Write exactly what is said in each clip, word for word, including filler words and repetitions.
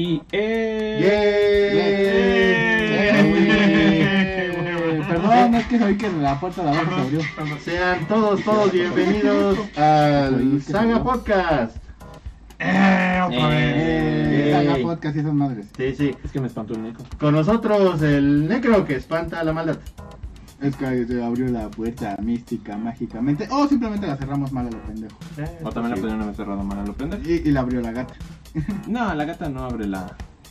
Y ¡eh! ¡Yeah! ¡Yeah! Perdón, es que sabí que la puerta de abajo se abrió. Sean todos, todos bienvenidos al Saga Podcast. ¡Eh! Otra vez. Eh, Yay. Saga Podcast y esas madres. Sí, sí. Es que me espantó el Nico. Con nosotros el Necro que espanta la maldad. Es que se abrió la puerta mística, mágicamente. O simplemente la cerramos mal a lo pendejo. O también la Sí. pudieron haber cerrado mal a lo pendejo. Y, y la abrió la gata. No, la gata no abre la,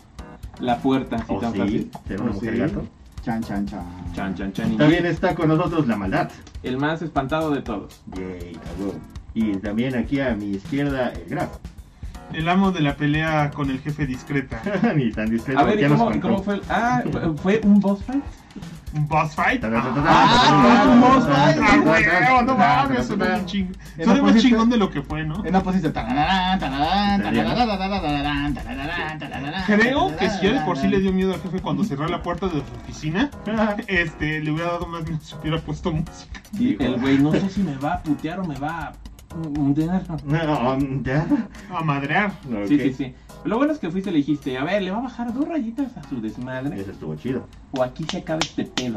la puerta así ¿O tan sí? fácil. ¿Será una ¿O mujer sí? gato? Chan, chan, chan. Chan, chan, chan. Y También está con nosotros la maldad. el más espantado de todos. Yay, a huevo. Y también aquí a mi izquierda el Graf. El amo de la pelea con el jefe discreta. Ni tan discreto. A ver, ¿y ya nos cómo, contó. cómo fue? El... Ah, ¿fue- ¿fue un boss fight? ¿Un boss fight? Ta, ta, ta, ta, ta, Ah, ta, un ta, boss ta, fight. ta, ¡Ah, ta, güey! ta, ¡No ta, mames! ta, Suena ta, bien chingón. En Suena la más pusiste- chingón de lo que fue, ¿no? En la posición. Tararán, tararán, tararán, tararán, tararán, tararán, Creo que si ya de por sí le tararán. dio miedo al jefe cuando cerró la puerta de su oficina, este, le hubiera dado más miedo si hubiera puesto música. Y el güey, no sé si me va a putear o me va a hundir. No, ya. A madrear. Sí, Ok. sí, sí. Lo bueno es que fuiste y le dijiste, a ver, le va a bajar dos rayitas a su desmadre. Eso estuvo chido. O aquí se acaba este pedo.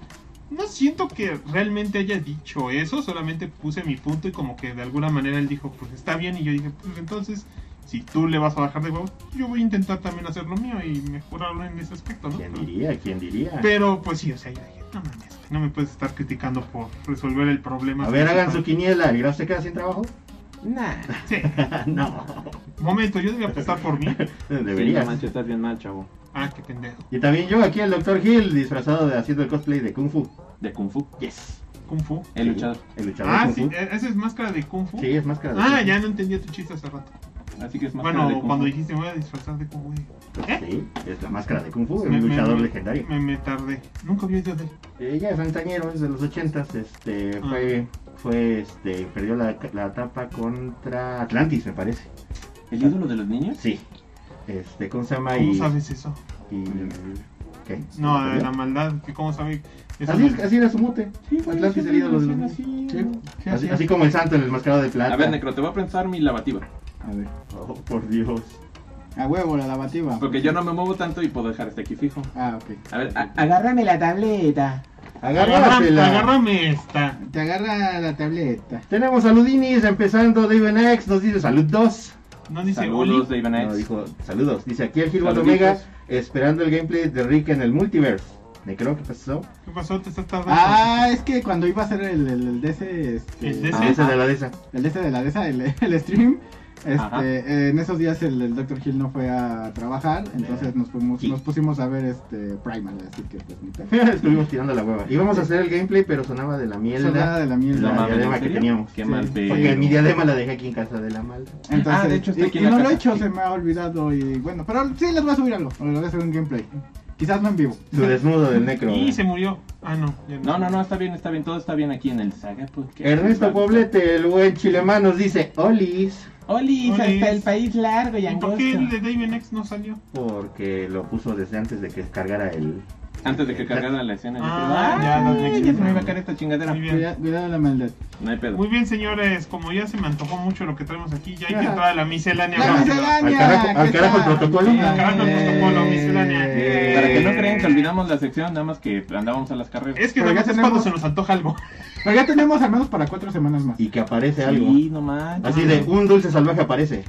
No siento que realmente haya dicho eso, solamente puse mi punto y como que de alguna manera él dijo, pues está bien, y yo dije, pues entonces, si tú le vas a bajar de huevos, yo voy a intentar también hacer lo mío y mejorarlo en ese aspecto, ¿no? ¿Quién diría? ¿Quién diría? Pero pues sí, o sea, yo dije, no mames, no me puedes estar criticando por resolver el problema. A ver, hagan su principal. quiniela. ¿El Graf se queda sin trabajo? Nah. Sí, No. momento, yo debía apostar por mí. Sí, no Deberías. manches, estás bien mal, chavo. Ah, qué pendejo. Y también yo aquí, el doctor Hill, disfrazado de haciendo el cosplay de Kung Fu. De Kung Fu. Yes. Kung Fu. El Sí, luchador. El luchador Ah, Kung sí, Fu. e- esa es máscara de Kung Fu. Sí, es máscara de Kung Ah, Fu. ya no entendía tu chiste hace rato. Así que es más Bueno, cuando dijiste voy a disfrazar de Kung Fu. ¿Eh? Sí, es la máscara de Kung Fu, Me- un me- luchador me- legendario. Me, me tardé. Nunca había oído de él. Ella es antañero, es de los ochentas, este, Ah. fue, fue, este, perdió la, la etapa contra Atlantis, me parece. ¿El ídolo de los niños? Sí. Este, ¿cómo se llama? ¿Cómo y, sabes eso? y- ¿qué? No, ¿Se de perdió? la maldad, que cómo sabe. Eso Así, me- es, así era su mute. güey, Atlantis, el ídolo de los niños. así. Sí, sí, Así, así así es. como el santo en el mascarado de plata. A ver, Necro, te voy a pensar mi lavativa. A ver. Oh, por Dios. A huevo, la lavativa. Porque yo no me muevo tanto y puedo dejar este aquí fijo. Ah, ok. A ver, a- agárrame la tableta. Agárrame, Agárratela. agárrame esta. Te agarra la tableta. Tenemos saludinis, empezando Dave X, nos dice salud dos. No dice Saludos, Oli. Dave No, Knights. dijo saludos. Dice aquí el Gilbert Saluditos. Omega, esperando el gameplay de Rick en el multiverse. ¿Me creo que pasó? ¿Qué pasó? Te estás tardando. Ah, es que cuando iba a hacer el, el, el D S, este, ¿El D S? Ah, esa de la de esa. el D S de la D S, el, el stream, Ajá. este, eh, en esos días el, el doctor Hill no fue a trabajar, entonces nos, fuimos, Sí. nos pusimos a ver este Primal, así que pues ni pedo. Estuvimos tirando la hueva. Íbamos a hacer el gameplay, pero sonaba de la Sonaba mierda. de la mierda. La No mames, diadema ¿en que serio? teníamos. Qué Sí. mal Porque pedo. mi diadema la dejé aquí en casa de la malda. Entonces, Ah, de hecho está y, aquí y en la no lo he casa. hecho, se me ha olvidado y bueno, pero sí les voy a subir algo, o les voy a hacer un gameplay. Quizás no en vivo. Su desnudo del necro. Y se murió. Ah, no. ya No, no, no, está bien, está bien. Todo está bien aquí en el Saga Podcast. Ernesto Poblete, el buen chilemán, nos dice Olis. Olis, Olis. hasta el país largo y ¿Y por angosto. qué el de David X no salió? Porque lo puso desde antes de que cargara el. Antes de que cargara la escena. Ah, dije, ya, "Ay, los ya mexicanos". se me iba a caer esta chingadera. Muy bien. Cuidado, cuidado la maldad. No hay pedo. Muy bien, señores. Como ya se me antojó mucho lo que traemos aquí, ya hay que entrar a la miscelánea. La rápido. miscelánea. Al carajo, al ¿qué carajo el tal? protocolo. Sí. Al carajo el protocolo, miscelánea. Eh, Para que no crean que olvidamos la sección, nada más que andábamos a las carreras. Es que Pero nada ya más es tenemos- cuando se nos antoja algo. Pero ya tenemos al menos para cuatro semanas más. Y que aparece algo. Sí, no manches. Así de un dulce salvaje aparece.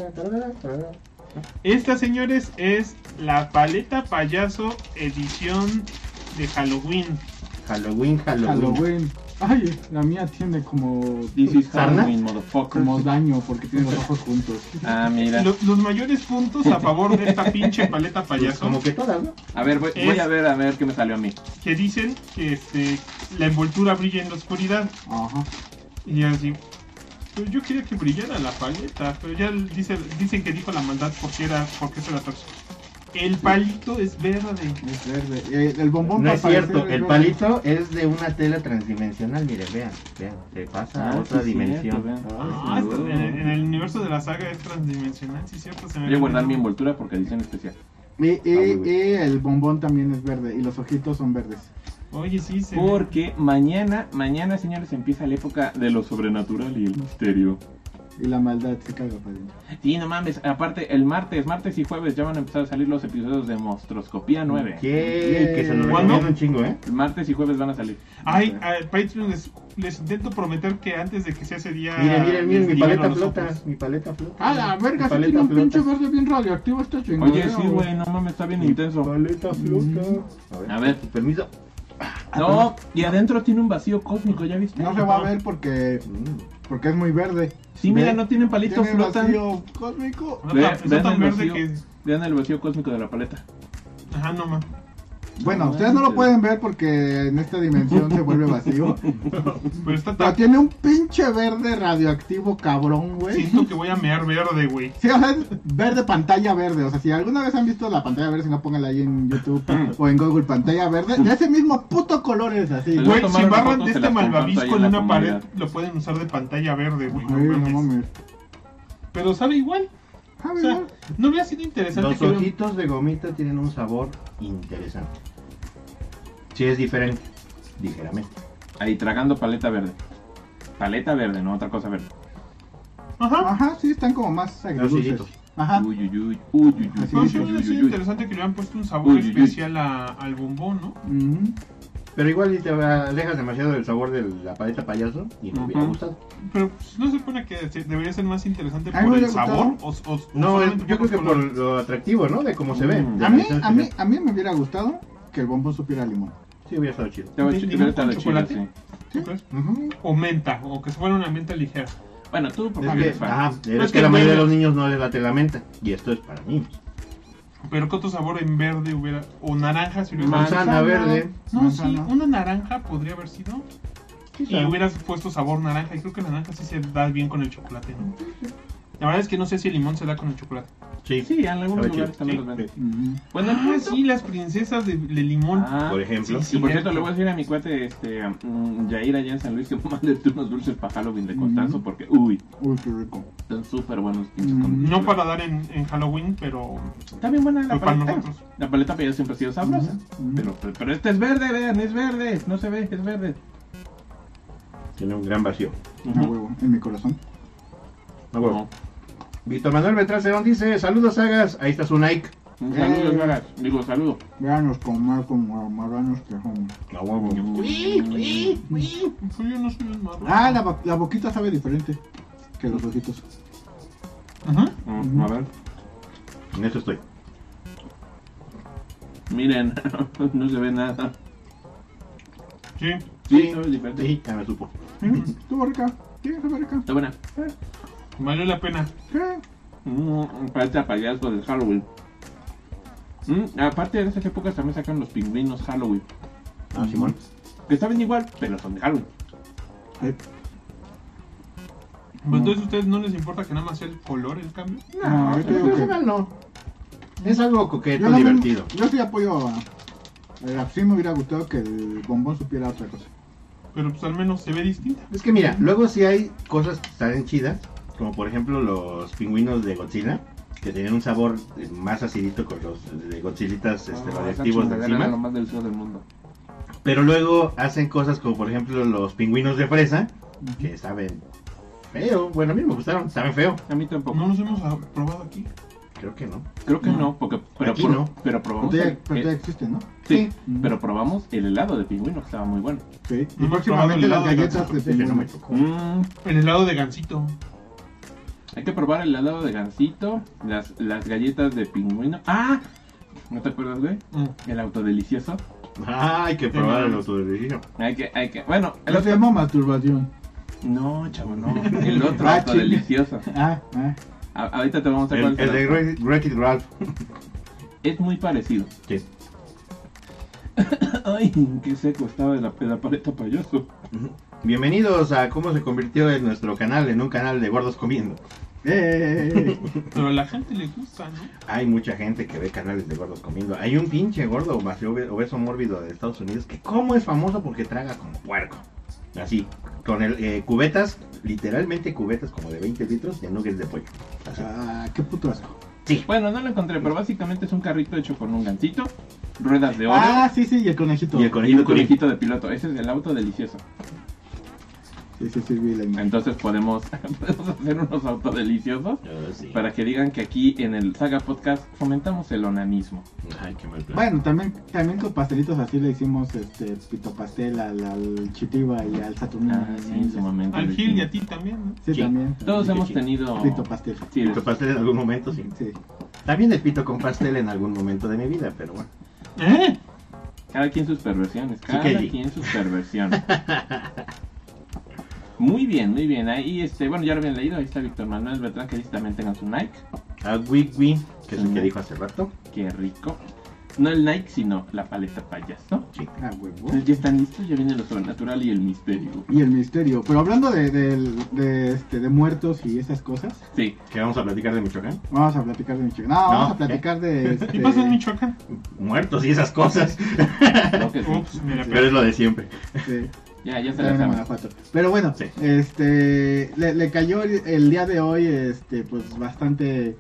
Esta, señores, es la paleta payaso edición de Halloween. Halloween, Halloween. Halloween. Ay, la mía tiene como This is ¿Sarna? Halloween, motherfucker. como daño porque tiene los ojos juntos. Ah, mira. Lo- los mayores puntos a favor de esta pinche paleta Pues payaso como que todas, ¿no? A ver, voy, Es- voy a ver a ver qué me salió a mí. que dicen que este, la envoltura brilla en la oscuridad. Ajá. Y así, pues yo quería que brillara la paleta, pero ya dice, dicen que dijo la maldad porque era porque eso era tóxico. El palito es verde. Es verde. Eh, el bombón No para es cierto, parecer el verde. palito es de una tela transdimensional, miren, vean, vean, se pasa a Ah, otra sí, dimensión. cierto, vean. Ah, sí, esto- sí. en, en el universo de la saga es transdimensional, sí, cierto. Se me Voy a guardar mi olvidó. envoltura porque edición especial. Y, y, Ah, muy bien. y el bombón también es verde y los ojitos son verdes. Oye, sí, se Porque mañana, mañana, señores, empieza la época de lo sobrenatural y el misterio. Y la maldad se caga para adentro. Sí, no mames. Aparte, el martes, martes y jueves ya van a empezar a salir los episodios de Monstroscopía nueve. ¿Qué? Que se lo ¿Cuándo? recomiendo un chingo, ¿eh? El martes y jueves van a salir. Ay, a Patreon les, les intento prometer que antes de que sea ese día. Miren, miren, miren, les mi libero paleta los flota. ojos. Mi paleta flota. Ah, la verga, Mi sí paleta tiene un flota. pinche verde bien radioactivo esta chingada. Oye, sí, güey, no mames, está bien Mi intenso. paleta flota. A ver. Permiso. No, y adentro tiene un vacío cósmico, ¿ya viste? No se va a ver porque Mm. porque es muy verde. Sí, mira, ¿Ve? no tienen palitos, Tiene flotan. vacío cósmico. No, Ve- está- está vean tan el verde vacío. que. Vean el vacío cósmico de la paleta. Ajá, no más. Bueno, No ustedes no lo manches. pueden ver porque en esta dimensión se vuelve vacío. Pero está Pero tan. tiene un pinche verde radioactivo cabrón, güey. Siento que voy a mear verde, güey. Sí, o sea, es verde pantalla verde. O sea, si alguna vez han visto la pantalla verde, si no, pónganla ahí en YouTube o en Google, pantalla verde. De ese mismo puto color es así. Les voy a Güey, tomar si una barran foto, de se este las comparto malvavisco ahí en en la una pared, comunidad. lo pueden usar de pantalla verde, güey. No Ay, no mames. mames. Pero sabe igual. Ah, O sea, ¿verdad? no hubiera sido interesante Los que. ojitos de gomita tienen un sabor interesante. Sí, es diferente, ligeramente. Ahí, tragando paleta verde. Paleta verde, no otra cosa verde. Ajá. Ajá, sí, están como más agridulces. hillitos. Ajá. Uy, uy, uy, uy, uy, uy, Así No, uy, sí uy, hubiera uy, sido uy, uy. interesante que le hubieran puesto un sabor Uy, uy, uy. especial a- al bombón, ¿no? Ujú. Pero igual si te alejas demasiado del sabor de la paleta payaso y me hubiera Ujú. gustado. Pero pues, no se supone que se- debería ser más interesante A mí por me el hubiera sabor gustado. o, o- o No, solamente yo creo por que los por colores. lo atractivo, ¿no? De cómo se ve. Mm. de A la mí, esencia. a mí, a mí me hubiera gustado que el bombón supiera a limón. Sí, hubiera estado chido. Estaba ¿Limón chido, con hubiera estado chido, chocolate? sí. ¿Sí, pues? Ujú. O menta, o que se fuera una menta ligera. Bueno, tú, por Es favor, que, eres fan. ajá, Pero es es que que la mayoría de bueno. los niños no les late la menta. Y esto es para niños. Pero ¿qué otro sabor en verde hubiera? O naranja si hubiera Manzana Manzana. verde. No, sí, Manzana. una naranja podría haber sido. Quizá. Y hubieras puesto sabor naranja. Y creo que la naranja sí se da bien con el chocolate, ¿no? La verdad es que no sé si el limón se da con el chocolate. Sí, Sí, en algunos Sabe lugares chido. también Sí. los venden. Ujú. Bueno, el Ah, punto- sí, las princesas de, de limón. Ah, por ejemplo. sí, que por cierto. cierto, le voy a decir a mi cuate, este, mm, Yair allá en San Luis, que me mande tú unos dulces para Halloween de Constanzo, Ujú. porque, uy, Uy, qué rico. están súper buenos pinches Mm. con- No para dar en, en Halloween, pero Está bien buena la Pero para paleta. nosotros. La paleta payaso siempre ha sido sabrosa. Ujú. Pero, pero, pero este es verde, vean, es verde. No se ve, es verde. Tiene un gran vacío. A huevo, en mi corazón. No, huevo. Víctor Manuel Beltrán Cerón dice, saludos sagas, ahí está su Nike. Un saludo, Eh. Garas. Digo, saludo. Véanos comer como marranos que somos. A huevo. pues yo no soy un malo. Ah, la, bo- la boquita sabe diferente que los ojitos. Ajá. Mm, A ver. En eso estoy. Miren, no se ve nada. Sí. Sí, sabe diferente. Sí, ya me supo. Mm, Estuvo rica. Sí, estuvo rica. Está buena. Valió la pena. Sí. Mm, paleta payaso del Halloween. Mm, aparte de esas épocas también sacan los pingüinos Halloween. Ah, Simón. Que saben igual, pero son de Halloween. Sí. Pues entonces, ¿a ustedes no les importa que nada más sea el color el cambio? No, yo te En digo que- general no. Es algo coqueto, Yo, no me- divertido. yo sí apoyo a. eh, sí me hubiera gustado que el bombón supiera otra cosa. Pero pues al menos se ve distinta. Es que mira, luego sí hay cosas que están chidas, como por ejemplo los pingüinos de Godzilla, que tienen un sabor eh, más acidito con los de Godzillitas este, Ah, radiactivos esa de chingadera era lo encima. más delicioso del mundo. Pero luego hacen cosas como por ejemplo los pingüinos de fresa, que saben feo. Bueno, a mí me gustaron, saben feo. A mí tampoco. No los hemos ah, probado aquí. Creo que no. Creo que no, porque pero, Aquí pro- no. pero Pero probamos todavía, el, pero el- todavía existe, ¿no? sí, Mm. pero probamos el helado de pingüino que estaba muy bueno. Sí. Y No hemos probado próximamente el las helado de galletas gato. de Ese no me pingüino. tocó. Mm, El helado de gansito. hay que probar el helado de gansito, las, las galletas de pingüino. ¡Ah! ¿No te acuerdas, güey? Mm. El autodelicioso. Ah, hay que probar el autodelicioso. Hay que, hay que, bueno, el Eso se otro... llama masturbación. No, chavo, no. El otro Ah, autodelicioso. Ah, ah. A- ahorita te vamos a El, contar. el de Wreck- Wreck-It Ralph. Es muy parecido. Sí. Ay, qué seco estaba de la, de la paleta payaso. Bienvenidos a cómo se convirtió en nuestro canal en un canal de gordos comiendo. Eh, Pero a la gente le gusta, ¿no? Hay mucha gente que ve canales de gordos comiendo. Hay un pinche gordo obeso, obeso mórbido de Estados Unidos que como es famoso porque traga como puerco. Así, con el eh, cubetas, literalmente cubetas como de veinte litros de nuggets de pollo. Así. ah, qué puto asco. Sí. Bueno, no lo encontré, pero básicamente es un carrito hecho con un gansito, ruedas de oro Ah, sí, sí, y el conejito. Y el y un conejito, conejito de piloto. Ese es el auto delicioso. Sí, sí, sí, vi la imagen. Entonces podemos, podemos hacer unos autodeliciosos Oh, sí. para que digan que aquí en el Saga Podcast fomentamos el onanismo. Ay, qué mal plan. Bueno, también, también con pastelitos así le hicimos este pito pastel al, al Chitiba y al Saturnino. Ah, sí, en su momento. Al lo Gil y hicimos. a ti también, ¿no? Sí, Sí. también. Todos Sí, hemos sí. tenido... Pito pastel. Sí, Pito pastel en algún momento, sí. Sí. También el pito con pastel en algún momento de mi vida, pero bueno. ¿Eh? cada quien sus perversiones, cada Kelly. quien sus perversiones. Muy bien, muy bien. Ahí, este, bueno, ya lo habían leído. Ahí está Víctor Manuel Beltrán que dice también tengan su Nike. A Wigwi, que es el que Ujú. dijo hace rato. Qué rico. No el Nike, sino la paleta payaso. Sí. Ah, huevo. Entonces ya están listos, ya viene lo sobrenatural y el misterio. Y el misterio. Pero hablando de, de, de, este, de muertos y esas cosas, Sí. ¿Qué vamos a platicar de Michoacán? vamos a platicar de Michoacán. No, vamos No, a platicar de... Este... ¿Qué pasa en Michoacán? Muertos y esas cosas. Creo que sí. Ups, mira, Pero es lo de siempre. Sí. Ya, ya se También la en saben. Guanajuato. Pero bueno, Sí. este le, le cayó el, el día de hoy, este, pues bastante,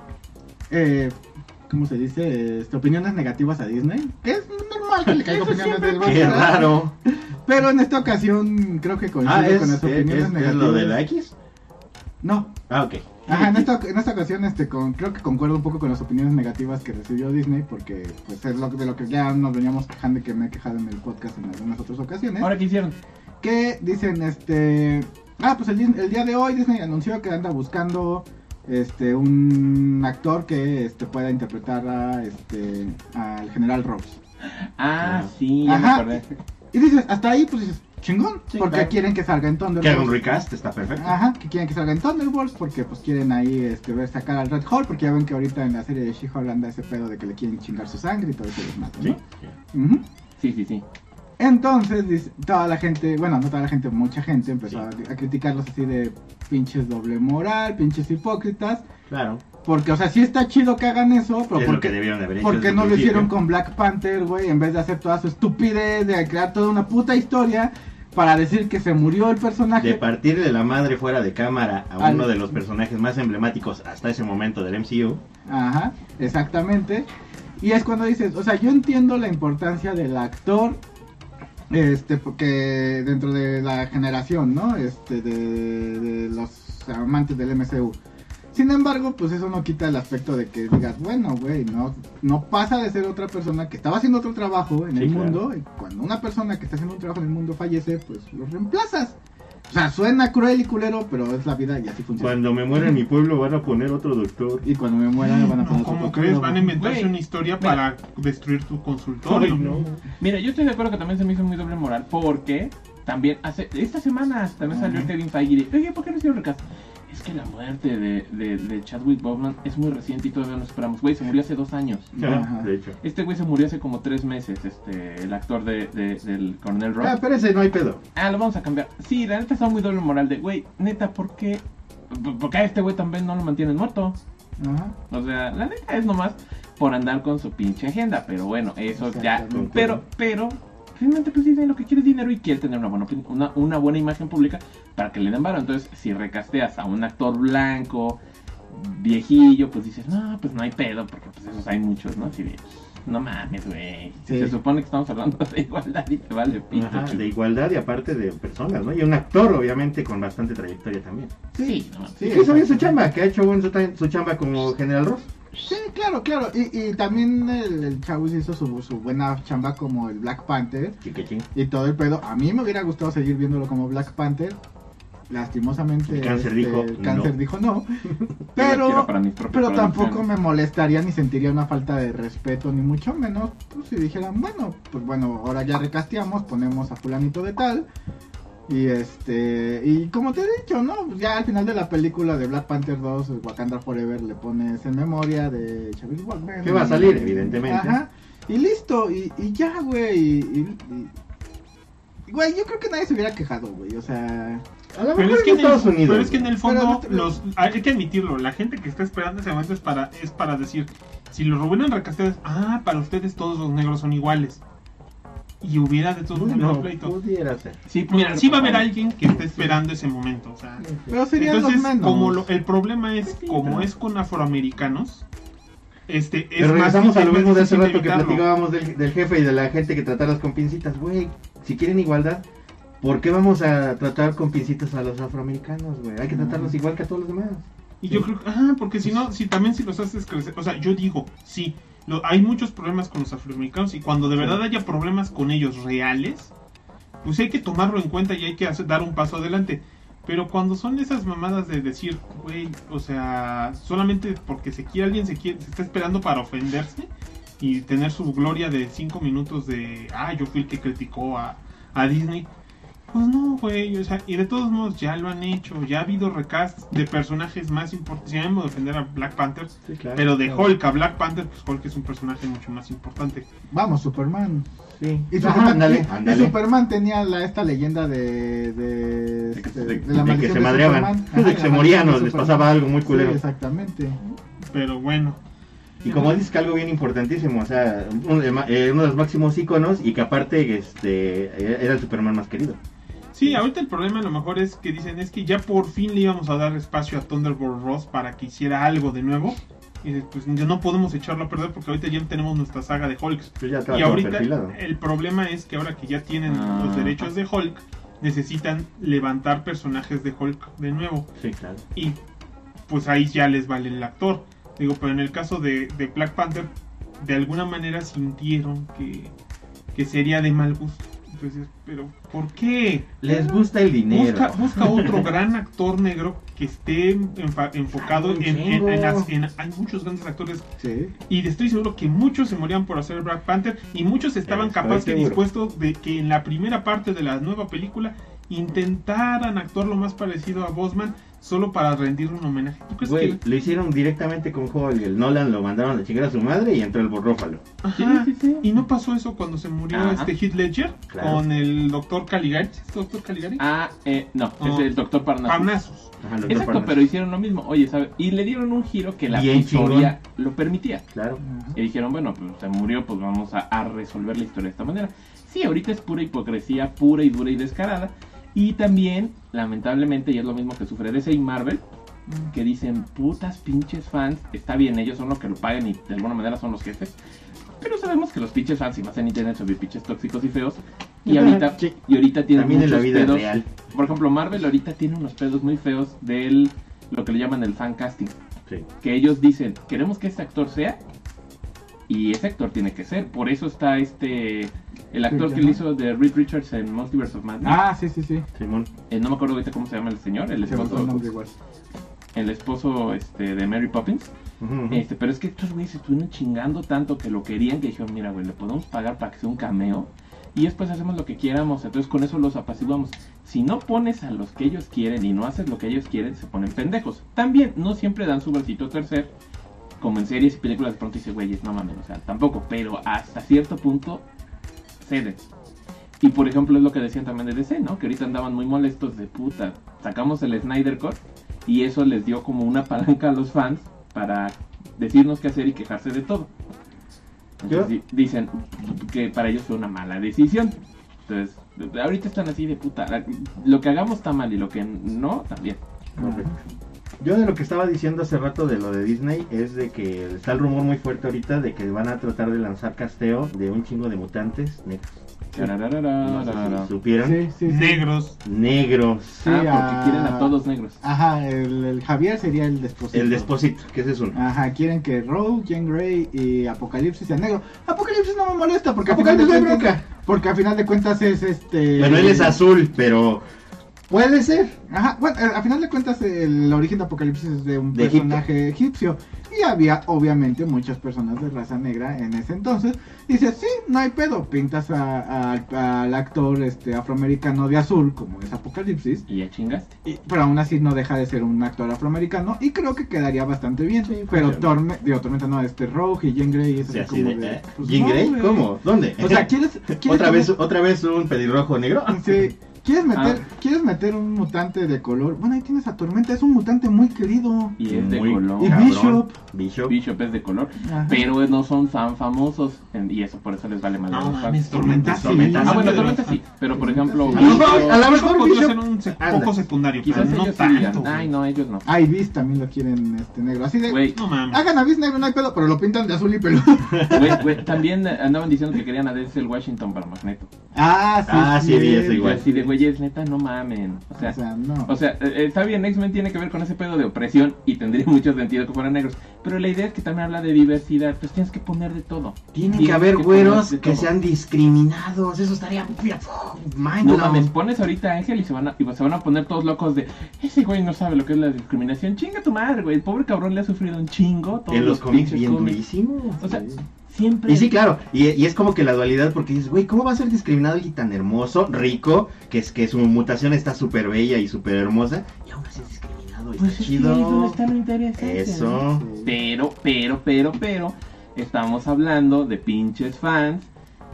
eh, ¿cómo se dice? Este, opiniones negativas a Disney. Que es normal que le caiga opiniones del Qué raro. Pero en esta ocasión creo que coincido Ah, ¿es, con las es, opiniones es- negativas. es lo de la X? No. Ah, ok. Ajá, en esta, en esta ocasión este, con, creo que concuerdo un poco con las opiniones negativas que recibió Disney, porque pues es lo, de lo que ya nos veníamos quejando y que me he quejado en el podcast en algunas otras ocasiones. Ahora, ¿qué hicieron? Que dicen, este... Ah, pues el, di- el día de hoy Disney anunció que anda buscando este un actor que este pueda interpretar a este al General Ross. Ah, Ah. sí, ya me Ajá. acordé. Y dices, hasta ahí pues dices, chingón, Sí, porque claro. quieren que salga en Que haga un Thunderbolts. recast, está perfecto. Ajá, que quieren que salga en Thunderbolts porque pues quieren ahí este ver sacar al Red Hulk, porque ya ven que ahorita en la serie de She-Hulk anda ese pedo de que le quieren chingar su sangre y todo ese desmadre, Sí. ¿no? Ujú. Sí, sí, sí. Entonces, dice- toda la gente, bueno, no toda la gente, mucha gente empezó a, a criticarlos así de pinches doble moral, pinches hipócritas. Claro. Porque, o sea, sí está chido que hagan eso, pero Es lo ¿por que qué, debieron de haber hecho por desde qué el no lo principio. hicieron con Black Panther, güey? En vez de hacer toda su estupidez de crear toda una puta historia para decir que se murió el personaje. De partirle la madre fuera de cámara a Al- uno de los personajes más emblemáticos hasta ese momento del M C U. Ajá, exactamente. Y es cuando dices, o sea, yo entiendo la importancia del actor, este, porque dentro de la generación, ¿no? Este, de, de los amantes del M C U. Sin embargo, pues eso no quita el aspecto de que digas, bueno, güey, no, no pasa de ser otra persona que estaba haciendo otro trabajo en Sí, el claro. mundo, y cuando una persona que está haciendo un trabajo en el mundo fallece, pues lo reemplazas. O sea, suena cruel y culero, pero es la vida y así funciona. Cuando me muera en mi pueblo van a poner otro doctor. Y cuando me muera me van a poner No, otro ¿cómo doctor, crees? güey. Van a inventarse Güey, una historia mira. para destruir tu consultorio. Ay, no. Mira, yo estoy de acuerdo que también se me hizo muy doble moral porque también hace esta semana también salió Ajá. Kevin Feige y oye, ¿por qué no hicieron recast? Es que la muerte de, de, de Chadwick Boseman es muy reciente y todavía no esperamos. Güey, se murió hace dos años. Ajá. De hecho. Este güey se murió hace como tres meses, este, el actor de, de- del Coronel Ross. Ah, pero ese no hay pedo. Ah, lo vamos a cambiar. Sí, la neta está muy doble moral de, güey, neta, ¿por qué? P- Porque a este güey también no lo mantienen muerto. Ajá. O sea, la neta es nomás por andar con su pinche agenda. Pero bueno, eso ya. Exactamente. Pero, pero, realmente pues Disney lo que quiere es dinero y quiere tener una buena, opin- una, una buena imagen pública para que le den varo. Entonces, si recasteas a un actor blanco, viejillo, pues dices, no, pues no hay pedo, porque pues esos hay muchos, ¿no? Así de, no mames, güey. Sí. Se supone que estamos hablando de igualdad y te vale pito. Ajá, chico. de igualdad y aparte de personas, ¿no? Y un actor, obviamente, con bastante trayectoria también. Sí, no mames. Sí, y que hizo bien su exactamente. chamba, que ha hecho buen su, ta- su chamba como General Ross. Sí, claro, claro. Y, y también el, el Chavus hizo su, su buena chamba como el Black Panther Chiquechín. y todo el pedo. A mí me hubiera gustado seguir viéndolo como Black Panther. Lastimosamente, El cáncer dijo el cáncer no. dijo no. Yo lo Pero, quiero para mis propias pero tampoco producciones. me molestaría ni sentiría una falta de respeto, ni mucho menos. Pues si dijeran, bueno, pues bueno, ahora ya recasteamos, ponemos a fulanito de tal. Y este, y como te he dicho, ¿no? Pues ya al final de la película de Black Panther dos, Wakanda Forever, le pones en memoria de Chadwick Boseman. Que va a salir, evidentemente. Ajá. Y listo, y, y ya, güey. Y, y- y- güey, yo creo que nadie se hubiera quejado, güey. O sea, A lo Pero mejor es, que en en el, Estados Unidos. pero es que en el fondo, Pero no- los, hay que admitirlo, la gente que está esperando ese momento es para, es para decir, si los hubieran recasteado, ah, para ustedes todos los negros son iguales. Y hubiera de todos Uy, un no, pleito. pudiera ser. Sí, Mira, sí va a haber por favor. alguien que esté esperando ese momento, o sea. pero serían Entonces, los menos. como lo- el problema es, Sí, como pero- es con afroamericanos, este, es Pero más regresamos a lo es más mismo de hace difícil rato que evitarlo. platicábamos del, del jefe y de la gente que tratarlas con pincitas. Güey, si quieren igualdad, ¿por qué vamos a tratar con pincitas a los afroamericanos, güey? Hay que tratarlos igual que a todos los demás. Y Sí. yo creo que, ah, porque si no, si también si los haces crecer, o sea, yo digo, sí, lo, hay muchos problemas con los afroamericanos y cuando de verdad haya problemas con ellos reales, pues hay que tomarlo en cuenta y hay que hacer, dar un paso adelante. Pero cuando son esas mamadas de decir, güey, o sea, solamente porque se quiere alguien se quiere, se está esperando para ofenderse y tener su gloria de cinco minutos de, ah, yo fui el que criticó a, a Disney. Pues no, güey, o sea, y de todos modos ya lo han hecho, ya ha habido recasts de personajes más importantes, ya hemos de defender a Black Panther, Sí, claro. pero de claro. Hulk a Black Panther, pues Hulk es un personaje mucho más importante. Vamos, Superman. Sí. Y Ajá, Superman, ándale, y- y ándale. Superman tenía la, esta leyenda de de, De que- este, de- de la De que maldición se de madreaban, Superman. de Ajá, que se la morían maldición o de les Superman. pasaba algo muy culero. Sí, exactamente. Pero bueno. Y como dices que algo bien importantísimo, o sea, un- eh, uno de los máximos íconos y que aparte este era el Superman más querido. Sí, ahorita el problema a lo mejor es que dicen es que ya por fin le íbamos a dar espacio a Thunderbolt Ross para que hiciera algo de nuevo. Y pues ya no podemos echarlo a perder porque ahorita ya tenemos nuestra saga de Hulk. Pues ya estaba Y todo ahorita perfilado. el problema es que ahora que ya tienen Ah. los derechos de Hulk, necesitan levantar personajes de Hulk de nuevo. Sí, claro. Y pues ahí ya les vale el actor. Digo, pero en el caso de, de Black Panther, de alguna manera sintieron que, que sería de mal gusto. Entonces, pero ¿por qué? Les gusta el dinero. Busca, busca otro gran actor negro que esté enfa- enfocado Hay un en, en, chingo. en las- en- hay muchos grandes actores Sí. y estoy seguro que muchos se morían por hacer Black Panther y muchos estaban Estoy capaces y seguro. dispuestos de que en la primera parte de la nueva película intentaran actuar lo más parecido a Bosman solo para rendirle un homenaje. ¿Tú crees Güey, que lo hicieron directamente con Hulk. El Nolan lo mandaron a chingar a su madre y entró el borrófalo. Ajá, Sí, sí, sí. y no pasó eso cuando se murió Ajá. este Heath Ledger Claro. con el doctor Caligari? ¿Es doctor Caligari? Ah, eh, no, Oh. es el doctor Parnassus. Parnassus. Ajá, lo Exacto, preparan. pero hicieron lo mismo. Oye, ¿sabes? Y le dieron un giro que la Bien historia lo permitía. Claro. Y dijeron, bueno, pues se murió, pues vamos a, a resolver la historia de esta manera. Sí, ahorita es pura hipocresía, pura y dura y descarada. Y también, lamentablemente, y es lo mismo que sufre D C y Marvel, que dicen, putas pinches fans, está bien, ellos son los que lo pagan y de alguna manera son los jefes. Pero sabemos que los pinches fans, y más en internet, son bien pinches tóxicos y feos. Y ahorita, Sí. y ahorita tienen También en muchos la vida pedos. real. Por ejemplo, Marvel ahorita tiene unos pedos muy feos del lo que le llaman el fan casting. Sí. Que ellos dicen, queremos que este actor sea, y ese actor tiene que ser. Por eso está este, el actor Sí, que le ajá. hizo de Reed Richards en Multiverse of Madness. Ah, sí, sí, sí. Simón. Eh, no me acuerdo ahorita cómo se llama el señor, el Se me fue el esposo, nombre igual. el esposo este, de Mary Poppins. Ujú, ujú. Este, pero es que estos güeyes se estuvieron chingando tanto que lo querían que dijeron, mira, güey, le podemos pagar para que sea un cameo y después hacemos lo que quieramos. Entonces con eso los apaciguamos. Si no pones a los que ellos quieren y no haces lo que ellos quieren, se ponen pendejos. También no siempre dan su versito tercer, como en series y películas de pronto dice, güeyes, no mames, o sea, tampoco, pero hasta cierto punto ceden. Y por ejemplo es lo que decían también de D C, ¿no? Que ahorita andaban muy molestos de puta, sacamos el Snyder Cut y eso les dio como una palanca a los fans para decirnos qué hacer y quejarse de todo. Entonces, Yo- di- dicen que para ellos fue una mala decisión. Entonces, ahorita están así de puta, lo que hagamos está mal y lo que no, también. Correcto. Yo de lo que estaba diciendo hace rato de lo de Disney es de que está el rumor muy fuerte ahorita de que van a tratar de lanzar casteo de un chingo de mutantes negros. No sé si supieron. Sí, sí, sí. Negros. Negros. Sí, ah, porque a- quieren a todos negros. Ajá, el, el Javier sería el Desposito. El Desposito, que ese es uno. Ajá, quieren que Rogue, Jean Grey y Apocalipsis sean negro. Apocalipsis no me molesta porque a final Apocalipsis de no hay cuentas, bronca. porque a final de cuentas es este. Bueno, él es azul, pero puede ser. Ajá, bueno, eh, a final de cuentas el origen de Apocalipsis es de un De personaje egipcio y había obviamente muchas personas de raza negra en ese entonces. Dice, sí, no hay pedo, pintas a- a- al actor este afroamericano de azul como es Apocalipsis, Y ya chingaste. y- pero aún así no deja de ser un actor afroamericano y creo que quedaría bastante bien. Sí, pero funciona. Torme, digo, Tormenta no, este Rogue y Jean Grey es Sí, así así como de, de, ¿eh? pues, ¿Jean no, Grey? güey. ¿Cómo? ¿Dónde? O sea, ¿quieres, quieres ¿Otra como- vez, otra vez un pelirrojo negro? Sí. ¿Quieres meter, Ah. ¿Quieres meter un mutante de color? Bueno, ahí tienes a Tormenta, es un mutante muy querido. Y es de Muy color. Y cabrón. Bishop. Bishop. Bishop es de color. Ajá. Pero no son tan famosos. en- Y eso por eso les vale más. No a los fans. mames, Tormenta sí. Tormenta Ah, sí. bueno, Tormenta sí. Pero por ejemplo, sí. A lo mejor- Bishop- a lo mejor podría Bishop- ser un sec- Anda. poco secundario, quizás pero no ellos sí digan, tanto. ay, güey. no, ellos no. A Ibis también lo quieren este negro. Así de, Güey, No mames. hagan a Ibis negro, no hay pedo, pero lo pintan de azul y peludo. güey, güey, también andaban diciendo que querían a Denzel Washington para Magneto. Ah, sí, Ah, sí, vi eso sí, igual. Así de güeyes, neta, no mamen. O sea, O sea, no. O sea, eh, está bien, X-Men tiene que ver con ese pedo de opresión y tendría mucho sentido que fueran negros. Pero la idea es que también habla de diversidad, pues tienes que poner de todo. Tiene que Tienes haber poner güeros de que todo. sean discriminados. Eso estaría. Mira, mind No blown. mames, pones ahorita a Ángel y se van a, y se van a poner todos locos de ese güey no sabe lo que es la discriminación. Chinga tu madre, güey. El pobre cabrón le ha sufrido un chingo. Todos En los cómics pinches bien cómics. durísimos. O sea, Sí. siempre. Y sí, claro, y, y es como que la dualidad porque dices, güey, ¿cómo va a ser discriminado alguien tan hermoso, rico, que es que su mutación está súper bella y súper hermosa, y aún así es discriminado? Y Pues está es que ahí es donde chido. está lo interesante. Eso. ¿no? Pero, pero, pero, pero, estamos hablando de pinches fans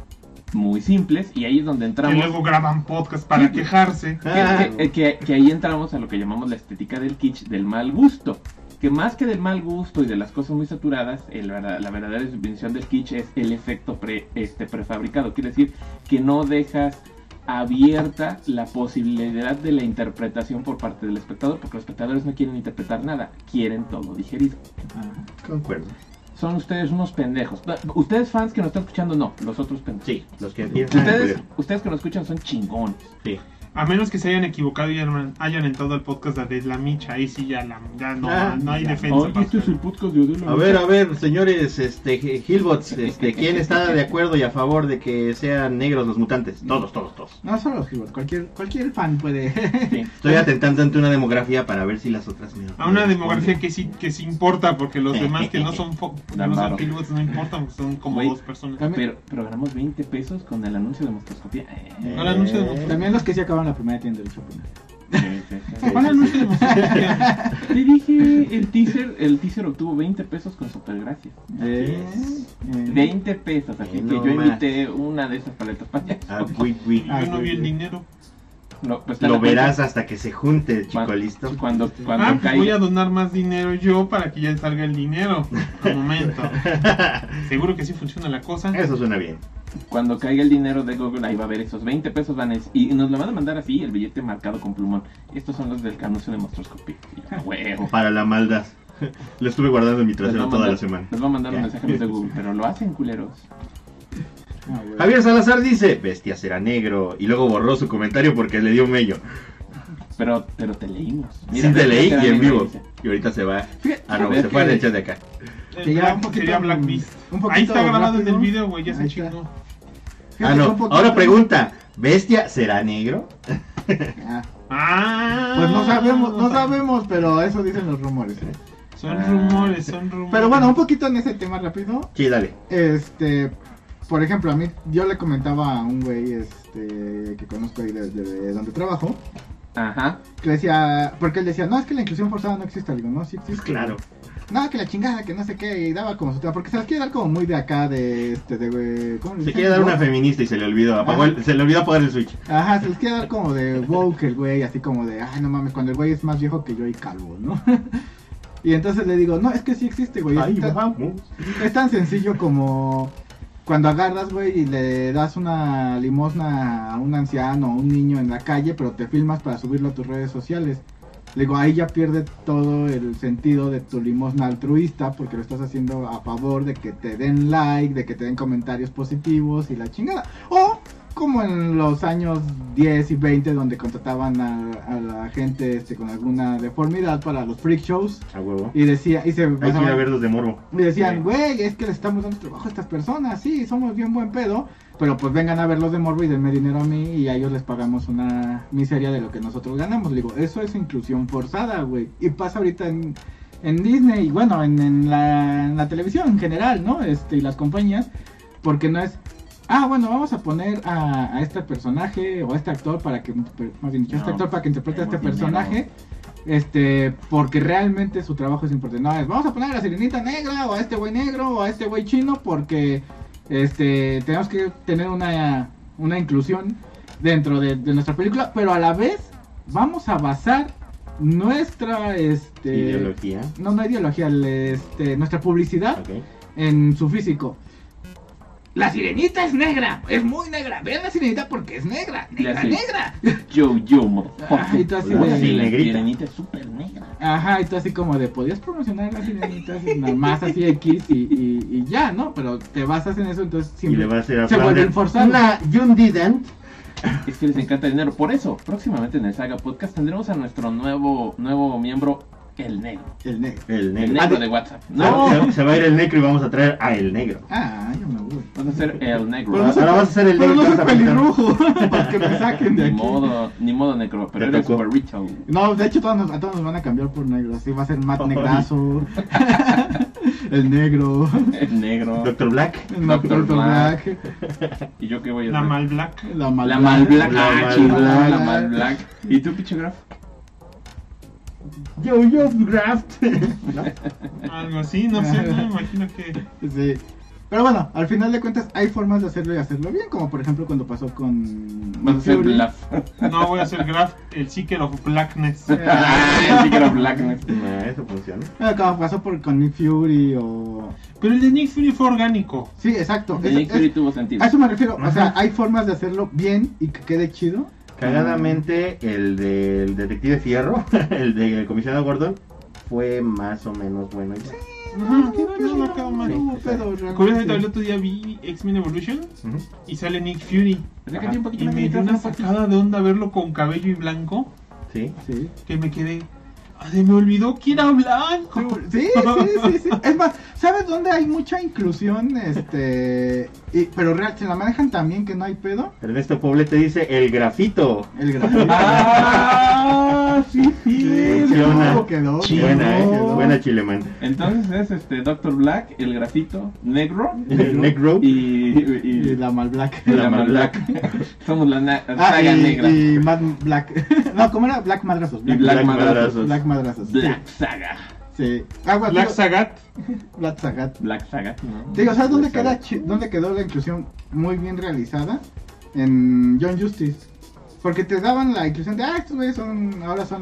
muy simples y ahí es donde Que entramos. luego graban podcast para Sí. quejarse. Ah. Que, que- que- que ahí entramos a lo que llamamos la estética del kitsch, del mal gusto. Que más que del mal gusto y de las cosas muy saturadas, el verdad- la verdadera definición del kitsch es el efecto pre, este, prefabricado. Quiere decir que no dejas abierta la posibilidad de la interpretación por parte del espectador, porque los espectadores no quieren interpretar nada, quieren todo digerido. Concuerdo. Son ustedes unos pendejos. Ustedes fans que nos están escuchando, no, los otros pendejos. Sí, los que piensan. Ustedes, ustedes que nos escuchan son chingones. Sí. A menos que se hayan equivocado y hayan, hayan entrado al podcast de la Micha. Ahí sí ya, la, ya no, Ah, no hay Ya. defensa. Oye, para este es el hacerlo. podcast de Odela. A ver, a ver, señores, este, Hillbots, este, ¿quién está de acuerdo y a favor de que sean negros los mutantes? Todos, todos, todos. No solo los Hillbots, cualquier, cualquier fan puede. Sí. Estoy atentando ante una demografía para ver si las otras me... A una demografía que sí, que sí importa, porque los demás que no son, fo- que no Dan son varo. Killbots no importan, porque son como Güey. dos personas. También, Pero, pero ganamos veinte pesos con el anuncio de mostoscopía. Eh, No, el anuncio de también los que sí acabaron la primera tienda del Chopin. sí, sí, sí. ¿Cuál anuncio de mostoscopía? Te dije, el teaser, el teaser obtuvo veinte pesos con Supergracias. Eh, eh, veinte pesos, así Eh, que no yo más. invité una de esas paletas payaso. Ah, güey, güey. Ah, Yo no vi el dinero. No, pues, Lo la cuenta- verás hasta que se junte, chico, cuando, listo. Cuando, cuando Ah, pues caiga. voy a donar más dinero yo para que ya salga el dinero. Al momento. Seguro que sí funciona la cosa. Eso suena bien. Cuando caiga el dinero de Google, ahí va a haber esos veinte pesos, van a, y nos lo van a mandar así, el billete marcado con plumón. Estos son los del anuncio de mostoscopía. Y yo, "A huevo". Para la maldad. Lo estuve guardando en mi Les va a trasero toda mandar- la semana. Les va a mandar un Ya. mensaje a los de Google, pero lo hacen culeros. ah, güey. Javier Salazar dice, Bestia será negro. Y luego borró su comentario porque le dio mello. Pero, pero te leímos. Sí te Bestia leí será y en negro, vivo. dice. Y ahorita se va. Fíjate- Ah, no, ver se fue qué- al chat de acá. Que ya Black- un poquito- sería Black Beast. un poquito Ahí está grabado en el rápido. video, güey, ya se Ahí está. chingó. Ah, Fíjate que un no. poquito- Ahora pregunta, ¿Bestia será negro? Ah, Ah, pues no sabemos, no sabemos, pero eso dicen los rumores. ¿eh? Son rumores, son rumores. Pero bueno, un poquito en ese tema rápido. Sí, dale. Este, por ejemplo, a mí, yo le comentaba a un güey este, que conozco ahí de, de- de donde trabajo, Ajá. que decía, porque él decía, no, es que la inclusión forzada no existe. Le digo, no, sí existe. Claro. No, que la chingada, que no sé qué, y daba como su tema, porque se las quiere dar como muy de acá, de, este, de, güey, ¿cómo le Se dicen? quiere dar una Woke. feminista y se le olvidó. Apagó el- se le olvidó apagar el switch. Ajá, se les quiere dar como de woke el güey, así como de, ay, no mames, cuando el güey es más viejo que yo y calvo, ¿no? Y entonces le digo, no, es que sí existe, güey. Ahí Es tan- vamos. Es tan sencillo como cuando agarras, güey, y le das una limosna a un anciano o un niño en la calle, pero te filmas para subirlo a tus redes sociales. Le digo, ahí ya pierde todo el sentido de tu limosna altruista, porque lo estás haciendo a favor de que te den like, de que te den comentarios positivos y la chingada. O como en los años diez y veinte, donde contrataban a, a la gente este, con alguna deformidad para los freak shows. A huevo. Y decía, y se Hay que ir a basaban- verlos de morbo. y decían, Sí. güey, es que le estamos dando trabajo a estas personas, sí, somos bien buen pedo, pero pues vengan a verlos de morbo y denme dinero a mí y a ellos les pagamos una miseria de lo que nosotros ganamos. Le digo, eso es inclusión forzada, güey. Y pasa ahorita en, en Disney, y bueno, en, en, la, en la televisión en general, ¿no? Este, y las compañías, porque no es, ah, bueno, vamos a poner a, a este personaje o a este actor para que, más bien dicho, a este No, actor para que interprete a este queremos dinero. personaje. Este, porque realmente su trabajo es importante. No, es, vamos a poner a la sirenita negra, o a este güey negro, o a este güey chino, porque este tenemos que tener una, una inclusión dentro de, de nuestra película, pero a la vez vamos a basar nuestra este Ideología. no, no ideología, el, este, nuestra publicidad Ok. en su físico. La sirenita es negra, es muy negra. Vean la sirenita porque es negra, negra, Ya sé. negra. Yo, yo, motherfucker. Ay, tú así de- Sí, la negrita. sirenita es súper negra. Ajá, y tú así como de, podías promocionar la sirenita así, nada más así X y, y, y ya, ¿no? Pero te basas en eso, entonces Y siempre le va a hacer a se Flounder, vuelven forzados. Una, you didn't. Es que les encanta el dinero. Por eso, próximamente en el Saga Podcast tendremos a nuestro nuevo nuevo miembro, el negro. El negro. El El negro. negro Ah, de WhatsApp. No, No, se, se va a ir el negro y vamos a traer a el negro. Ah, yo me voy. vamos a ser el negro. Pero no soy- Ahora vas a ser el pero negro. no y soy vas a pintar. pelirrojo, para que me saquen de Ni aquí. modo, ni modo negro, pero Te eres tocó. burrito. No, de hecho todos nos, a todos nos van a cambiar por negro, así va a ser Matt Ay. Negrazo, el negro, El negro. Doctor Black. el Doctor Doctor Black. Black, ¿Y yo qué voy a La hacer? mal black. la mal La mal black. La Ah, mal chingón, black. la mal black. ¿Y tú, pinche graf? Yo, yo, Graft. ¿No? Algo así, no sé, no me imagino que... Sí. Pero bueno, al final de cuentas hay formas de hacerlo y hacerlo bien, como por ejemplo cuando pasó con Vas a ser Fury. Bluff. No voy a hacer Graf, el Seeker of Blackness. Ah, sí que era Blackness. No, eso funciona. Ah, como pasó por, con Nick Fury o... Pero el de Nick Fury fue orgánico. Sí, exacto. De Es- Nick es- Fury tuvo sentido. a eso me refiero, o Ajá. sea, hay formas de hacerlo bien y que quede chido. Cagadamente, el del Detective Fierro, el del comisionado Gordon, fue más o menos bueno. y ya. Ajá, qué bueno, no quedó mal. No hubo pedo, realmente. Curiosamente, el otro día vi X-Men Evolution Ujú. y sale Nick Fury. Acércate un poquito Y más me al dio una micrófono, sacada de onda verlo con cabello y blanco Sí. Sí. que me quedé. Ah, se me olvidó que era blanco. Sí, sí, sí, sí. Es más, ¿sabes dónde hay mucha inclusión? Este, y- pero real, se la manejan tan bien que no hay pedo. Ernesto Poblete dice el grafito. El grafito. Ah, sí, sí. Funciona. ¿Cómo quedó? Buena, eh. Quedó. Buena Chileman. Entonces es este Doctor Black, el grafito negro El Negro. y, Y y, la mal black. y la la Mal Mal Black. Somos la na- Ah, saga y, negra. y Mad Black. No, ¿cómo era? Black Madrazos. Y Black Madrazos. Black Madrazos. Black Saga. Sí. Ah, bueno, Black digo- Sagat. Black Sagat. Black Saga. ¿no? Digo, ¿sabes dónde, Black queda Sagat. chi- dónde quedó la inclusión muy bien realizada? En John Justice. Porque te daban la inclusión de, ah, estos güeyes son, ahora son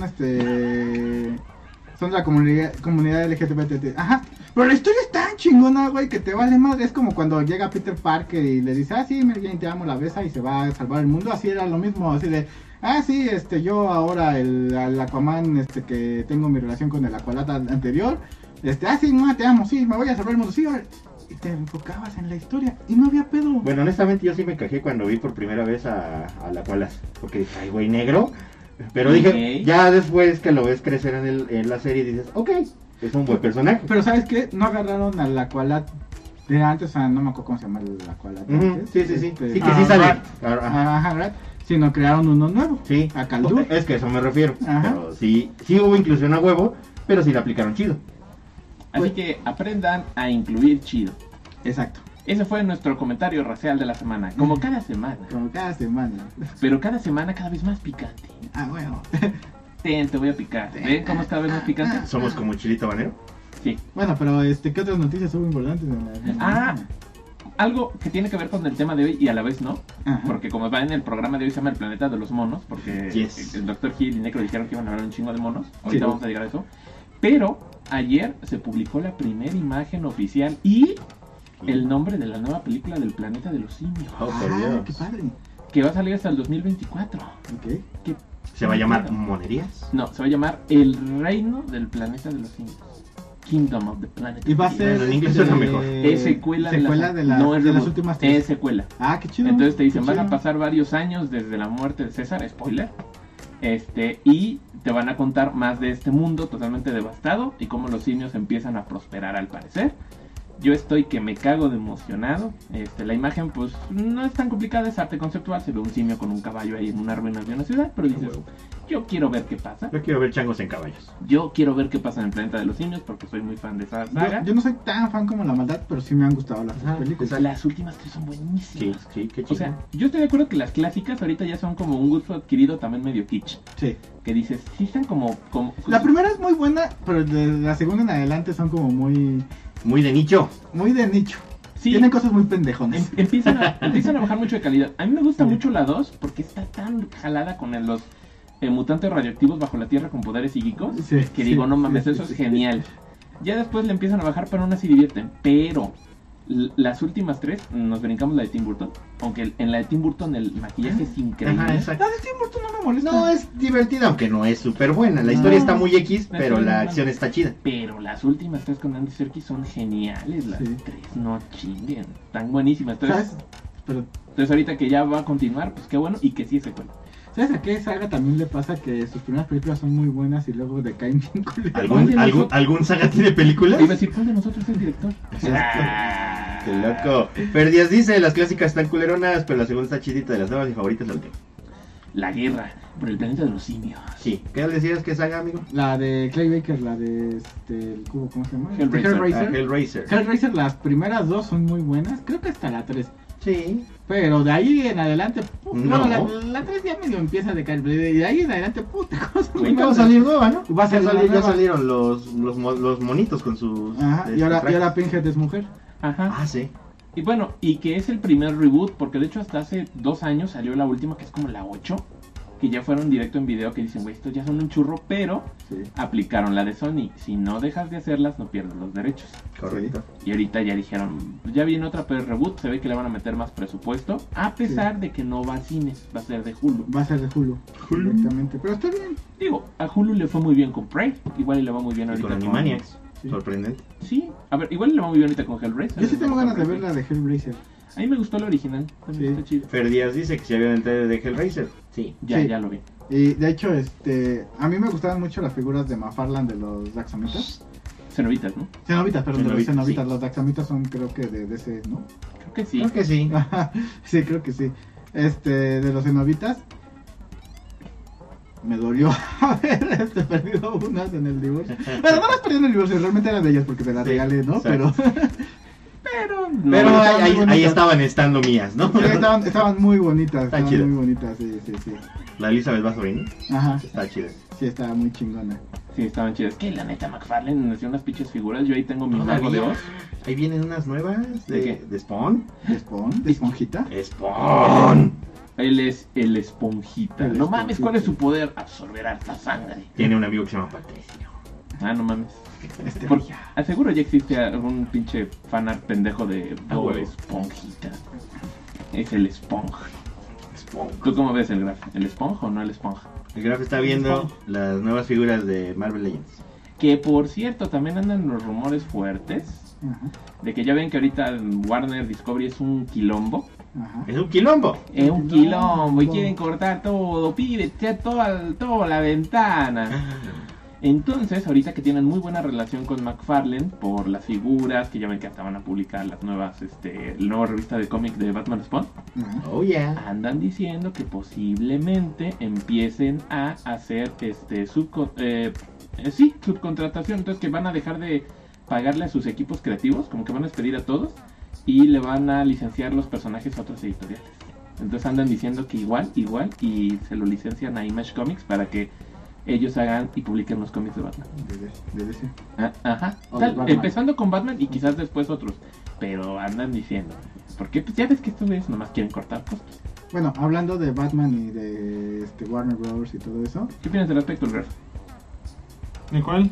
este... Son de la comunidad, comunidad L G B T. Ajá. Pero la historia es tan chingona, güey, que te vale madre. Es como cuando llega Peter Parker y le dice, ah, sí, Mary Jane, te amo, la besa y se va a salvar el mundo. Así era lo mismo, así de, ah, sí, este, yo ahora, el, el Aquaman, este, que tengo mi relación con el Aqualad anterior. Este, ah, sí, no, te amo, sí, me voy a salvar el mundo, sí, ahora. Y te enfocabas en la historia y no había pedo. Bueno, honestamente yo sí me cajé cuando vi por primera vez a, a la Koalas. Porque dije, ay, güey, negro. Pero dije, Ok. ya después que lo ves crecer en, el, en la serie, dices, ok, es un buen personaje. Pero ¿sabes qué? No agarraron al Aqualad de antes, o sea, no me acuerdo cómo se llama el Aqualad. Ujú, antes, sí, sí, sí. este, Sí, que Ah, sí sale. Rat. Claro, ajá. Ajá, ¿verdad? Sino crearon uno nuevo. Sí, A Kaldur. es que a eso me refiero. Ajá. Pero sí, sí hubo inclusión a huevo, pero sí la aplicaron chido. Así que aprendan a incluir chido. Exacto. Ese fue nuestro comentario racial de la semana. Como cada semana. Como cada semana. Pero cada semana cada vez más picante. Ah, bueno. Ten, te voy a picar. ¿Ven cómo es cada vez más picante? Somos como chilito habanero. Sí. Bueno, pero este, ¿qué otras noticias son importantes en la, en la Ah, semana? algo que tiene que ver con el tema de hoy y a la vez no. Ajá. Porque como va en el programa de hoy se llama El Planeta de los Monos. Porque Yes. el doctor Hill y Necro dijeron que iban a hablar un chingo de monos. Ahorita Sí. vamos a llegar a eso. Pero ayer se publicó la primera imagen oficial y el nombre de la nueva película del Planeta de los Simios. Oh, por Ah, Dios. qué padre. Que va a salir hasta el dos mil veinticuatro. Ok. ¿Qué? Se va a llamar Monerías. No, se va a llamar El Reino del Planeta de los Simios. Kingdom of the Planet. Y va a of the ser. Bueno, en inglés este, suena mejor. Es secuela, secuela de, de, la- las- no es de las reboot, últimas tres. es secuela. Ah, qué chido. Entonces te dicen, qué van a chido. pasar varios años desde la muerte de César, spoiler, este, y te van a contar más de este mundo totalmente devastado y cómo los simios empiezan a prosperar al parecer. Yo estoy que me cago de emocionado. Este, la imagen pues no es tan complicada, es arte conceptual, se ve un simio con un caballo ahí en una ruina de una ciudad, pero dices, yo quiero ver qué pasa. Yo quiero ver changos en caballos. Yo quiero ver qué pasa en el Planeta de los Simios porque soy muy fan de esa saga. Yo, yo no soy tan fan como la maldad, pero sí me han gustado las tres Ajá, películas. exacto. Las últimas tres son buenísimas. Sí, sí, qué O chido. sea, yo estoy de acuerdo que las clásicas ahorita ya son como un gusto adquirido también medio kitsch. Sí. Que dices, sí están como... como La primera es muy buena, pero de la segunda en adelante son como muy. Muy de nicho. Muy de nicho. Sí, Tienen cosas muy pendejonas. em- empiezan, a, empiezan a bajar mucho de calidad. A mí me gusta Sí. mucho la dos porque está tan jalada con el- los eh, mutantes radioactivos bajo la tierra con poderes psíquicos. Sí, Que sí, digo, no sí, mames, sí, eso sí, es sí. genial. Ya después le empiezan a bajar, pero aún así divierten. Pero L- Las últimas tres nos brincamos la de Tim Burton. Aunque el- en la de Tim Burton el maquillaje es increíble. Ajá, exacto. La de Tim Burton no me molesta. No, es divertida, aunque no es súper buena. La No. historia está muy X, La pero historia la es acción mala. está chida. Pero las últimas tres con Andy Serkis son geniales. Las Sí. tres, no chinguen. Están buenísimas. Entonces, ¿Sabes? Pero, entonces ahorita que ya va a continuar, pues qué bueno. Y que sí es secuela. ¿sabes a qué saga también le pasa que sus primeras películas son muy buenas y luego decaen bien culeros? ¿Algún, ¿Cuál de algún, nosotros? ¿Algún saga tiene películas? Iba a decir, ¿cuál de nosotros es el director? Exacto. Ah. Qué loco. Fer Díaz dice, las clásicas están culeronas, pero la segunda está chidita. De las nuevas, mi favorita es la última. La guerra por el planeta de los simios. Sí. ¿Qué decías que saga, amigo? La de Clay Baker, la de este, el cubo, ¿cómo se llama? Hellraiser. Este, Ah, Hellraiser. Hellraiser, las primeras dos son muy buenas, creo que hasta la tres. Sí. Pero de ahí en adelante, puf, No. bueno, la, la tres ya medio empieza a decaer, pero de ahí en adelante, puta cosa. Ahorita va a salir nueva, ¿no? Va a salir ya, sali- una ya nueva. salieron los, los, mo- los monitos con sus... Ajá, y este, ahora, y trajes. ahora Pinhead es mujer. Ajá. Ah, sí. Y bueno, y que es el primer reboot, porque de hecho hasta hace dos años salió la última, que es como la ocho, que ya fueron directo en video, que dicen, güey, estos ya son un churro, pero Sí. aplicaron la de Sony. Si no dejas de hacerlas, no pierdes los derechos. Correcto. Y ahorita ya dijeron, ya viene otra pero reboot, se ve que le van a meter más presupuesto, a pesar de que no va a cines, va a ser de Hulu. Va a ser de Hulu. Hulu. Directamente. Pero está bien. Digo, a Hulu le fue muy bien con Prey, igual le va muy bien Y ahorita con Animaniacs. Sí. Sorprendente. Sí, a ver, igual le va muy bien ahorita con Hellraiser. Yo sí tengo ganas de ver la de Hellraiser. A mí me gustó la original, también Sí. está chido. Fer Díaz dice que se vieron el trailer de Hellraiser. Sí. Ya, Sí. ya lo vi. Y de hecho, este, a mí me gustaban mucho las figuras de McFarlane de los Daxamitas. Cenobitas, ¿no? Cenobitas, perdón, de los Cenobitas, Cenobitas. sí. Los Daxamitas son creo que de, de ese, ¿no? Creo que sí. Creo que sí. Sí, creo que sí. Este, de los Cenobitas. Me dolió haber este, perdido unas en el divorcio. Pero no las perdí en el divorcio, realmente eran de ellas porque te las Sí, regalé, ¿no? exacto. Pero, Pero, Pero no, ahí, estaban ahí- muy ahí bonitas. estaban estando mías, ¿no? sí, estaban, estaban muy bonitas, Está estaban chido. muy bonitas, sí, sí, sí. La Elizabeth Bathory, ¿no? Ajá, Está chida. sí, estaba muy chingona. sí, estaban chidas. Es que la neta, McFarlane hacía unas pinches figuras. Yo ahí tengo mi Todavía. mago de Oz. Ahí vienen unas nuevas ¿De de, qué? de Spawn. ¿De Spawn? ¿De Esponjita? ¡Spawn! Él es el esponjita. El no mames, ¿cuál es su esponjita. poder? Absorber harta sangre. Tiene un amigo que se llama Patricio. Ah, no mames. Este, Por, aseguro ya existe algún pinche fanart pendejo de Ah, Bob huevo. Esponjita. Es el esponja. Spawn. ¿Tú cómo ves el graf? ¿El esponja o no el esponja? El Graf está viendo las nuevas figuras de Marvel Legends. Que por cierto, también andan los rumores fuertes Ajá, de que ya ven que ahorita Warner Discovery es un quilombo. ajá. Es un quilombo. Es un No, quilombo y no. quieren cortar todo, pibe, echa toda, toda la ventana. Entonces, ahorita que tienen muy buena relación con McFarlane por las figuras, que ya ven que hasta van a publicar las nuevas, este, la nueva revista de cómic de Batman Spawn, Ajá. Oh yeah. andan diciendo que posiblemente empiecen a hacer este subco- eh, eh, sí, subcontratación, entonces que van a dejar de pagarle a sus equipos creativos, como que van a despedir a todos y le van a licenciar los personajes a otras editoriales. Entonces andan diciendo que igual, igual y se lo licencian a Image Comics para que ellos hagan y publiquen los cómics de Batman. De, de, de ese. Ah, ajá. O de Tal- Batman. empezando con Batman y quizás después otros, pero andan diciendo, porque pues ya ves que estos güeyes nomás quieren cortar costos. Bueno, hablando de Batman y de este, Warner Bros. Y todo eso. ¿Qué opinas del aspecto, Graf? ¿De cuál?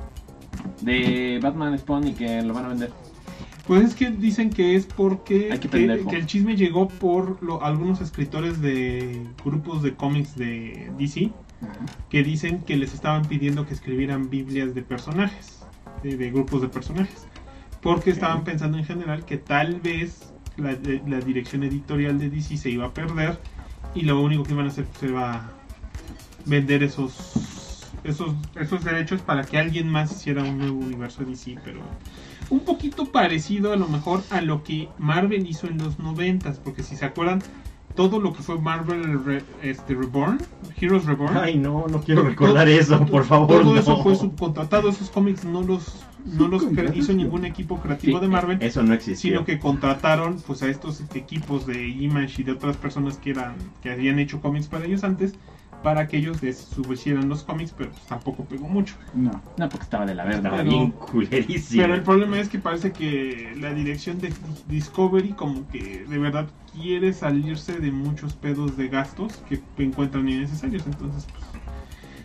De Batman Spawn y que lo van a vender. Pues es que dicen que es porque Ay, qué que, pendejo. que el chisme llegó por lo- algunos escritores de grupos de cómics de D C Ajá. que dicen que les estaban pidiendo que escribieran biblias de personajes, de, de grupos de personajes, porque estaban pensando en general que tal vez la, de- la dirección editorial de D C se iba a perder y lo único que iban a hacer pues, era vender esos esos esos derechos para que alguien más hiciera un nuevo universo de D C, pero un poquito parecido a lo mejor a lo que Marvel hizo en los noventas, porque si se acuerdan todo lo que fue Marvel Re- este, Reborn, Heroes Reborn, Ay, no, no quiero recordar eso, por favor. todo no. eso fue subcontratado, esos cómics no los no los cre- Subcontratas, hizo ¿no? ningún equipo creativo Sí, de Marvel, Eso no existió. sino que contrataron pues a estos equipos de Image y de otras personas que eran que habían hecho cómics para ellos antes, para que ellos les subhicieran los cómics, pero pues, tampoco pegó mucho. No. No, porque estaba de la verga. Estaba pero- bien culerísimo. Pero el problema es que parece que la dirección de Discovery como que de verdad quiere salirse de muchos pedos de gastos que encuentran innecesarios. Entonces, pues,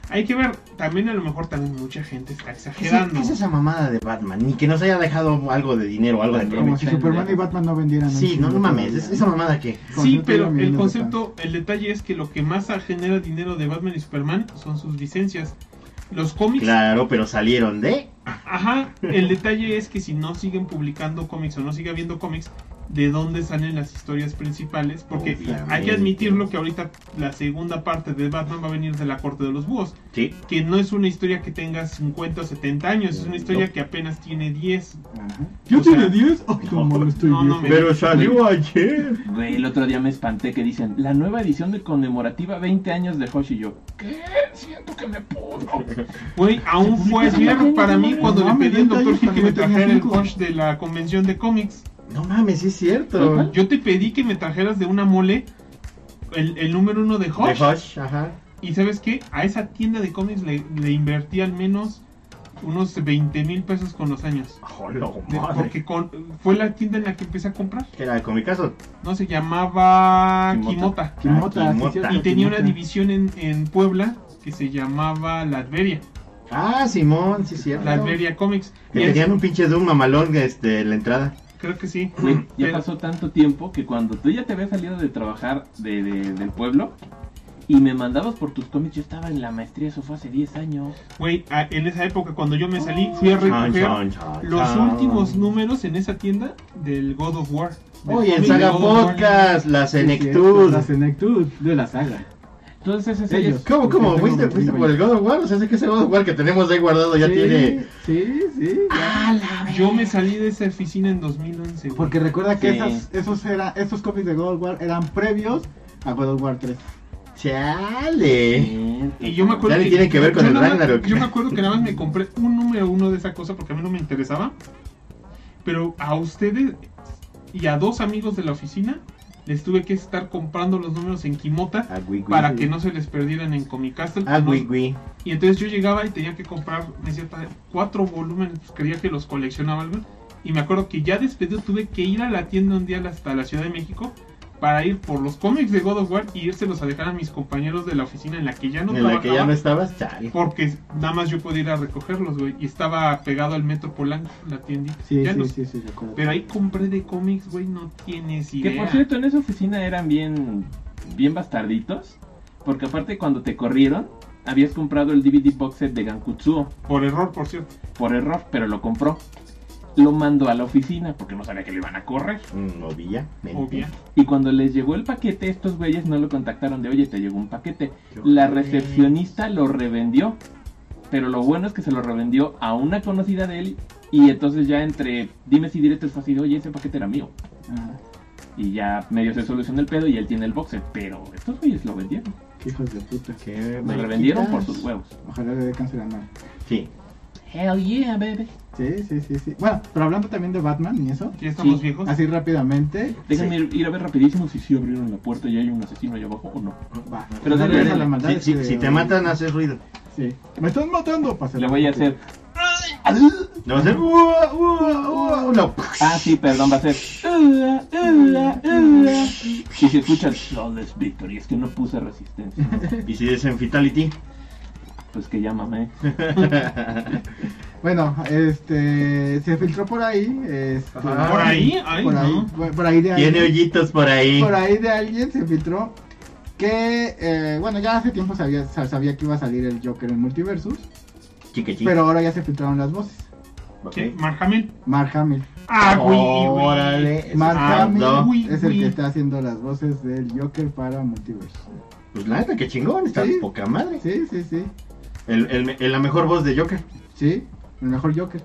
Hay que ver, también a lo mejor también mucha gente está ¿Qué es, exagerando. qué es esa mamada de Batman? Ni que nos haya dejado algo de dinero, algo de Como cómics. si Superman y Batman no vendieran. un Sí, no, chingo no mames, todavía, es- ¿no? esa mamada que... Sí, Concepto pero de el millones de concepto, el detalle es que lo que más genera dinero de Batman y Superman son sus licencias. Los cómics, Claro, pero salieron de... ajá, el detalle es que si no siguen publicando cómics o no sigue habiendo cómics, ¿de dónde salen las historias principales? Porque Obviamente. hay que admitirlo que ahorita la segunda parte de Batman va a venir de la Corte de los Búhos, Sí. que no es una historia que tenga cincuenta o setenta años, es una historia No. que apenas tiene diez. Ajá. ¿Ya O sea, tiene diez? Ay, no, no, mames, estoy no, no viejo. me- Pero salió ayer. Güey, el otro día me espanté que dicen la nueva edición de conmemorativa veinte años de Hush y yo. ¿Qué? Siento que me pudo. Güey, aún Se fue publica ayer hace para veinte mí años, cuando no le mames, pedí al veinte doctor años Gil que me cuando yo tenía trajera el cinco. Hush de la convención de cómics. No mames, sí es cierto. ¿Cuál? Yo te pedí que me trajeras de una mole el, el número uno de De Hush. Hush, ajá. Y ¿sabes qué? A esa tienda de cómics le, le invertí al menos unos veinte mil pesos con los años. Oh, no, De- madre. porque con, fue la tienda en la que empecé a comprar. ¿Qué era? ¿Con mi caso? No, se llamaba Kimota. Kimota. Kimota, Ah, sí, Kimota. cierto, Y tenía una Kimota. división en, en Puebla que se llamaba Latveria. Ah, Simón, sí es cierto. Latveria Comics. Que Y es- tenían un pinche Doom mamalón este, en la entrada. Creo que sí. Güey, ya Pero- pasó tanto tiempo que cuando tú ya te habías salido de trabajar de, de- del pueblo y me mandabas por tus cómics, yo estaba en la maestría, eso fue hace diez años. Güey, a- en esa época cuando yo me salí, fui a Chan, recoger chan, chan, los chan. últimos números en esa tienda del God of War. Del Oye, en cómic de Saga God of War. Podcast, la Sí, cierto, Senectud. La Senectud de la saga. Entonces ese Ellos. es ¿Cómo, cómo? Porque ¿Fuiste, tengo fuiste mi por el God of War? O sea, es que ese God of War que tenemos ahí guardado ya sí, tiene... Sí, sí. ya. Yo me salí de esa oficina en dos mil once. güey. Porque recuerda que Sí. esas, esos, era, esos cómics de God of War eran previos a God of War tres. ¡Chale! Y yo me acuerdo Ya ni que, tiene que ver con yo el nada más- Ragnarok. Yo me acuerdo que nada más me compré un número uno de esa cosa porque a mí no me interesaba. Pero a ustedes y a dos amigos de la oficina les tuve que estar comprando los números en Kimota Ah, güey, güey. para que no se les perdieran en Comic Castle. Ah, ¿no? güey, güey. Y entonces yo llegaba y tenía que comprar, me decía, "Padre, cuatro volúmenes, pues creía que los coleccionaba algo". Y me acuerdo que ya despedido tuve que ir a la tienda un día hasta la Ciudad de México para ir por los cómics de God of War y irselos a dejar a mis compañeros de la oficina en la que ya no En la que ya trabajaba, no estabas, chale. porque nada más yo podía ir a recogerlos, güey. Y estaba pegado al Metro Polanco, la tiendita. Sí, Ya sí, no- sí, sí, recuerdo. Pero ahí compré de cómics, güey, no tienes idea. Que por cierto, en esa oficina eran bien, bien bastarditos. Porque aparte cuando te corrieron, habías comprado el D V D box set de Gankutsuo. Por error, por cierto. Por error, pero lo compró. Lo mandó a la oficina porque no sabía que lo iban a correr. Mm, obvia. Obvia. Y cuando les llegó el paquete, estos güeyes no lo contactaron de, oye, te llegó un paquete. Qué La ojete. recepcionista lo revendió. Pero lo bueno es que se lo revendió a una conocida de él. Y entonces ya entre dimes y diretes fue así de, oye, ese paquete era mío. Ah, Y ya medio se solucionó el pedo y él tiene el boxer. Pero estos güeyes lo vendieron. qué hijos de puta. ¿Qué Me revendieron por mariquitas? sus huevos. Ojalá le dé cáncer anal. Sí. Hell yeah, baby. Sí, sí, sí, sí. Bueno, pero hablando también de Batman y eso, Ya estamos Sí. viejos. así rápidamente, Déjenme ir, ir a ver rapidísimo si sí abrieron la puerta y hay un asesino allá abajo o no. va. Pero no dale, le des a dale. la maldad, Si, es si, que- si te matan, haces ruido. Sí. Me están matando. Pásale. Le voy a hacer... No va a ser... "Ua, ua, ua", no. Ah, sí, perdón, va a ser... "Ua, ua, ua". Y se escucha el Flawless Victory, es que no puse resistencia. Y si es en Fatality. Pues que llámame. Bueno, este, se filtró por ahí, este, Ajá. Por ahí, ay, por ahí, no. por- por ahí de Tiene alguien, hoyitos por ahí. por ahí de alguien se filtró que, eh, bueno, ya hace tiempo sabía, sa- sabía que iba a salir el Joker en Multiversus, Chique, chique. pero ahora ya se filtraron las voces. Ok. ¿Qué? ¿Mark Hamill? Mark Hamill, Ah, güey, güey. Órale. Mark Ah, Hamill no. Uy, es el uy. que está haciendo las voces del Joker para Multiversus. Pues la neta, qué chingón. Está Sí. poca madre. Sí, sí, sí, El, el, el- la mejor voz de Joker. sí, el mejor Joker.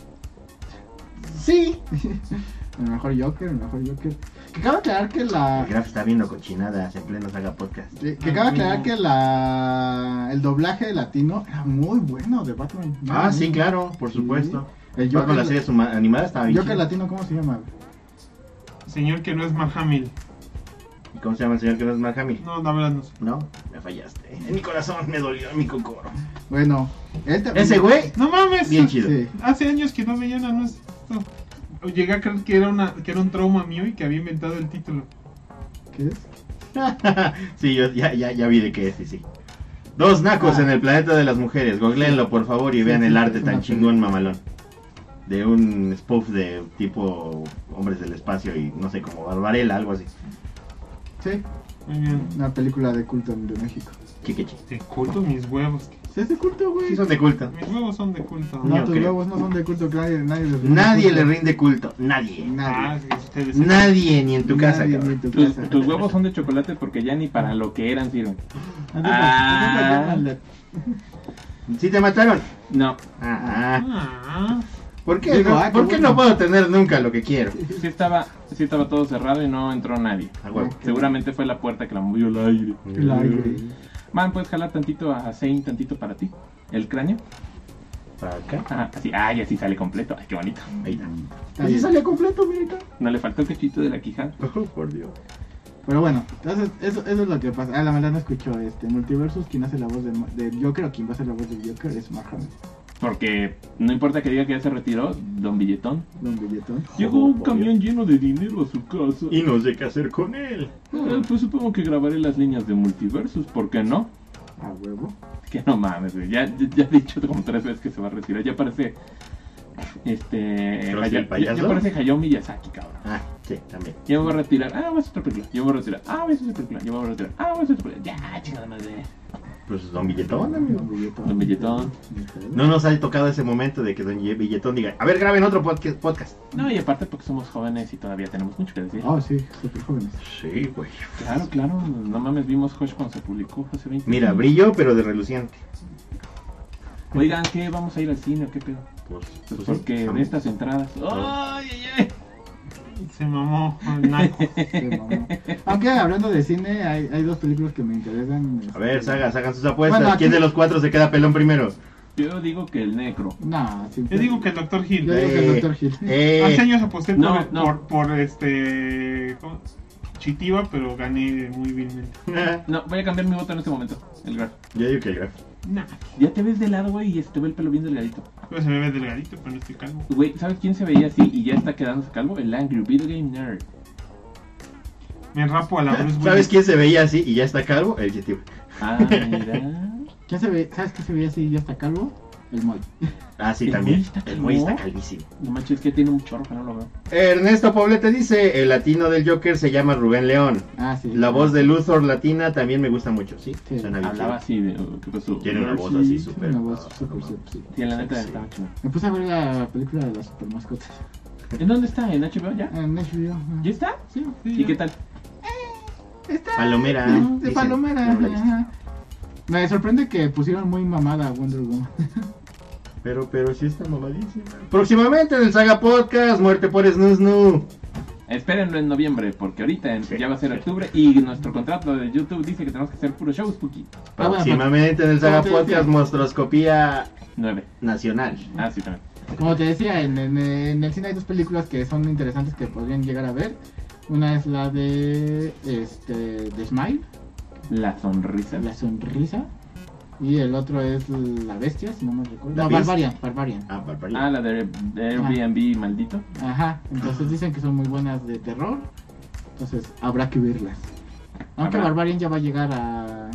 Sí. El mejor Joker, el mejor Joker. Que cabe aclarar que la... El Graf está viendo cochinadas en pleno Saga Podcast. Que, que cabe aclarar que la el doblaje latino era muy bueno de Batman. Ah, Muy sí, bueno. claro, por Sí. supuesto. El Batman, Joker, la serie suma- animada estaba bien Joker chida. latino, ¿cómo se llama? Señor que no es Mark Hamill. ¿Y cómo se llama el señor que no es Mark Hamill? No, la verdad no sé. No, me fallaste. En mi corazón me dolió mi cocoro. Bueno, este Ese güey, No mames. bien chido. Sí. Hace años que no veía nada más. No. Llegué a creer que era, una, que era un trauma mío y que había inventado el título. ¿Qué es? Sí, yo ya, ya, ya vi de qué es, sí, sí. Dos nacos Ah. en el planeta de las mujeres. Googleenlo, por favor, y Sí, vean sí, el sí, arte es tan una chingón mamalón. De un spoof de tipo Hombres del Espacio y no sé, como Barbarella, algo así. Sí, Muy bien. una película de culto de México. Chiquichi. De culto, mis huevos. Sí, es de culto, güey. Sí, son de culto. Mis huevos son de culto. No, Yo tus creo. huevos no son de culto, que nadie, nadie les rinde Nadie culto. le rinde culto. Nadie. Ah, Nadie. sí, ustedes. Nadie, ni en tu casa, Nadie, cabrón. ni en tu Tus, casa. tus huevos son de chocolate porque ya ni para lo que eran sirven. Haz de- Ah. haz de cuenta, maldad. ¿Sí te mataron? No, Ah, Ah, ¿por qué, Digo, no, ah, qué ¿por qué bueno. no puedo tener nunca lo que quiero? sí estaba, sí estaba todo cerrado y no entró nadie. A huevo. Seguramente fue la puerta que la movió el aire. El aire. Man, puedes jalar tantito a Zane, tantito para ti. El cráneo. Para acá. Ajá, así, ah, y así sale completo. Ay, qué bonito. Ahí está. Está Así bien. sale completo, mirita. No le faltó el cachito de la quijada. Oh, por Dios. Pero bueno, entonces eso, eso es lo que pasa. Ah, la verdad no escuchó este Multiversus. Quien hace la voz del, del Joker o quien va a hacer la voz del Joker es Mark Hamill, Porque no importa que diga que ya se retiró, don Billetón. Don Billetón. Llegó un camión lleno de dinero a su casa. Y no sé qué hacer con él. Eh, pues supongo que grabaré las líneas de Multiversus, ¿por qué no? A huevo. Que no mames, güey. Ya, ya, ya he dicho como tres veces que se va a retirar. Ya parece. Este. ¿Pero si Haya- el payaso? ya, ya parece Hayao Miyazaki, cabrón. Ah, sí, también. Ya me voy a retirar. Ah, voy a hacer otra película. Yo me voy a retirar. Ah, voy a hacer otra película. Yo me voy a retirar. Ah, voy a hacer otra película. Ya, chingada madre. Pues Don Billetón, amigo. Don Billetón. Don Billetón. No nos ha tocado ese momento de que Don Billetón diga, a ver, graben otro podca- podcast. No, y aparte porque somos jóvenes y todavía tenemos mucho que decir. Oh, sí, súper jóvenes. Sí, güey. Claro, claro. No mames, vimos Hush cuando se publicó hace veinte Mira, años. brillo, pero de reluciente. Oigan, ¿qué? ¿Vamos a ir al cine o qué pedo? Pues, Pues pues, porque sí, de estas entradas. ¡Ay, ay, ay! se mamó el naco. Sí, mamá. Aunque hablando de cine, hay, hay dos películas que me interesan. A ver, este, sagas, hagan sus apuestas. Bueno, aquí- ¿Quién de los cuatro se queda pelón primero? Yo digo que el necro. No, sí, Yo digo que el Doctor Hill. Yo digo que el Eh, Doctor Hill. Eh, Hace años aposté por, No, no. por, por este. ¿cómo? Chitiva, pero gané muy bien. No, voy a cambiar mi voto en este momento. El Graf. Yo digo que el graf. Nah, Ya te ves de lado, güey, y se te ve el pelo bien delgadito. pues se me ve delgadito, pero no estoy calvo. Güey, ¿sabes quién se veía así y ya está quedándose calvo? El Angry Video Game Nerd. Me rapo a la Bruce Willis. ¿Sabes quién se veía así y ya está calvo? El Chitivo. Ah, mira. ¿Quién se ve? ¿Sabes qué se veía así y ya está calvo? El Moy. Ah, sí, ¿El también. güey está El güey está calvo? calvísimo. No manches, que tiene un chorro que no lo veo. Ernesto Poblete dice, el latino del Joker se llama Rubén León. Ah, sí. La voz de Luthor latina también me gusta mucho, ¿sí? Sí. Suena bien Hablaba chido. así de. oh, ¿Qué pasó? Tiene una voz Sí. así Tiene súper. una voz súper, súper, sí. Sí, la neta Sí. estaba chido. Me puse a ver la película de las super mascotas. ¿En dónde está? ¿En H B O ya? En H B O. ajá. ¿Ya está? Sí, ¿Y qué tal? está. Palomera, De dicen. palomera. No la he visto. ajá. Me sorprende que pusieron muy mamada a Wonder Woman. Pero, pero sí está mamadísima. Próximamente en el Saga Podcast, Muerte por Snoo. Espérenlo en noviembre, porque ahorita en- Sí, ya va a ser sí. octubre y nuestro contrato de YouTube dice que tenemos que hacer puro show spooky. Ah, bueno, Próximamente en el Saga como te decía. Podcast, Monstroscopía Nueve. Nacional. Ah, sí, también. Como te decía, en, en- en el cine hay dos películas que son interesantes que podrían llegar a ver. Una es la de este de Smile, La sonrisa. La Sonrisa. Y el otro es La Bestia, si no me recuerdo. ¿La No, Bestia? Barbarian, Barbarian. Ah, barbaridad. Ah, la de, de Airbnb maldito. Ajá, entonces dicen que son muy buenas de terror. Entonces habrá que verlas. Aunque Habrá. Barbarian ya va a llegar a.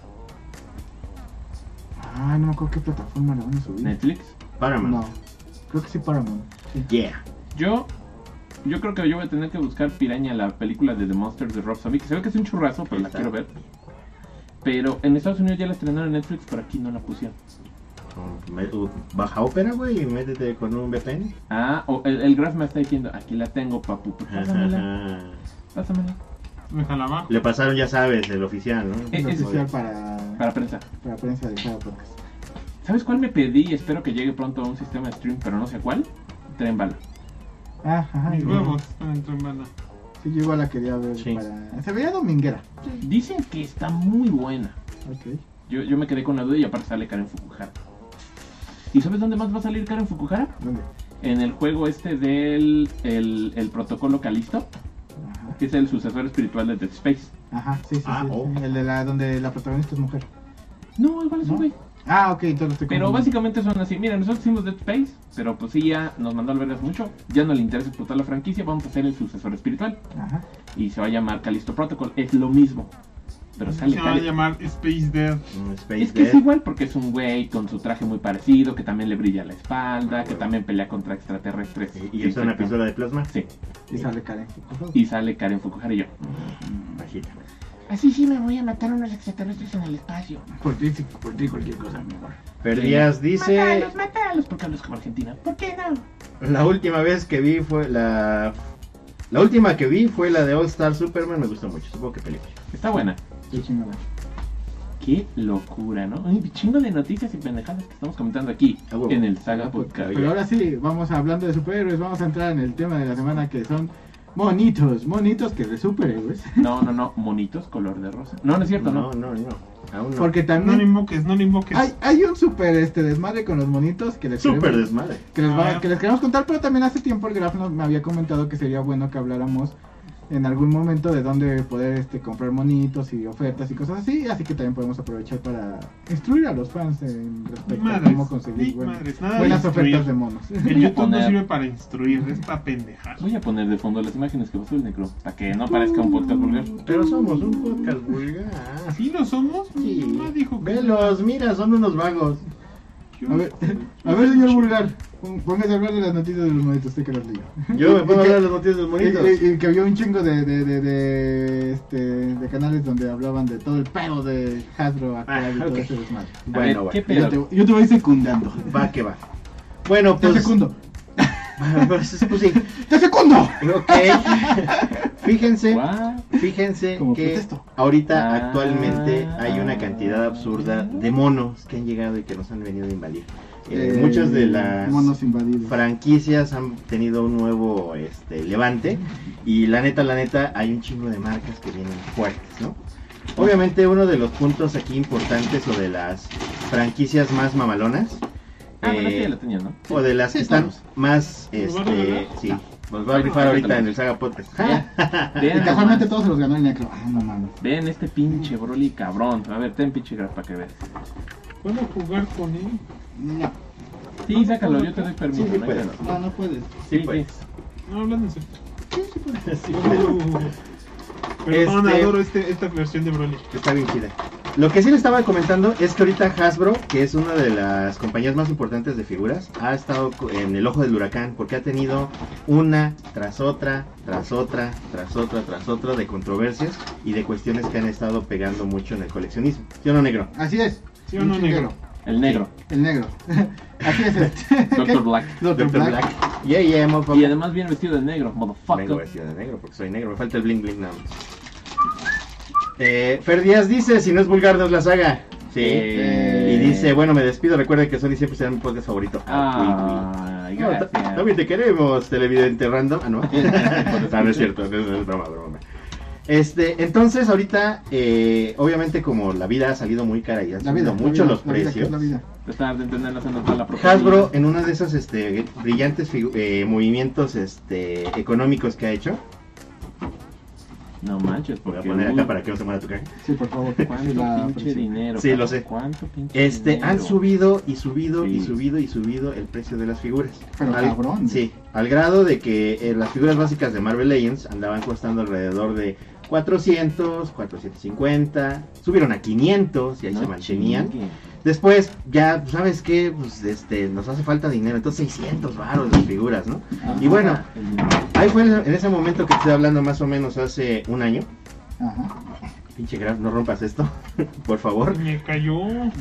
Ah, no me acuerdo qué plataforma la van a subir. Netflix. Paramount. No, creo que sí Paramount. Sí. Yeah. Yo. Yo creo que yo voy a tener que buscar Piraña, la película de The Monsters de Rob Zombie, que se ve que es un churrazo, pero la Está. quiero ver. Pero en Estados Unidos ya la estrenaron en Netflix, pero aquí no la pusieron. Oh, me- uh, Baja Opera, güey, y métete con un V P N. Ah, o el, el Graf me está diciendo, aquí la tengo, papu. Pues pásamela, Ajá. pásamela. Déjala abajo. Le pasaron, ya sabes, el oficial, ¿no? Eh, Es es- oficial para, Para prensa. para prensa de cada podcast. ¿Sabes cuál me pedí? Y espero que llegue pronto a un sistema de stream, pero no sé cuál. Tren Bala. Ah, ajá. Mis y- huevos están entre en bala. Sí, yo igual la quería ver Sí. para. Se veía dominguera. Dicen que está muy buena. Ok. Yo, yo me quedé con la duda y aparte sale Karen Fukuhara. ¿Y sabes dónde más va a salir Karen Fukuhara? ¿Dónde? En el juego este del el, el protocolo Calisto, Ajá. que es el sucesor espiritual de Dead Space. Ajá, sí, sí, Ah, sí, oh. sí. El de la donde la protagonista es mujer. No, igual es un ¿No? güey. Ah, ok, entonces lo estoy Pero confundiendo. básicamente son así, mira, nosotros hicimos Dead Space, pero pues sí ya nos mandó al vergas mucho, ya no le interesa explotar la franquicia, vamos a hacer el sucesor espiritual Ajá. y se va a llamar Callisto Protocol, es lo mismo. pero sale Se va a Karen. llamar Space Dead. Un Space Es que es Dead. igual porque es un güey con su traje muy parecido, que también le brilla la espalda, que también pelea contra extraterrestres. Y, y usa una pistola de plasma. Sí, Y sale Karen Fukuhara. y sale Karen Fukuhara y yo. Bajita. Así sí me voy a matar a unos extraterrestres en el espacio. Por ti, sí, por ti cualquier cosa, mi amor. Perdías dice, Mátalos, mátalos, porque hablas como Argentina. ¿Por qué no? la última vez que vi fue la... La última que vi fue la de All Star Superman, me gustó mucho, supongo que película. Está buena. Qué chingada. Qué locura, ¿no? Un chingo de noticias y pendejadas que estamos comentando aquí A huevo. en el Saga Podcast. Pero ahora sí, vamos hablando de superhéroes, vamos a entrar en el tema de la semana que son monitos, monitos que de superhéroes. No, no, no, monitos color de rosa. No, no es cierto, no. No, no, no, aún no. Porque No también le invoques, no le invoques. hay, hay un super este desmadre con los monitos que les Súper queremos, desmadre. que les, va- A ver. que les queremos contar, pero también hace tiempo el Graf nos me había comentado que sería bueno que habláramos en algún momento de dónde poder este comprar monitos y ofertas y cosas así, así que también podemos aprovechar para instruir a los fans en Ni respecto a madres, cómo conseguir ni buen- madres, nada de buenas instruir. ofertas de monos. El Voy a YouTube no poner- sirve para instruir, es para pendejar. Voy a poner de fondo las imágenes que pasó el Necro, para que no parezca un podcast vulgar. Pero somos un podcast vulgar. ¿Sí lo somos? Sí. No dijo que- Velos, mira, son unos vagos. Yo- A ver, a ver, señor Vulgar, pon- póngase a hablar de las noticias de los monitos, usted que las leyó. Yo me puedo Y que- hablar de las noticias de los monitos. Y, y- y que vio un chingo de, de, de, de, este, de canales donde hablaban de todo el pedo de Hasbro actual Ah, y todo ok. ese desmadre. A Bueno, ver, bueno. ¿qué Y Yo pedo? te, yo te voy secundando. Va que va. Bueno, Te pues. secundo. pues, pues sí. ¡Te secundo! Ok. Fíjense. What? Fíjense Como que protesto. ahorita Ah. actualmente hay una cantidad absurda de monos que han llegado y que nos han venido a invadir. Eh, Eh, muchas de las monos invadidos. franquicias han tenido un nuevo este, levante y la neta, la neta, hay un chingo de marcas que vienen fuertes, ¿no? Obviamente uno de los puntos aquí importantes o de las franquicias más mamalonas Ah, bueno, eh, sí, ya lo tenía, ¿no? o de las Sí, que están todos. más, ¿Nos van a este, regalar? sí, nos va a rifar ahorita en el Saga Podcast. Y Vean, casualmente nomás. todos se los ganó el Necro. Ah, no mames. Vean este pinche Broly cabrón. A ver, ten pinche graf para que veas. ¿Puedo jugar con él? No, Sí, sácalo, yo te doy permiso. Sí, sí no hay puedes. pedo. no, no puedes. Sí, Sí, pues. No, hablando en serio. Sí, pues. Perdón, Este- adoro este, esta versión de Broly. Está bien chida. Lo que sí le estaba comentando es que ahorita Hasbro, que es una de las compañías más importantes de figuras, ha estado co- en el ojo del huracán porque ha tenido una tras otra, tras otra, tras otra, tras otra de controversias y de cuestiones que han estado pegando mucho en el coleccionismo. ¿Sí o no, negro? Así es. ¿Sí o no, Pinche negro? El negro, El negro. Así es. Este. Doctor Black. Doctor Doctor Black. Black. Yeah, yeah, Y motherfucker. además viene vestido de negro, Vengo motherfucker. vestido de negro porque soy negro, me falta el bling bling nada más. Eh, Fer Díaz dice, si no es vulgar no es la saga. Sí. Eh. Y dice, bueno, me despido, recuerden que Sony siempre será mi podcast favorito. Ah, uy, uy. Ay, No, ta- gracias. también te queremos, televidente random. Ah, no. No, no es cierto, no, no es broma, broma. Este, entonces ahorita, eh, obviamente como la vida ha salido muy cara y han La vida. subido la mucho vida, los la vida, ¿qué precios, es la vida? Tratar de entenderlas en toda la propiedad. Hasbro en una de esas este, brillantes figu- eh, movimientos este, económicos que ha hecho, No manches, voy a porque poner uy, acá para que no se muera tu caja. Sí, por favor. ¿Cuánto La pinche presión. dinero? Sí, cabrón? lo sé. ¿Cuánto pinche Este, dinero? han subido y subido y Sí. subido y subido el precio de las figuras. Pero Al- cabrón. Sí, al grado de que eh, las figuras básicas de Marvel Legends andaban costando alrededor de cuatrocientos, cuatrocientos cincuenta, subieron a quinientos y ahí No se mantenían. chingue. Después, ya, ¿sabes qué? Pues este, nos hace falta dinero, entonces seiscientos varos las figuras, ¿no? Y bueno, Ah, el- ahí fue en ese momento que te estoy hablando más o menos hace un año. Ajá. Pinche Graf, no rompas esto, por favor. Me cayó.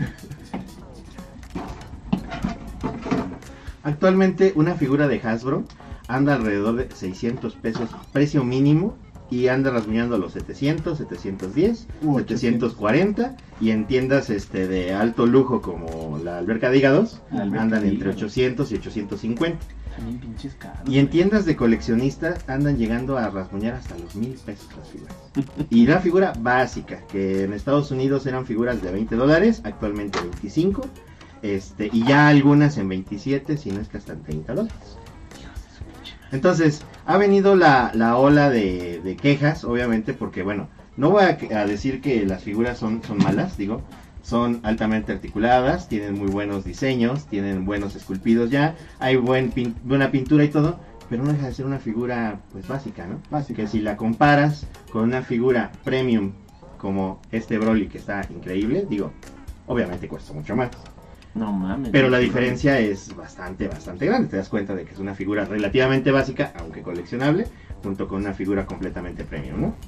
Actualmente una figura de Hasbro anda alrededor de seiscientos pesos precio mínimo y anda rasguñando los setecientos, setecientos diez, Uh, setecientos cuarenta y en tiendas este de alto lujo como la Alberca de Hígados La Alberca andan de entre Hígados. ochocientos y ochocientos cincuenta. También pinches caros. Y en güey. tiendas de coleccionistas andan llegando a rasguñar hasta los mil pesos las figuras. Y la figura básica, que en Estados Unidos eran figuras de veinte dólares, actualmente veinticinco. Este, y ya algunas en veintisiete, si no es que hasta en treinta dólares. Entonces, ha venido la, la ola de, de quejas, obviamente, porque bueno, no voy a, a decir que las figuras son, son malas, digo, son altamente articuladas, tienen muy buenos diseños, tienen buenos esculpidos ya, hay buen pin- buena pintura y todo, pero no deja de ser una figura pues básica, ¿no? Básica. Que si la comparas con una figura premium como este Broly que está increíble, digo, obviamente cuesta mucho más. No mames. Pero no, la no, diferencia es bastante, bastante grande. Te das cuenta de que es una figura relativamente básica, aunque coleccionable, junto con una figura completamente premium, ¿no?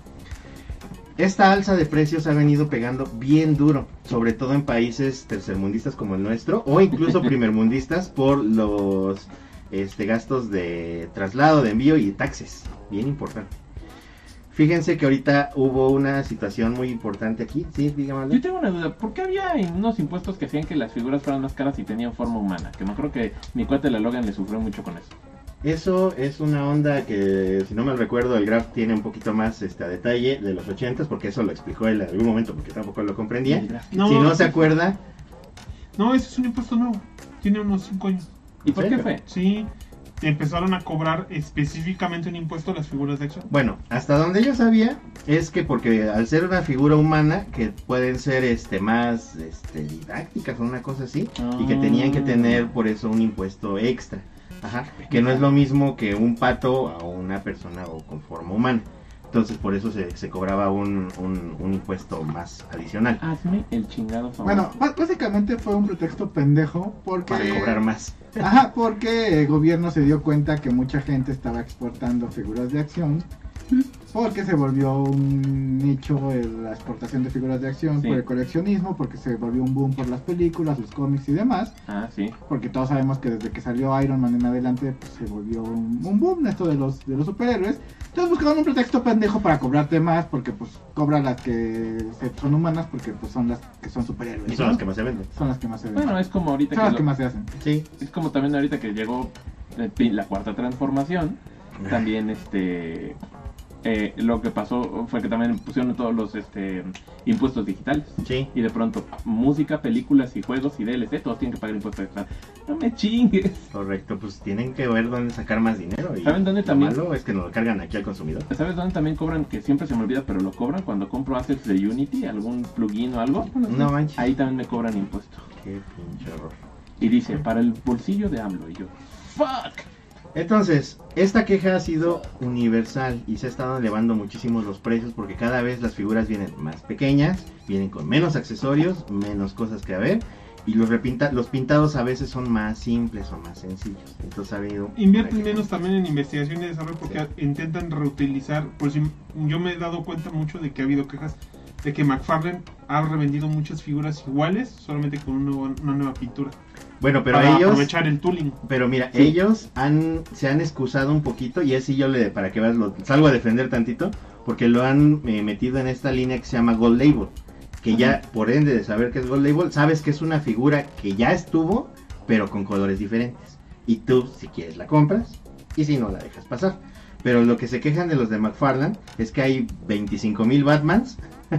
Esta alza de precios ha venido pegando bien duro, sobre todo en países tercermundistas como el nuestro, o incluso primermundistas por los este, gastos de traslado, de envío y de taxes. Bien importante. Fíjense que ahorita hubo una situación muy importante aquí. Sí, dígame. Yo tengo una duda, ¿por qué había unos impuestos que hacían que las figuras fueran más caras y tenían forma humana? Que no creo que mi cuate la Logan le sufrió mucho con eso. Eso es una onda que, si no me recuerdo, el Graf tiene un poquito más este, a detalle de los ochentas, porque eso lo explicó él en algún momento, porque tampoco lo comprendía. No, si no se acuerda... No, ese es un impuesto nuevo. Tiene unos cinco años. ¿Y por qué serio? fue? Sí, empezaron a cobrar específicamente un impuesto a las figuras de acción. Bueno, hasta donde yo sabía es que porque al ser una figura humana que pueden ser este más este, didácticas o una cosa así, Ah. y que tenían que tener por eso un impuesto extra. Ajá, que no es lo mismo que un pato a una persona o con forma humana. Entonces por eso se, se cobraba un, un, un impuesto más adicional. Hazme el chingado favor. Bueno, b- básicamente fue un pretexto pendejo porque... Para cobrar más. Ajá, porque el gobierno se dio cuenta que mucha gente estaba exportando figuras de acción, porque se volvió un nicho en la exportación de figuras de acción Sí. por el coleccionismo, porque se volvió un boom por las películas, los cómics y demás, Ah, sí. porque todos sabemos que desde que salió Iron Man en adelante pues, se volvió un, un boom esto de los de los superhéroes. Entonces buscaban un pretexto pendejo para cobrarte más, porque pues cobran las que se- son humanas, porque pues son las que son superhéroes. Y son ¿no? las que más se venden. Son las que más se ven. Bueno, es como ahorita Son que, las lo- que más se hacen. Sí. es como también ahorita que llegó eh, pi- la cuarta transformación. También este eh, lo que pasó fue que también pusieron todos los este impuestos digitales. Sí. Y de pronto, música, películas y juegos y D L C, todos tienen que pagar impuestos extra. No me chingues. Correcto, pues tienen que ver dónde sacar más dinero. Y ¿Saben dónde lo también? malo es que nos lo cargan aquí al consumidor. ¿Sabes dónde también cobran? Que siempre se me olvida, pero lo cobran cuando compro assets de Unity, algún plugin o algo. No manches. Ahí también me cobran impuesto. Qué pinche horror. Y dice, para el bolsillo de AMLO. Y yo, fuck. Entonces, esta queja ha sido universal y se ha estado elevando muchísimo los precios porque cada vez las figuras vienen más pequeñas, vienen con menos accesorios, menos cosas que haber y los, repinta los pintados a veces son más simples o más sencillos. Entonces ha habido... Invierten menos también en investigación y desarrollo porque Sí. intentan reutilizar. Por si yo me he dado cuenta mucho de que ha habido quejas de que McFarlane ha revendido muchas figuras iguales, solamente con un nuevo- una nueva pintura. Bueno, pero para ellos... aprovechar el tooling. Pero mira, Sí. ellos han se han excusado un poquito y así yo le para que veas lo salgo a defender tantito porque lo han eh, metido en esta línea que se llama Gold Label, que ya por ende de saber que es Gold Label, sabes que es una figura que ya estuvo, pero con colores diferentes. Y tú si quieres la compras y si no la dejas pasar. Pero lo que se quejan de los de McFarlane es que hay veinticinco mil Batmans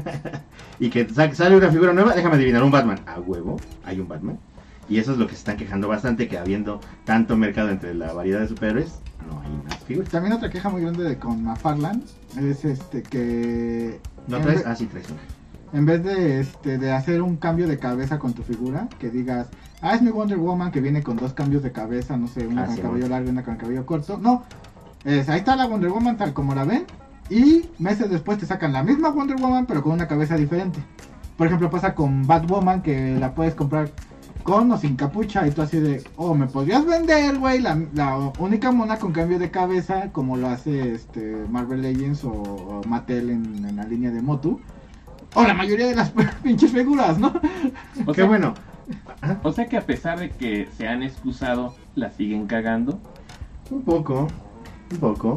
y que sa- sale una figura nueva, déjame adivinar, un Batman. A huevo, hay un Batman. Y eso es lo que se están quejando bastante, que habiendo tanto mercado entre la variedad de superhéroes, no hay más figuras. También otra queja muy grande de con McFarlane es este que ¿No en traes? ve- Ah, sí traes una. en vez de este de hacer un cambio de cabeza con tu figura, que digas, ah, es mi Wonder Woman que viene con dos cambios de cabeza, no sé, una Ah, con sí, el cabello bueno. largo y una con el cabello corto. No, es, ahí está la Wonder Woman tal como la ven, y meses después te sacan la misma Wonder Woman pero con una cabeza diferente. Por ejemplo, pasa con Batwoman, que la puedes comprar con o sin capucha, y tú así de, oh, me podrías vender, güey, la, la única mona con cambio de cabeza, como lo hace este Marvel Legends o, o Mattel en, en la línea de Motu, o la mayoría de las pinches figuras, ¿no? O Qué sea, bueno. Ajá. O sea que a pesar de que se han excusado, la siguen cagando. Un poco, un poco.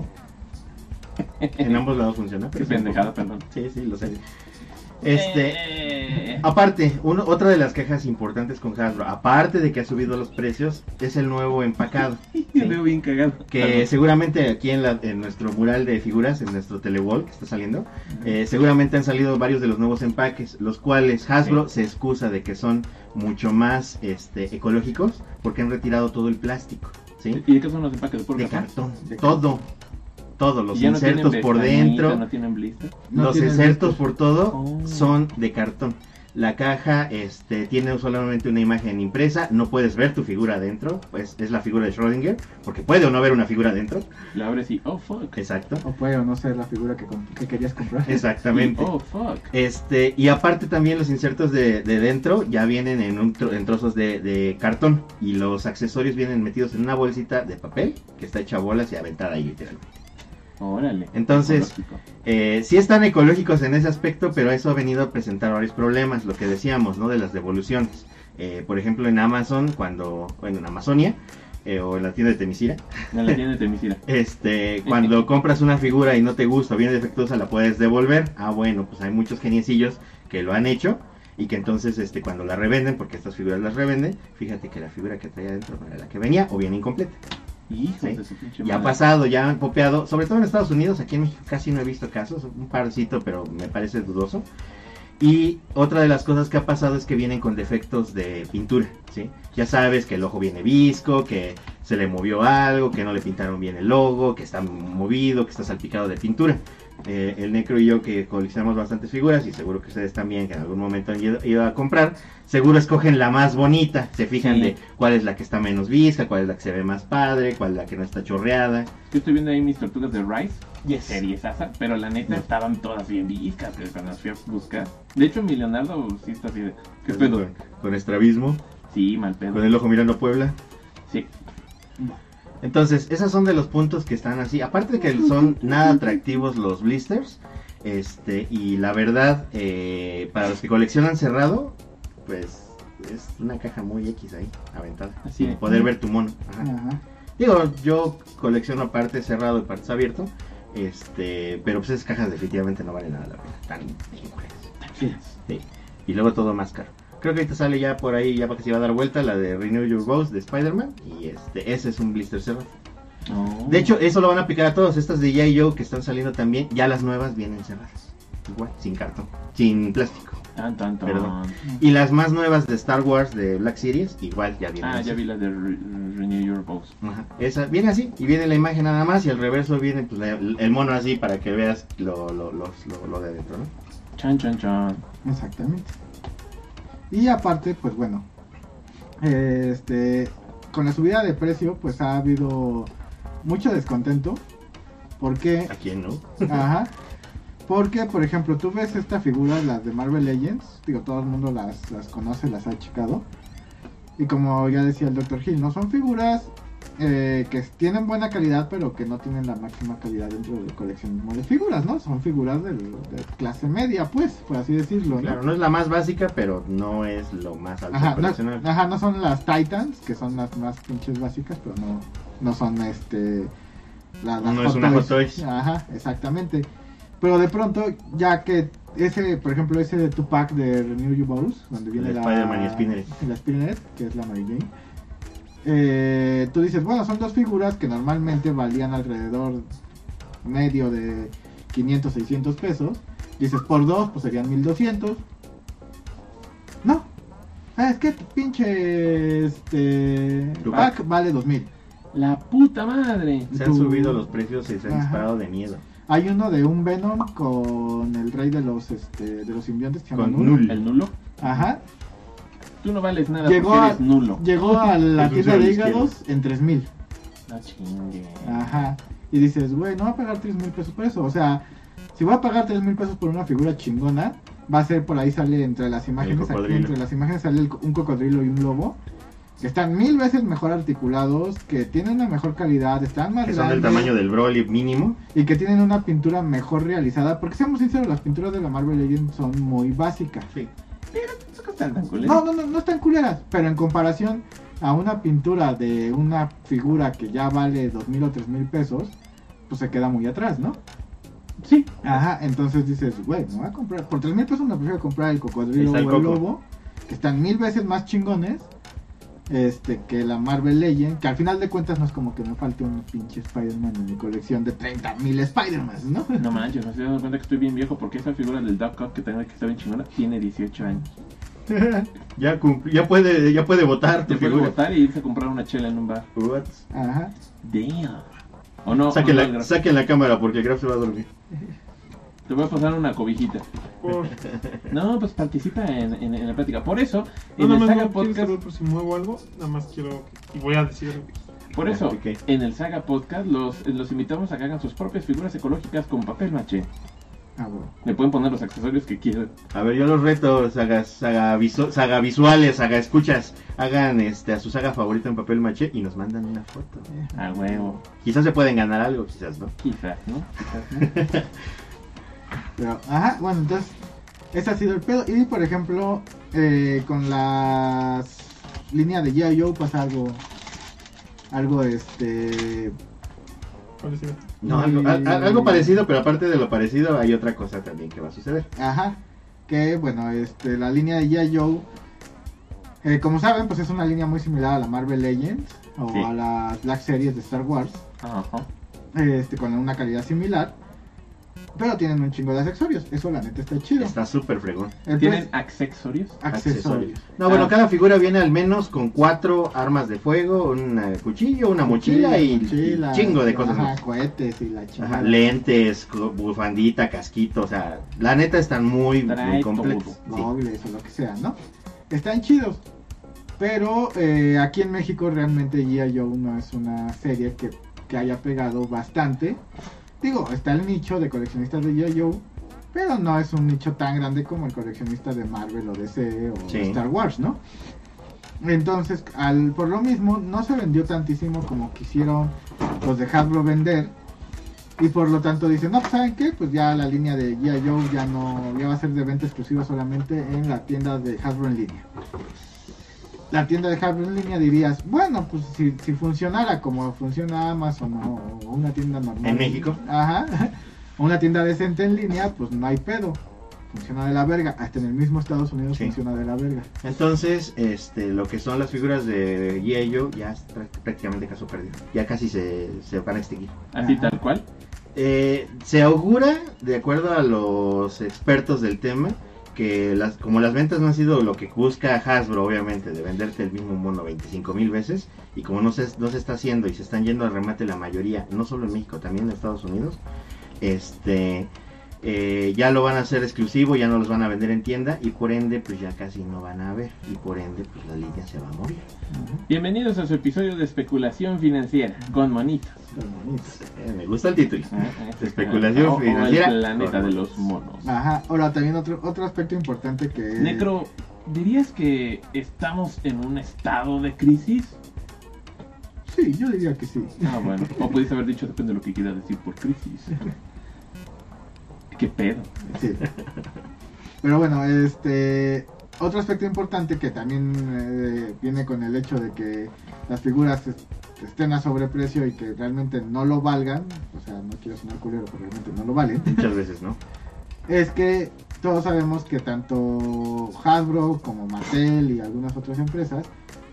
En ambos lados funciona. Qué pero sí, un pendejada, poco. perdón. Sí, sí, lo sé. Este, Eh, aparte, uno, otra de las quejas importantes con Hasbro, aparte de que ha subido los precios, es el nuevo empacado. Me ¿sí? veo bien cagado. Que Perdón. seguramente aquí en, la, en nuestro mural de figuras, en nuestro telewall que está saliendo, eh, seguramente han salido varios de los nuevos empaques, los cuales Hasbro se excusa de que son mucho más este, ecológicos porque han retirado todo el plástico, ¿sí? ¿Y de qué son los empaques? ¿De puro De cartón? cartón, De todo, todo, los ¿Y ya no insertos tienen por pestañita, dentro, no tienen blister? No los tienen insertos estos. por todo Oh. son de cartón. La caja este, tiene solamente una imagen impresa, no puedes ver tu figura adentro, pues es la figura de Schrödinger, porque puede o no ver una figura adentro. La abres y, oh fuck. Exacto. O puede o no ser la figura que, comp- que querías comprar. Exactamente. Y, oh fuck. Este, y aparte también los insertos de, de dentro ya vienen en, un tro- en trozos de, de cartón y los accesorios vienen metidos en una bolsita de papel que está hecha bolas y aventada ahí literalmente. Órale. Entonces, Ecológico. Eh, sí están ecológicos en ese aspecto, pero eso ha venido a presentar varios problemas, lo que decíamos, ¿no? De las devoluciones. Eh, por ejemplo, en Amazon, cuando, bueno, en Amazonia, eh, o en la tienda de Temisira, En la tienda de Temisira. este, cuando compras una figura y no te gusta o viene defectuosa, la puedes devolver. Ah, bueno, pues hay muchos geniecillos que lo han hecho y que entonces, este, cuando la revenden, porque estas figuras las revenden, fíjate que la figura que traía adentro no era la que venía o viene incompleta. Hijos Sí. de su pinche Ya ha madre. pasado, ya han copiado, sobre todo en Estados Unidos, aquí en México casi no he visto casos, un parcito, pero me parece dudoso. Y otra de las cosas que ha pasado es que vienen con defectos de pintura, ¿sí? Ya sabes que el ojo viene visco, que se le movió algo, que no le pintaron bien el logo, que está movido, que está salpicado de pintura. Eh, el Necro y yo que coleccionamos bastantes figuras y seguro que ustedes también que en algún momento han ido, ido a comprar, seguro escogen la más bonita, se fijan Sí. de cuál es la que está menos visca, cuál es la que se ve más padre, cuál es la que no está chorreada. Yo estoy viendo ahí mis tortugas de Rice. Yes. Series asa, pero la neta No. estaban todas bien viscas que cuando las fui a buscar. De hecho, mi Leonardo sí está así de. ¿Qué pedo? Con, con estrabismo, Sí, mal pedo. con el ojo mirando a Puebla. Sí. Entonces, esos son de los puntos que están así. Aparte de que son nada atractivos los blisters. Este, y la verdad, eh, para los que coleccionan cerrado, pues es una caja muy X ahí, aventada. Así Sin es. poder ver tu mono. Ajá. Ajá. Digo, yo colecciono parte cerrado y partes abierto. Este, pero pues esas cajas definitivamente no valen nada la pena. Están bien culeras. Sí. Sí. Y luego todo más caro. Creo que ahorita sale ya por ahí, ya para que se iba a dar vuelta, la de Renew Your Ghost de Spider-Man. Y este, ese es un blister cerrado. Oh. De hecho, eso lo van a aplicar a todos. Estas de G I. Joe que están saliendo también, ya las nuevas vienen cerradas. Igual, sin cartón, sin plástico. Tan, tan, tan. Perdón. Y las más nuevas de Star Wars de Black Series, igual ya vienen Ah, así. ya vi la de Re- Renew Your Ghost. Ajá. Esa viene así, y viene la imagen nada más, y al reverso viene pues, la- el mono así para que veas lo, lo, los- lo, lo de adentro, ¿no? Chan, chan, chan. Exactamente. Y aparte, pues bueno, este, con la subida de precio, pues ha habido mucho descontento. Porque, ¿A quién no? ajá, porque por ejemplo, tú ves esta figura, las de Marvel Legends, digo, todo el mundo las, las conoce, las ha checado. Y como ya decía el doctor Hill, no son figuras eh, que tienen buena calidad, pero que no tienen la máxima calidad dentro del coleccionismo de figuras, ¿no? Son figuras del- de clase media, pues, por así decirlo, ¿no? Claro, no es la más básica, pero no es lo más alto Ajá, no, coleccionable. ajá, no son las Titans, que son las más pinches básicas, pero no, no son este... la- las No es una Hot Toys. Ajá, exactamente. Pero de pronto, ya que ese, por ejemplo, ese de Tupac de Renew Your Ghost, donde viene El la... Spider-Man y Spinneret. La Spinneret, que es la Mary Jane. Eh, tú dices, bueno, son dos figuras que normalmente valían alrededor medio de quinientos, seiscientos pesos. Dices, por dos, pues serían mil doscientos. No. Ah, es que tu pinche este Tupac. pack vale dos mil. La puta madre. Se han Tu- subido los precios y se han Ajá. disparado de miedo. Hay uno de un Venom con el rey de los este de los simbiontes que se llama Con Null. Null. ¿El nulo? Ajá. Tú no vales nada Llegó porque a, eres nulo. llegó a la Es un tienda cero de a la izquierda. hígados en tres mil. No chingue. Ajá. Y dices, güey, no voy a pagar tres mil pesos por eso. O sea, si voy a pagar tres mil pesos por una figura chingona, va a ser por ahí sale entre las imágenes, aquí cocodrilo. entre las imágenes sale el co- un cocodrilo y un lobo. Que están mil veces mejor articulados, que tienen una mejor calidad, están más Que son del grandes tamaño del Broly mínimo. y que tienen una pintura mejor realizada. Porque seamos sinceros, las pinturas de la Marvel Legends son muy básicas. Sí. Eso están tan culeros. No, no, no, no están culeras, pero en comparación a una pintura de una figura que ya vale dos mil o tres mil pesos, pues se queda muy atrás, ¿no? Sí. Ajá, entonces dices, güey, me voy a comprar, por tres mil pesos me prefiero comprar el cocodrilo o Está el el coco. lobo, que están mil veces más chingones, este, que la Marvel Legend, que al final de cuentas no es como que me falte un pinche Spider-Man en mi colección de treinta mil Spider-Man, ¿no? No manches, me estoy dando cuenta que estoy bien viejo porque esa figura del Duck Cup que tengo que está bien chingona tiene dieciocho años. Ya cumplió, ya puede, ya puede votar tu Te puedes figura. votar y irse a comprar una chela en un bar. What? Ajá. Damn. O no, Saquen o no, la, gracias. saquen la cámara porque el Graf se va a dormir. Te voy a pasar una cobijita. Por... No, pues participa en, en, en la plática. Por eso, No, en no, el no, Saga no, quiero Podcast... saber por si muevo algo, nada más quiero... Y voy a decir algo. Por eso, Ok. en el Saga Podcast los, los invitamos a que hagan sus propias figuras ecológicas con papel maché. Ah, bueno. Le pueden poner los accesorios que quieran. A ver, yo los reto, saga, saga, visu- saga visuales, saga escuchas, hagan este a su saga favorita en papel maché y nos mandan una foto. A huevo. Quizás se pueden ganar algo, quizás no. Quizás, ¿no? Quizás, ¿no? Pero, ajá, bueno, entonces, ese ha sido el pedo. Y por ejemplo, eh, con las líneas de G I. Joe pasa algo, algo este... Parecido. No, algo, al- al- algo parecido, pero aparte de lo parecido hay otra cosa también que va a suceder. Ajá, que bueno, este, la línea de G I. Joe, eh, como saben, pues es una línea muy similar a la Marvel Legends o Sí. a las Black Series de Star Wars, Ajá. este, con una calidad similar, pero tienen un chingo de accesorios, eso la neta está chido. Está súper fregón. El ¿Tienen pres- accesorios? accesorios. No, bueno, Ah. cada figura viene al menos con cuatro armas de fuego, un eh, cuchillo, una mochila y, mochila, y chingo de cosas ajá, más. cohetes y la chingada. Ajá, lentes, co- bufandita, casquito, o sea, la neta están muy, Trae muy completos. todo. Sí. Gogles o lo que sea, ¿no? Están chidos. Pero eh, aquí en México realmente G I. Joe no es una serie que, que haya pegado bastante. Digo, está el nicho de coleccionistas de G I. Joe, pero no es un nicho tan grande como el coleccionista de Marvel o D C o Sí. Star Wars, ¿no? Entonces, al, por lo mismo, no se vendió tantísimo como quisieron los de Hasbro vender. Y por lo tanto dicen, no, pues ¿saben qué? Pues ya la línea de G I. Joe ya no, ya va a ser de venta exclusiva solamente en la tienda de Hasbro en línea. La tienda de Hasbro en línea dirías, bueno, pues si, si funcionara como funciona Amazon o, o una tienda normal. ¿En México? Ajá. O una tienda decente en línea, pues no hay pedo. Funciona de la verga. Hasta en el mismo Estados Unidos Sí. funciona de la verga. Entonces, este, lo que son las figuras de G I. Joe ya es prá- prácticamente caso perdido. Ya casi se, se van a extinguir. Así Ajá. tal cual. Eh, se augura, de acuerdo a los expertos del tema, que las, como las ventas no han sido lo que busca Hasbro, obviamente, de venderte el mismo mono veinticinco mil veces, y como no se, no se está haciendo y se están yendo al remate la mayoría, no solo en México, también en Estados Unidos, este, eh, ya lo van a hacer exclusivo, ya no los van a vender en tienda, y por ende, pues ya casi no van a ver, y por ende, pues la línea se va a morir. Bienvenidos a su episodio de especulación financiera con monitos. Pero bonitos. Eh, me gusta el título. Ah, ah, Especulación o- o financiera el planeta con de monos. los monos. Ajá. Ahora también otro, otro aspecto importante que... Necro, ¿dirías que estamos en un estado de crisis? Sí, yo diría que sí. Ah, bueno. O pudiste haber dicho, depende de lo que quiera decir por crisis. ¿Qué pedo? Sí. Pero bueno, este otro aspecto importante que también eh, viene con el hecho de que las figuras est- estén a sobreprecio y que realmente no lo valgan, o sea, no quiero sonar culero, pero realmente no lo valen, Muchas veces, ¿no? es que todos sabemos que tanto Hasbro como Mattel y algunas otras empresas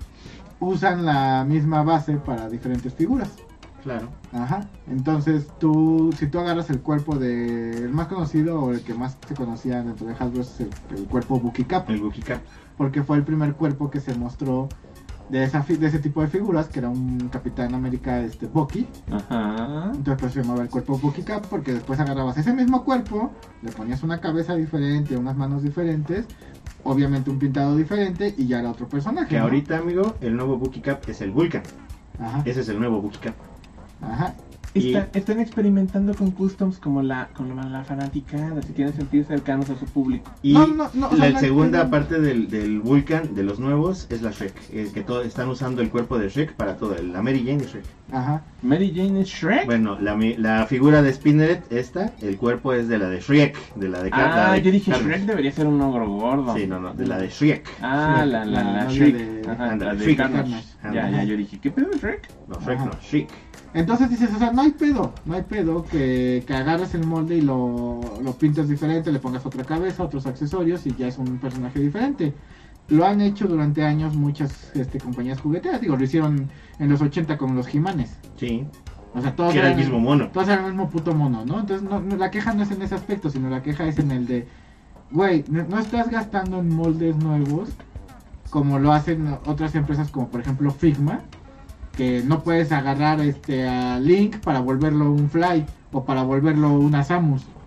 usan la misma base para diferentes figuras. Claro. Ajá, entonces tú, si tú agarras el cuerpo de el más conocido o el que más se conocía dentro de Hasbro es el, el cuerpo Bucky Cap, El Wookiee Cap. porque fue el primer cuerpo que se mostró de esa fi- de ese tipo de figuras, que era un Capitán América este Bucky. Ajá. Entonces pues se llamaba el cuerpo Bucky Cap porque después agarrabas ese mismo cuerpo, le ponías una cabeza diferente, unas manos diferentes, obviamente un pintado diferente y ya era otro personaje. Que ¿no? ahorita, amigo, el nuevo Wookiee Cap es el Vulcan. Ajá, Ese es el nuevo Wookiee Cap. ajá. Y- Está- están experimentando con customs como la, como la, la fanaticada, si quieren sentir cercanos a su público. Y No, no, no, o sea, la no segunda es- parte del, del Vulcan, de los nuevos, es la Shrek. eh, que todo, están usando el cuerpo de Shrek para todo. La Mary Jane y Shrek. Ajá. Mary Jane es Shrek. Bueno, la, mi- la figura de Spinneret, esta, el cuerpo es de la de Shrek. De la de Car- la Ah, de yo dije Carlos. Shrek debería ser un ogro gordo. Sí, no, no, de la de Shrek. Ah, Shrek, la, la, la la, novia Shrek. de- Ajá, Anda, la de Shrek. Carnage. Carnage. Ya, Anda. ya, yo dije, ¿qué pedo es Shrek? No, Shrek Ajá. no, Shrek. Entonces dices, o sea, no hay pedo, no hay pedo que, que agarres el molde y lo, lo pintes diferente, le pongas otra cabeza, otros accesorios y ya es un personaje diferente. Lo han hecho durante años muchas este, compañías jugueteras, digo, lo hicieron en los ochenta con los He-Manes. Sí, O sea, todos que era el eran- mismo mono. Todos eran el mismo puto mono, ¿no? Entonces no, no, la queja no es en ese aspecto, sino la queja es en el de, güey, no, no estás gastando en moldes nuevos como lo hacen otras empresas como por ejemplo Figma, que no puedes agarrar este a Link para volverlo un Fly o para volverlo una Samus.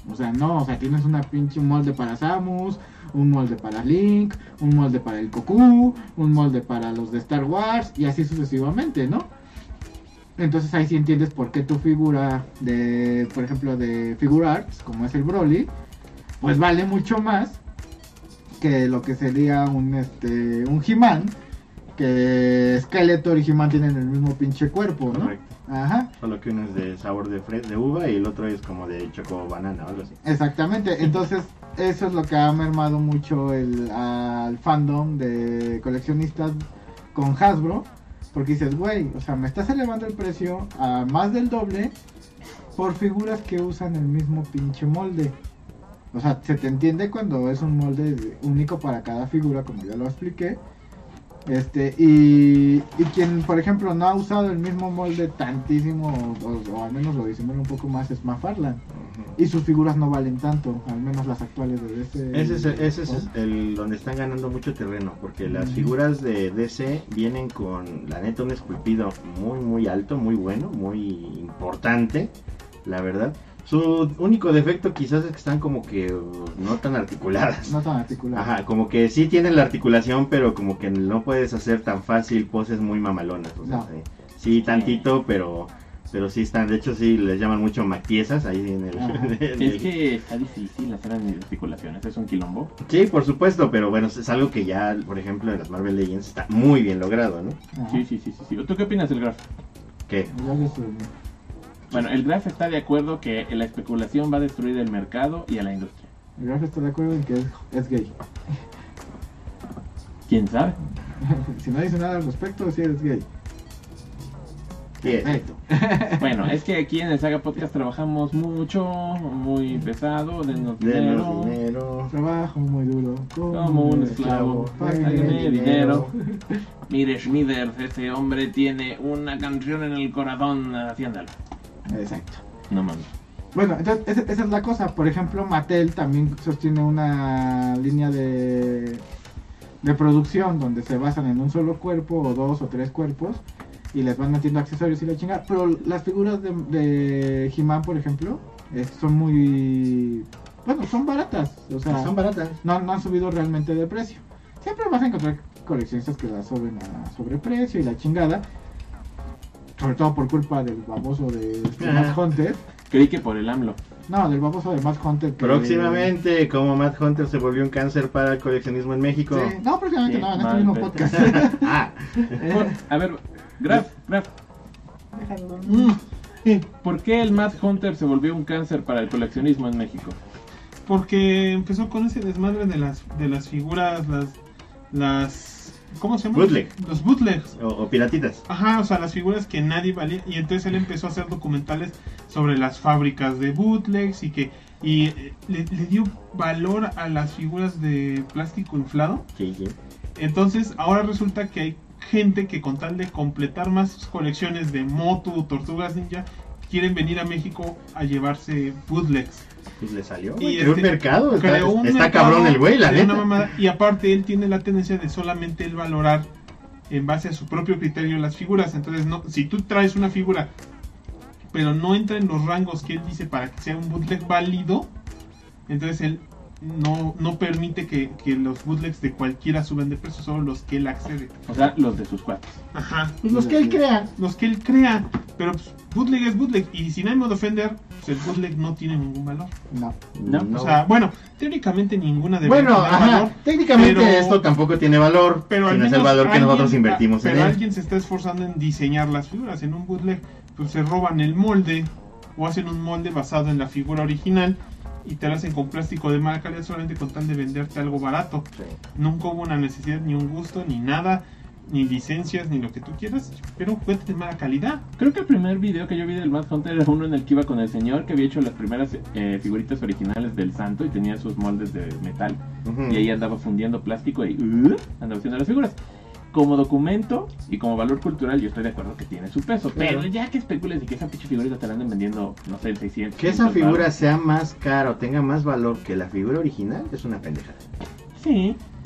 O sea, no, o sea, tienes una pinche molde para Samus, un molde para Link, un molde para el Goku, un molde para los de Star Wars y así sucesivamente, ¿no? Entonces ahí sí entiendes por qué tu figura de, por ejemplo, de Figure Arts, como es el Broly, pues vale mucho más que lo que sería un este un He-Man, que Skeletor y He-Man tienen el mismo pinche cuerpo, ¿no? Correcto. Ajá. Solo que uno es de sabor de, fre de uva y el otro es como de choco banana o algo así. Exactamente, entonces eso es lo que ha mermado mucho el al fandom de coleccionistas con Hasbro, porque dices, güey, o sea, me estás elevando el precio a más del doble por figuras que usan el mismo pinche molde. O sea, se te entiende cuando es un molde único para cada figura, como ya lo expliqué. Este, y, y quien, por ejemplo, no ha usado el mismo molde tantísimo, o, o al menos lo disimula un poco más, es McFarlane. Uh-huh. Y sus figuras no valen tanto, al menos las actuales de D C. Ese es, el, ese es el donde están ganando mucho terreno, porque las uh-huh. figuras de D C vienen con, la neta, un esculpido muy, muy alto, muy bueno, muy importante, la verdad. Su único defecto quizás es que están como que uh, no tan articuladas. No tan articuladas. Ajá, como que sí tienen la articulación, pero como que no puedes hacer tan fácil poses muy mamalonas. O sea, no. sí, sí, tantito, pero pero sí están, de hecho sí les llaman mucho macpiezas ahí en el... En el... Es que está difícil hacer articulaciones, es un quilombo. Sí, por supuesto, pero bueno, es algo que ya, por ejemplo, en las Marvel Legends está muy bien logrado, ¿no? Sí, sí, sí, sí, sí. ¿Tú qué opinas del Graf? ¿Qué? Bueno, el Graf está de acuerdo que la especulación va a destruir el mercado y a la industria. El Graf está de acuerdo en que es, es gay. ¿Quién sabe? Si no dice nada al respecto, sí eres gay. Perfecto. Bueno, es que aquí en el Saga Podcast trabajamos mucho, muy pesado, denos dinero. dinero. Trabajo muy duro. Como, como un esclavo. Págame dinero. Mire, Schmider, este hombre tiene una canción en el corazón haciéndolo. Exacto. No mames. Bueno, entonces esa, esa es la cosa. Por ejemplo, Mattel también sostiene una línea de, de producción donde se basan en un solo cuerpo o dos o tres cuerpos y les van metiendo accesorios y la chingada. Pero las figuras de, de He-Man, por ejemplo, eh, son muy... Bueno, son baratas. O sea, son baratas. No, no han subido realmente de precio. Siempre vas a encontrar coleccionistas que las suben a sobreprecio y la chingada. Sobre todo por culpa del baboso de este Matt Hunter. Creí que por el AMLO. No, del baboso de Matt Hunter. Que... Próximamente, como Matt Hunter se volvió un cáncer para el coleccionismo en México. Sí. No, próximamente no, en este mismo podcast. Ah. Por, a ver, Graf, Graf. ¿Por qué el Matt Hunter se volvió un cáncer para el coleccionismo en México? Porque empezó con ese desmadre de las de las figuras, las las ¿cómo se llama? Bootleg. Los bootlegs. O, o piratitas. Ajá, o sea, las figuras que nadie valía. Y entonces él empezó a hacer documentales sobre las fábricas de bootlegs y que y le, le dio valor a las figuras de plástico inflado. Sí, sí. Entonces ahora resulta que hay gente que con tal de completar más colecciones de Motu, Tortugas Ninja, quieren venir a México a llevarse bootlegs. Pues le salió, y creó este, un mercado, está, creó un está mercado cabrón el güey, la de neta. una mamada, y aparte él tiene la tendencia de solamente él valorar en base a su propio criterio las figuras. Entonces, no, si tú traes una figura pero no entra en los rangos que él dice para que sea un bootleg válido, entonces él no, no permite que, que los bootlegs de cualquiera suban de precio, solo los que él accede. O sea, los de sus cuates. Ajá. Pues los que él crea. Los que él crea. Pero pues, bootleg es bootleg. Y sin ánimo de ofender, pues el bootleg no tiene ningún valor. No. No. No. O sea, bueno, teóricamente ninguna de Bueno, ajá, técnicamente pero- esto tampoco tiene valor, pero al sino es el menos valor que alguien- nosotros invertimos pero en él. alguien se está esforzando en diseñar las figuras. En un bootleg, pues se roban el molde o hacen un molde basado en la figura original y te lo hacen con plástico de mala calidad solamente con tal de venderte algo barato. Sí. Nunca hubo una necesidad, ni un gusto, ni nada, ni licencias, ni lo que tú quieras, pero un juguete de mala calidad. Creo que el primer video que yo vi del Matt Hunter era uno en el que iba con el señor que había hecho las primeras eh, figuritas originales del santo y tenía sus moldes de metal. Ujú. Y ahí andaba fundiendo plástico y uh, andaba haciendo las figuras. Como documento y como valor cultural yo estoy de acuerdo que tiene su peso. Claro. Pero ya que especules y que esa pinche figurita te la anden vendiendo, no sé, el seiscientos. Que esa quinientos figura baros. sea más cara o tenga más valor que la figura original es una pendejada. Sí.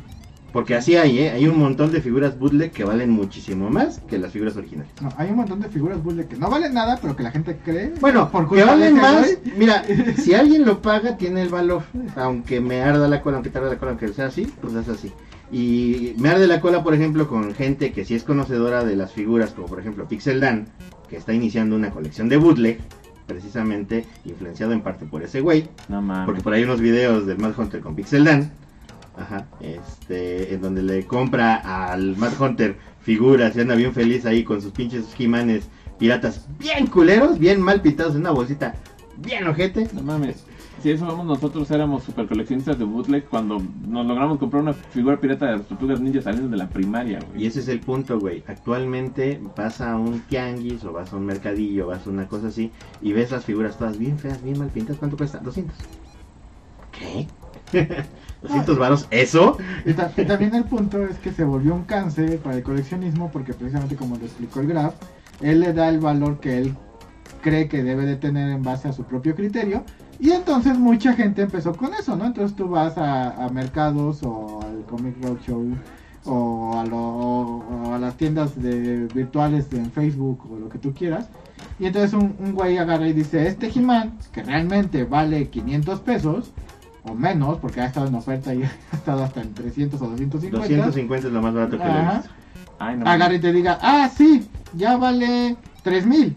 Porque así hay, ¿eh? Hay un montón de figuras bootleg que valen muchísimo más que las figuras originales. No, hay un montón de figuras bootleg que no valen nada, pero que la gente cree. Bueno, por que culpa de valen ese más. güey. Mira, si alguien lo paga, tiene el valor. Aunque me arda la cola, aunque tarde la cola, aunque sea así, pues es así. Y me arde la cola, por ejemplo, con gente que sí es conocedora de las figuras, como por ejemplo Pixel Dan, que está iniciando una colección de bootleg, precisamente influenciado en parte por ese güey. No mames. Porque por ahí hay unos videos del Mad Hunter con Pixel Dan. Ajá, este, en donde le compra al Mad Hunter figuras y anda bien feliz ahí con sus pinches He-Manes piratas bien culeros, bien mal pintados en una bolsita bien ojete. No mames. Si eso vamos, nosotros éramos super coleccionistas de bootleg cuando nos logramos comprar una figura pirata de las Tortugas Ninja saliendo de la primaria, güey. Y ese es el punto, güey. Actualmente vas a un tianguis o vas a un mercadillo, vas a una cosa así y ves las figuras todas bien feas, bien mal pintadas. ¿Cuánto cuesta? doscientos. ¿Qué? doscientos varos, ¿eso? Y, ta- y también el punto es que se volvió un cáncer para el coleccionismo porque precisamente como lo explicó el Graf, él le da el valor que él cree que debe de tener en base a su propio criterio y entonces mucha gente empezó con eso, ¿no? Entonces tú vas a, a mercados o al Comic Roadshow o a, lo, o a las tiendas de, virtuales de, en Facebook o lo que tú quieras y entonces un, un güey agarra y dice, este He-Man que realmente vale quinientos pesos o menos, porque ha estado en oferta y ha estado hasta en trescientos o doscientos cincuenta. doscientos cincuenta es lo más barato que le he Ajá. visto. Ay, no Agarra y mames. te diga, ah, sí, ya vale tres mil.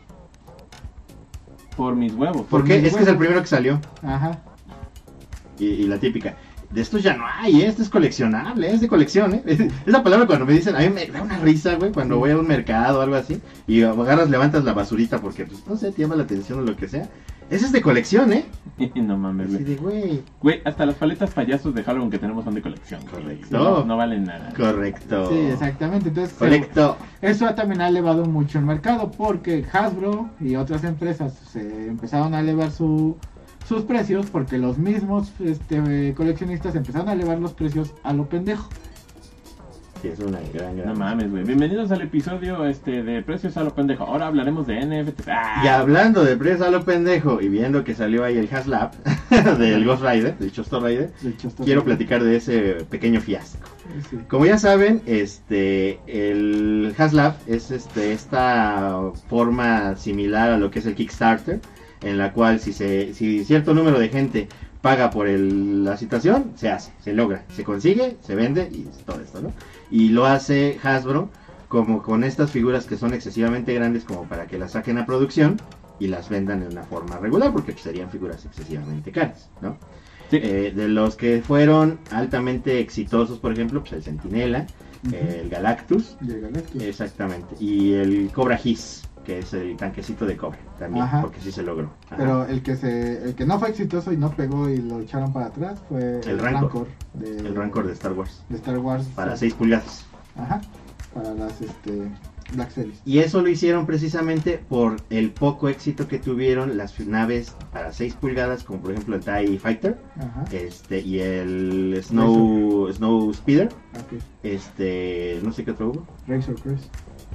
Por mis huevos. ¿Por qué? Es que es el primero que salió. Ajá. Y, y la típica. De estos ya no hay, ¿eh? Esto es coleccionable, es de colección, ¿eh? Esa palabra cuando me dicen, a mí me da una risa, güey, cuando voy a un mercado o algo así, y agarras, levantas la basurita porque, pues, no sé, te llama la atención o lo que sea. Ese es de colección, ¿eh? No mames, Así güey. de, güey. Güey, hasta las paletas payasos de Halloween que tenemos son de colección. güey. Correcto. No, no valen nada. Correcto. Sí, exactamente. Entonces, Correcto. eso también ha elevado mucho el mercado porque Hasbro y otras empresas se empezaron a elevar su, sus precios porque los mismos este, coleccionistas empezaron a elevar los precios a lo pendejo. Sí, es una gran, gran. No mames, güey. Bienvenidos al episodio este de precios a lo pendejo. Ahora hablaremos de N F T. ¡Ah! Y hablando de precios a lo pendejo y viendo que salió ahí el Haslab del Ghost Rider, del Chosto Rider, De hecho, esto- quiero platicar de ese pequeño fiasco. Sí. Como ya saben, este el Haslab es este esta forma similar a lo que es el Kickstarter, en la cual si se si cierto número de gente paga por el- la situación, se hace, se logra, se consigue, se vende y todo esto, ¿no? Y lo hace Hasbro como con estas figuras que son excesivamente grandes como para que las saquen a producción y las vendan en una forma regular, porque serían figuras excesivamente caras, ¿no? Sí. Eh, de los que fueron altamente exitosos, por ejemplo, pues el Centinela, Ujú. el Galactus, Y el Galactus. exactamente, y el Cobra Hiss, que es el tanquecito de cobre también, Ajá. porque sí se logró. Ajá. Pero el que se, el que no fue exitoso y no pegó y lo echaron para atrás fue El Rancor. de, el Rancor de Star Wars, de Star Wars para seis pulgadas. Ajá. Para las este Black Series. Y eso lo hicieron precisamente por el poco éxito que tuvieron las naves para seis pulgadas, como por ejemplo el TIE Fighter, Ajá. este y el Snow Snow Speeder, Ok. este, no sé qué otro hubo. Razor Crest.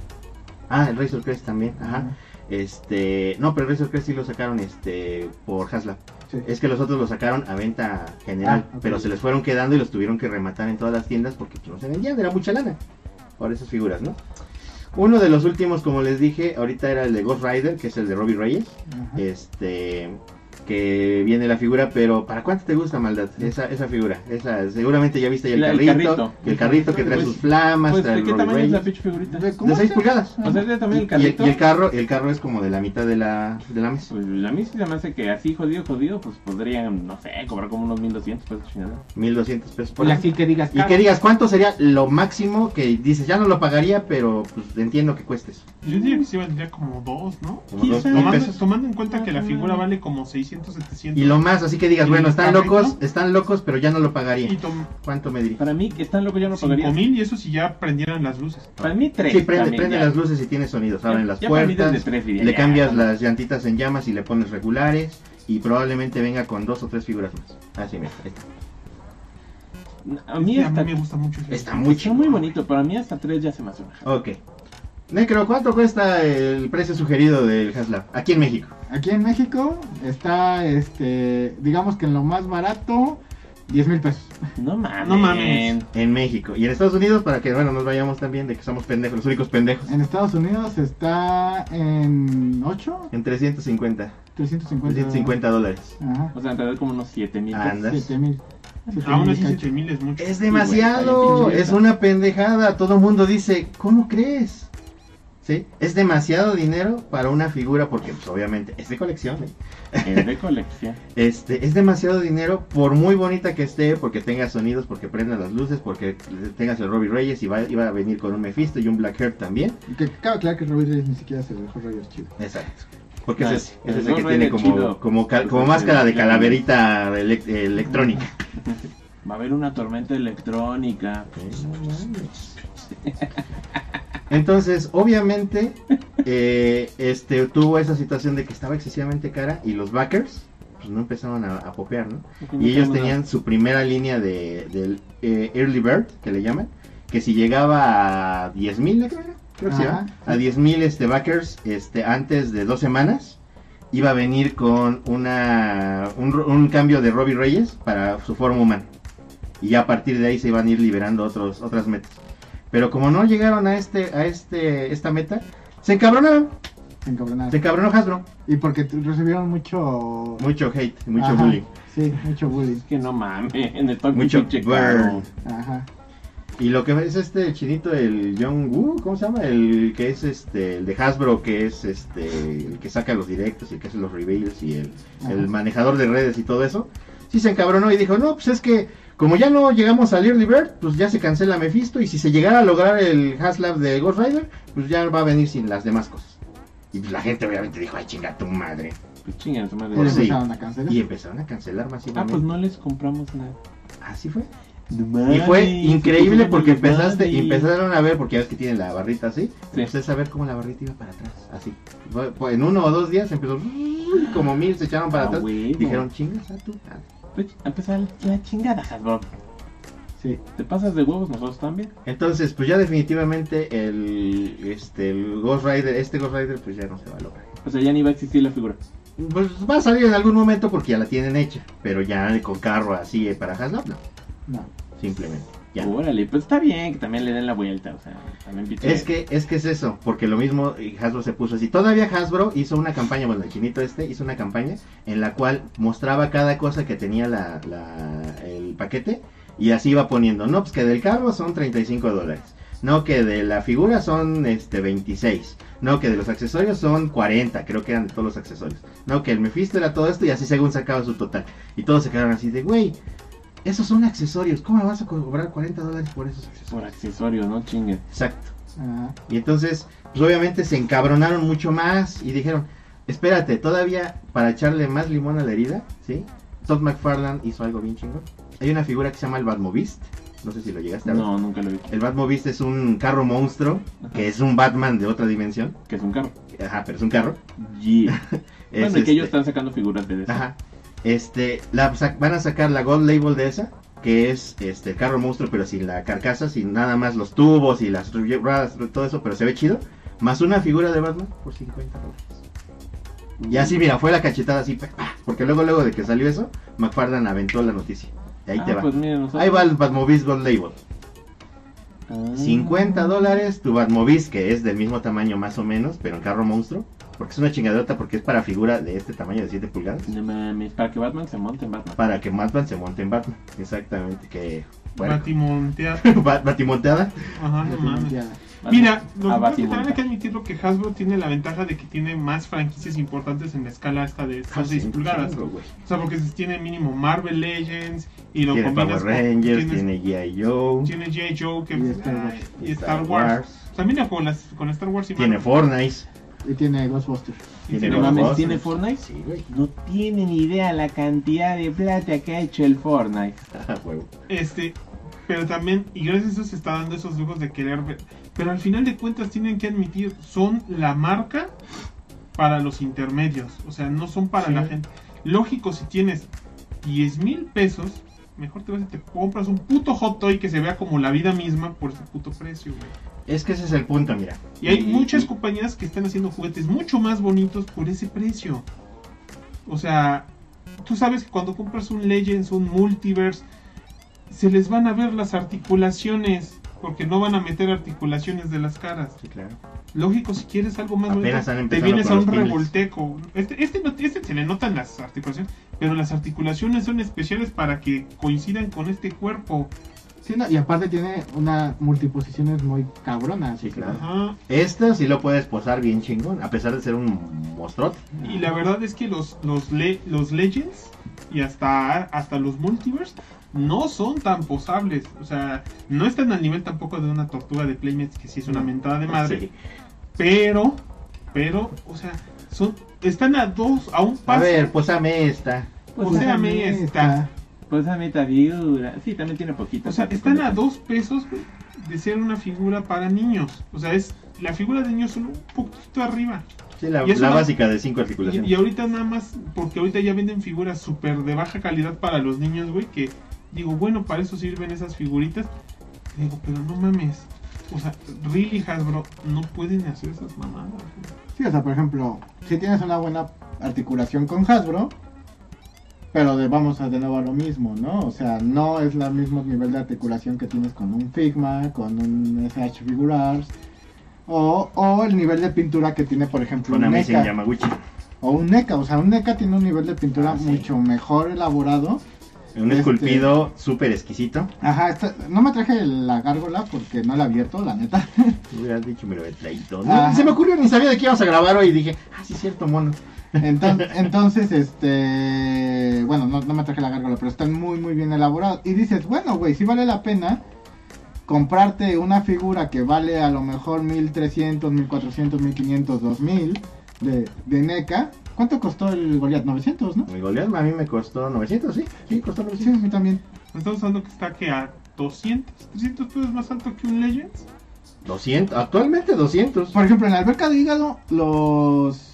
Ah, el Razor Crest también, ajá. Ajá. Este, no, pero el Razor Crest sí lo sacaron este por Haslab. Sí. Es que los otros lo sacaron a venta general, Ah, ok. pero se les fueron quedando y los tuvieron que rematar en todas las tiendas porque pues, no se vendían, era mucha lana por esas figuras, ¿no? Uno de los últimos, como les dije, ahorita era el de Ghost Rider, que es el de Robbie Reyes. Ajá. Este, que viene la figura, pero ¿para cuánto te gusta, Maldad? Esa, esa figura, esa, seguramente ya viste ya el La- el carrito, carrito. el carrito que trae Pues- sus flamas, Pues, trae ¿de el qué Robbie tamaño es la Reyes. pinche figurita? ¿De cómo De seis se- pulgadas. O sea, ¿es de tamaño Y, el y el, carrito? y el carro, el carro es como de la mitad de la, de la mesa. Pues a mí sí se me hace que así jodido, jodido, pues podrían, no sé, cobrar como unos mil doscientos pesos chingada. mil doscientos pesos por Y ahí. así que digas. Y que digas, ¿cuánto sería lo máximo que dices? Ya no lo pagaría, pero pues entiendo que cuestes. Yo diría que sí valdría como dos, ¿no? Como dos Quizá. mil Tomando, pesos. tomando en cuenta que la figura vale como seiscientos, setecientos. Y lo más, así que digas, ¿Y bueno, el están carrito? locos, están locos, pero ya no lo pagaría. Y tom- ¿Cuánto me diría? Para mí, que están locos, yo no pagaría. cinco mil y eso si ya prendieran las luces. Para mí, tres. Sí, prende, también, prende ya. las luces y tiene sonidos. Abren Ya- las ya para mí puertas, desde tres diría, le ya, cambias ¿no? las llantitas en llamas y le pones regulares. Y probablemente venga con dos o tres figuras más. Así, mira, ahí está. A mí Sí, a hasta... mí me gusta mucho. ese. Está muy Está muy chingón. bonito, para mí hasta tres ya se me hace una jala. Ok. Necro, ¿cuánto cuesta el precio sugerido del Haslab? Aquí en México. Aquí en México está, este, digamos que en lo más barato, diez mil pesos. No mames. No mames. En México. Y en Estados Unidos, para que, bueno, nos vayamos también de que somos pendejos, los únicos pendejos. En Estados Unidos está en ocho, En trescientos cincuenta. trescientos cincuenta. trescientos cincuenta dólares. Ajá. O sea, en realidad como unos siete mil. Anda. siete mil. Aún así siete mil es mucho. Es demasiado, güey, es una pendejada. Todo el mundo dice, ¿cómo crees? ¿Sí? Es demasiado dinero para una figura porque, pues, obviamente, es de colección. ¿eh? Es de colección. Este, es demasiado dinero por muy bonita que esté, porque tenga sonidos, porque prenda las luces, porque tengas el Robbie Reyes y va, iba a venir con un Mephisto y un Blackheart también. Y que cabe aclarar que Robbie Reyes ni siquiera se dejó Reyes chido. Exacto. Porque No, ese es, el ese es el que Ghost tiene Rider como, chido. como, ca- como Pues, máscara de el- calaverita elec- electrónica. Va a haber una tormenta electrónica. Entonces, obviamente, eh, este tuvo esa situación de que estaba excesivamente cara y los backers pues no empezaron a, a popear, ¿no? Y ellos tenían su primera línea de del eh, Early Bird, que le llaman, que si llegaba a diez mil, creo, creo que sí, Ajá, ¿va? sí. A diez mil este, backers este, antes de dos semanas, iba a venir con una un, un cambio de Robbie Reyes para su forma humana. Y ya a partir de ahí se iban a ir liberando otros, otras metas. Pero como no llegaron a este a este esta meta, se encabronaron. Se encabronaron. Se encabronó Hasbro. Y porque t- recibieron mucho... Mucho hate, mucho Ajá, bullying. Sí, mucho bullying. Es que no mames. En el top Mucho pinche burn. caro. Ajá. Y lo que es este chinito, el John Woo, ¿cómo se llama? El que es este, el de Hasbro, que es este, el que saca los directos y el que hace los reveals y el, Ajá. el manejador de redes y todo eso. Sí se encabronó y dijo, no, pues es que como ya no llegamos al Early Bird, pues ya se cancela Mephisto y si se llegara a lograr el Haslab de Ghost Rider, pues ya va a venir sin las demás cosas. Y pues la gente obviamente dijo, ay chinga tu madre. Pues chingan su madre. Y Pues sí. empezaron a cancelar. Y empezaron a cancelar Ah, masivamente. pues no les compramos nada. Así fue. No Y fue mames, increíble se porque pusieron los empezaste, mames. empezaron a ver, porque ya ves que tiene la barrita así, Sí. empezaste a ver cómo la barrita iba para atrás, así. Fue- fue en uno o dos días empezó, como mil se echaron para Ah, atrás, huevo. dijeron, chingas a tu madre". Pues, a empezar la chingada, Hasbro. Sí. Te pasas de huevos, nosotros también. Entonces, pues ya definitivamente el, este, el Ghost Rider, este Ghost Rider, pues ya no se va a lograr. O sea, ya ni va a existir la figura. Pues va a salir en algún momento porque ya la tienen hecha, pero ya con carro así eh, para Haslab, no, No. simplemente. Ya. Órale, pues está bien que también le den la vuelta. O sea, también pinche- Es que, es que es eso, porque lo mismo eh, Hasbro se puso así. Todavía Hasbro hizo una campaña, bueno, el chinito este hizo una campaña en la cual mostraba cada cosa que tenía la, la- el paquete y así iba poniendo, no, pues que del carro son treinta y cinco dólares, no, que de la figura son este veintiséis, no, que de los accesorios son cuarenta, creo que eran de todos los accesorios, no, que el Mephisto era todo esto y así según sacaba su total. Y todos se quedaron así de, güey, esos son accesorios, ¿cómo me vas a cobrar cuarenta dólares por esos accesorios? Por accesorio, no chinguen. Exacto. Ajá. Y entonces, pues obviamente se encabronaron mucho más y dijeron, espérate, todavía para echarle más limón a la herida, ¿sí? Todd McFarlane hizo algo bien chingón. Hay una figura que se llama el Batmobist, no sé si lo llegaste a ver. No, nunca lo vi. El Batmobist es un carro monstruo, Ajá. que es un Batman de otra dimensión. Que es un carro. Ajá, pero es un carro. Yeah. Es Bueno, y que este- ellos están sacando figuras de eso. Ajá. Este, la, sac- van a sacar la Gold Label de esa, que es este el carro monstruo, pero sin la carcasa, sin nada más los tubos y las ruedas, todo eso, pero se ve chido. Más una figura de Batman por cincuenta dólares. Y así, mira, fue la cachetada así, ¡pah! Porque luego, luego de que salió eso, McFarlane aventó la noticia. Y ahí Ah, te va. pues miren, nosotros- Ahí va el Batmobist Gold Label. Ah. cincuenta dólares tu Batmobist, que es del mismo tamaño más o menos, pero en carro monstruo. Porque es una chingadota, porque es para figura de este tamaño de siete pulgadas. No mames, para que Batman se monte en Batman. Para que Batman se monte en Batman. Exactamente, que... Bueno, Batimonteado. Bat- Batimonteada. Ajá, no mames. Ya. Mira, lo A que pasa es que también Batimonta. hay que admitirlo que Hasbro tiene la ventaja de que tiene más franquicias importantes en la escala esta de Ah, seis sí, pulgadas. chingo, güey. O sea, porque tiene mínimo Marvel Legends y lo Tiene combinas Power con- Rangers, tienes- tiene G I. Joe, tiene G I. Joe que, Y Star Wars. ay, y Star Wars. O sea, mira, con, las, con Star Wars y tiene Marvel. Fortnite. Y tiene Ghostbusters. Y tiene tiene No Ghostbusters. mames, ¿tiene Fortnite? Sí, güey. No tienen idea la cantidad de plata que ha hecho el Fortnite. Ah, huevo. Este, pero también, y gracias a eso se está dando esos lujos de querer ver. Pero al final de cuentas tienen que admitir, son la marca para los intermedios. O sea, no son para Sí. la gente. Lógico, si tienes diez mil pesos, mejor te vas y te compras un puto hot toy que se vea como la vida misma por ese puto precio, güey. Es que ese es el punto, mira. Y hay muchas y- compañías que están haciendo juguetes mucho más bonitos por ese precio. O sea, tú sabes que cuando compras un Legends, un Multiverse, se les van a ver las articulaciones, porque no van a meter articulaciones de las caras. Sí, claro. Lógico, si quieres algo más Apenas bonito, han te empezado vienes con a los un pines. revolteco. Este, este, no- este se le notan las articulaciones, pero las articulaciones son especiales para que coincidan con este cuerpo. Sí, no, y aparte tiene unas multiposiciones muy cabronas. Sí, o sea, claro. Ajá. Esto sí lo puedes posar bien chingón, a pesar de ser un monstruote. Y la verdad es que los, los, le- los Legends y hasta, hasta los Multiverse no son tan posables. O sea, no están al nivel tampoco de una tortuga de Playmates, que sí es una mentada de madre. Sí. Pero, pero, o sea, son están a dos, a un A paso. ver, posame esta. O sea, me está. Pues a mitad figura. Sí, también tiene poquito. O sea, están a dos pesos, güey, de ser una figura para niños. O sea, es la figura de niños solo un poquito arriba. Sí, la, Y es la una- básica de cinco Y, articulaciones. y ahorita nada más, porque ahorita ya venden figuras súper de baja calidad para los niños, güey, que digo, bueno, para eso sirven esas figuritas. Digo, pero no mames. O sea, really Hasbro, no pueden hacer esas mamadas, güey. Sí, o sea, por ejemplo, si tienes una buena articulación con Hasbro, pero de, vamos a de nuevo a lo mismo, ¿no? O sea, no es el mismo nivel de articulación que tienes con un Figma, con un S H Figurars, o, o el nivel de pintura que tiene, por ejemplo, Con un Amazing NECA. Yamaguchi. O un NECA, o sea, un NECA tiene un nivel de pintura Ah, sí. mucho mejor elaborado. Un Este- esculpido súper exquisito. Ajá, esta- no me traje la gárgola porque no la he abierto, la neta. Hubieras dicho, me lo he traído. Ah. No, se me ocurrió, ni sabía de qué íbamos a grabar hoy. Y dije, ah, sí, es cierto, mono. Entonces, entonces, este, bueno, no, no me traje la gárgola, pero están muy, muy bien elaborados. Y dices, bueno, güey, sí vale la pena comprarte una figura que vale a lo mejor mil trescientos, mil cuatrocientos, mil quinientos, dos mil de, de NECA. ¿Cuánto costó el Goliath? novecientos, ¿no? El Goliath a mí me costó novecientos, sí. Sí, costó Sí, a novecientos. mí también. Estamos hablando que está que a doscientos, trescientos pesos más alto que un Legends. doscientos, actualmente doscientos. Por ejemplo, en la alberca de hígado, los,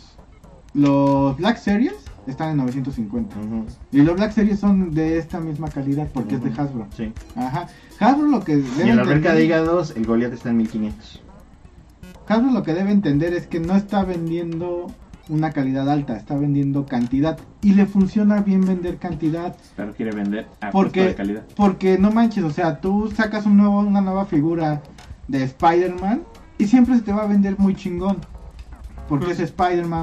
los Black Series están en novecientos cincuenta. Ujú, Y los Black Series son de esta misma calidad porque es de ujú, Hasbro. Sí. Ajá. Hasbro lo que Y debe en la alberca entender, de hígados, el Goliath está en mil quinientos. Hasbro lo que debe entender es que no está vendiendo una calidad alta, está vendiendo cantidad. Y le funciona bien vender cantidad. Pero quiere vender a costo Porque, de calidad. porque no manches, o sea, tú sacas un nuevo, una nueva figura de Spider-Man y siempre se te va a vender muy chingón. Porque Pues- es Spider-Man,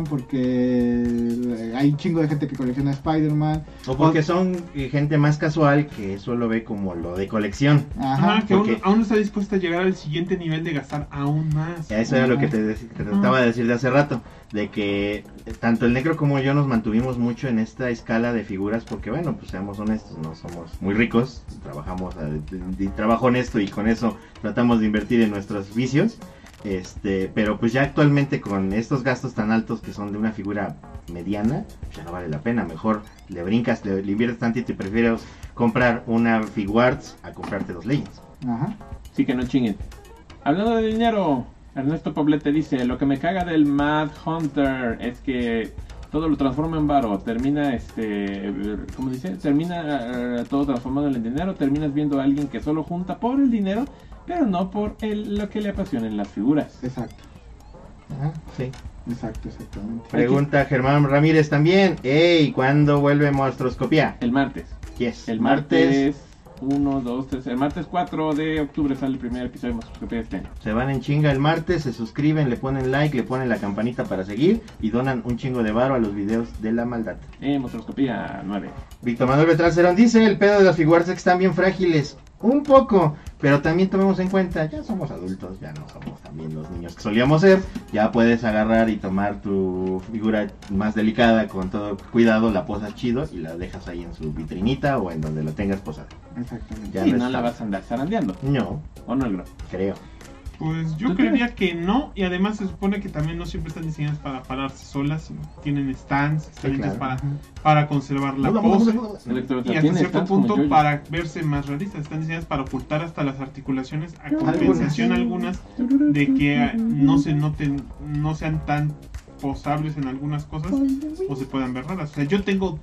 porque hay un chingo de gente que colecciona Spider-Man. O porque son eh, gente más casual que eso lo ve como lo de colección. Ajá. Ajá, que aún, porque- aún no está dispuesta a llegar al siguiente nivel de gastar aún más. Eso era lo que te, de- te trataba de decir de hace rato, de que tanto el Necro como yo nos mantuvimos mucho en esta escala de figuras, porque bueno, pues seamos honestos, no somos muy ricos, trabajamos, a- de- de- trabajo honesto y con eso tratamos de invertir en nuestros vicios, este, pero pues ya actualmente con estos gastos tan altos que son de una figura mediana, pues ya no vale la pena, mejor le brincas, le, le inviertes tantito y prefieres comprar una Figuarts a comprarte dos Legends. Ajá. Sí, que no chinguen. Hablando de dinero, Ernesto Poblete dice: lo que me caga del Mad Hunter es que todo lo transforma en varo. Termina, este, ¿cómo dice? Termina eh, todo transformado en dinero. Terminas viendo a alguien que solo junta por el dinero, pero no por el, lo que le apasionan las figuras. Exacto. Ajá, sí. Exacto, exactamente. Pregunta Germán Ramírez también. Ey, ¿cuándo vuelve Monstroscopía? El martes. Yes. El martes uno, dos, tres. El martes cuatro de octubre sale el primer episodio de Monstroscopía de este año. Se van en chinga el martes, se suscriben, le ponen like, le ponen la campanita para seguir y donan un chingo de varo a los videos de la maldad. Eh, Monstroscopía nueve. Víctor Manuel Betral Cerón dice: el pedo de las figuras es que están bien frágiles. Un poco, pero también tomemos en cuenta, ya somos adultos, ya no somos también los niños que solíamos ser. Ya puedes agarrar y tomar tu figura más delicada con todo cuidado, la posas chido y la dejas ahí en su vitrinita o en donde la tengas posada. Exactamente. Ya Y no no es la fácil. vas a andar zarandeando. No, ¿O no, Gro? creo. Pues yo ¿Tú creería que no, y además se supone que también no siempre están diseñadas para pararse solas, sino tienen stands, están Sí, hechas claro. para, para conservar la Muda, pose. muda, muda, muda. Electro- Y hasta tiene cierto stands como punto yo-yo. para verse más realistas, están diseñadas para ocultar hasta las articulaciones, a Algunas. compensación algunas de que ah, no se noten, no sean tan posables en algunas cosas o se puedan ver raras. O sea, yo tengo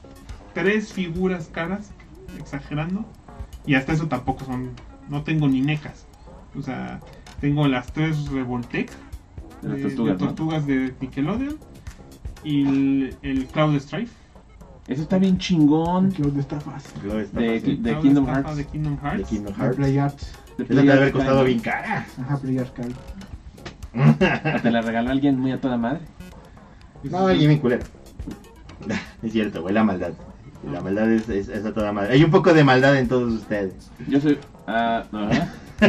tres figuras caras, exagerando, y hasta eso tampoco son, no tengo ni necas. O sea, tengo las tres Revoltech De las de, tortugas, de ¿no? tortugas de Nickelodeon y el, el Cloud Strife. Eso está bien chingón. Cloud estafas. Luego está De- fácil. de Estaba Kingdom estafa Hearts. De Kingdom De Hearts. Kingdom De Hearts. Play Arts. De Esa te debe haber Play costado Arts. bien cara. Ajá, Play Arts Card. O te la regaló alguien muy a toda madre. No, alguien bien culero. Es cierto, güey, la maldad. La maldad es, es, es a toda madre. Hay un poco de maldad en todos ustedes. Yo soy... ah, ajá.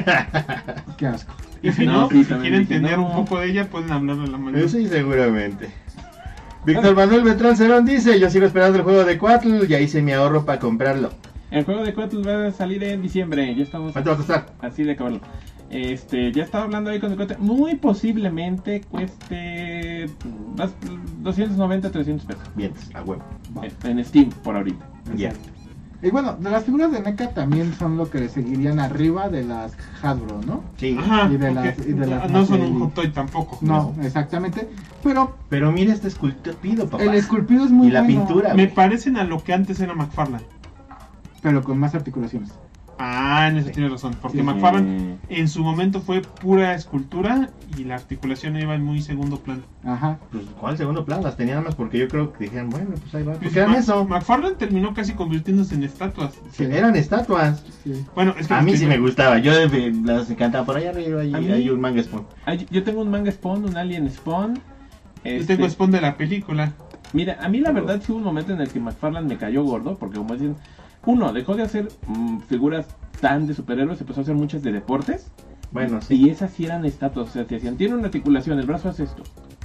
Qué asco. Y si No, no, sí, si también quieren dije, tener no. un poco de ella, pueden hablarle a la maldad. Eh, Sí, seguramente. Víctor Manuel Beltrán Cerón dice, yo sigo esperando el juego de Quatl, ya hice mi ahorro para comprarlo. El juego de Quetzal va a salir en diciembre. Ya estamos ¿Cuánto va a costar? así de acabarlo. Este, ya estaba hablando ahí con el cuate. Muy posiblemente cueste más doscientos noventa, trescientos pesos. Bien, a huevo. En Steam por ahorita. Ya. Y bueno, de las figuras de NECA también son lo que le seguirían arriba de las Hasbro, ¿no? Sí. Ajá, Y de porque las- y de las no son Mattel. un hot toy tampoco. No, exactamente. Pero Pero mira este esculpido, papá. el esculpido es muy Y la bueno, pintura. Me güey. parecen a lo que antes era McFarlane. pero con más articulaciones. Ah, en eso Sí. tienes razón. Porque Sí. McFarlane en su momento fue pura escultura y la articulación iba en muy segundo plano. Ajá. Pues, ¿cuál segundo plan? Las tenían más porque yo creo que dijeron, bueno, pues ahí va. Pues, Pues eran Ma- eso. McFarlane terminó casi convirtiéndose en estatuas. Sí. Eran estatuas. Sí. Bueno, es que A mí sí me gusta. gustaba. Yo eh, las encantaba. Por allá arriba hay, A mí- hay un manga spawn. Ay, yo tengo un manga Spawn, un Alien Spawn. Yo Este, tengo spawn de la película. Mira, a mí la verdad sí hubo un momento en el que McFarlane me cayó gordo, porque como dicen, uno, dejó de hacer mm, figuras tan de superhéroes, empezó a hacer muchas de deportes, Bueno, sí. y esas sí eran estatuas, o sea, te decían, tiene una articulación, el brazo hace esto.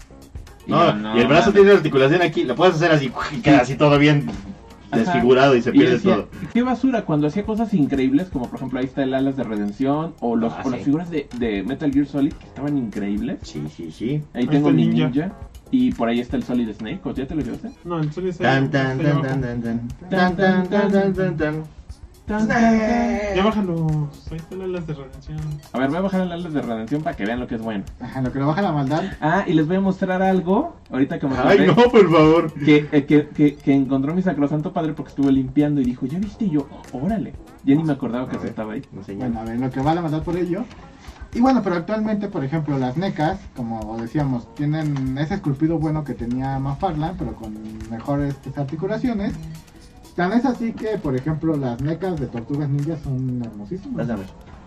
No, yo, y el brazo mames. tiene la articulación aquí. Lo puedes hacer así y queda así todo bien Ajá. desfigurado y se Y pierde decía, todo. qué basura, cuando hacía cosas increíbles, como por ejemplo ahí está el Alas de Redención, o, los, Ah, o las sí. figuras de, de Metal Gear Solid, que estaban increíbles. Sí, sí, sí. Ahí Ahí tengo está el mi ninja. ninja. Y por ahí está el Solid Snake, ¿o ya te lo llevaste? No, el sol es Tan, tan, está tan, abajo. tan, tan, tan. Tan, tan, tan, tan, tan, tan. Tan, tan, tan. Ya bájalo. Ahí están las de redención. A ver, voy a bajar el Alas de Redención para que vean lo que es bueno. Ajá, lo que le baja la maldad. Ah, y les voy a mostrar algo, ahorita que me Ay, acordé, no, por favor. que, eh, que, que, que encontró mi sacrosanto padre porque estuve limpiando y dijo, ¿ya viste? Y yo, órale. Ya ni me acordaba que A eso ver, estaba ahí. enseña. Bueno, a ver, lo que va la maldad por ello. Y bueno, pero actualmente, por ejemplo, las NECAs, como decíamos, tienen ese esculpido bueno que tenía McFarlane, pero con mejores pues, articulaciones. Tan es así que, por ejemplo, las NECAs de Tortugas Ninja son hermosísimas. Pásame.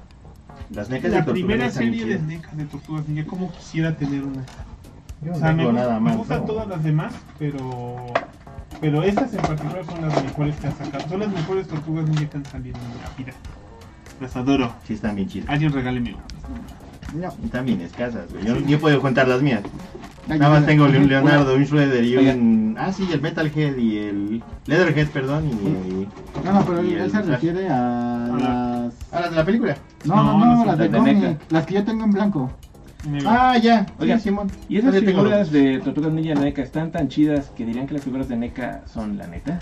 Las necas La de tortuga primera están bien serie de chidas. NECA de Tortugas Ninja, como quisiera tener una. Yo O no sea, me, tengo gusta- nada me más. gustan no. todas las demás, pero pero estas en particular son las mejores que han sacado. Son las mejores Tortugas Ninja que han salido en la vida. Las adoro. Sí, están bien chidas. Alguien regáleme una. No. Están bien escasas, güey. Yo, yo puedo contar las mías. Ay, Nada más una- tengo un una- Leonardo, un Shredder y Oiga. un... Ah, sí, el Metalhead y el... Leatherhead, perdón, y... No, no, pero y él el se Flash. refiere a las... Ah, las de la película. No, no, No, no, no son las de de cómic, NECA. las que yo tengo en blanco. Me- Ah, ya. Oiga, Sí, Simón. Y esas Yo tengo figuras los- de Tortugas Ninja NECA están tan chidas que dirían que las figuras de NECA son la neta.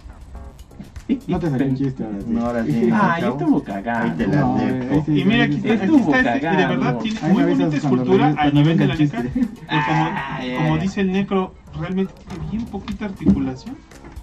No te saqué un chiste ahora sí. No, ahora sí. Ah, Acabo. yo estuvo cagado. Ahí te la No, dejo. eh, sí, Y mira, aquí está, aquí Estuvo está este, y de cagado. verdad tiene Ahí muy me bonita avisas cuando escultura venga- a cuando nivel de venga la el NECA. chiste. Pero como, Ah, ya, como ya. dice el Necro, realmente tiene bien poquita articulación.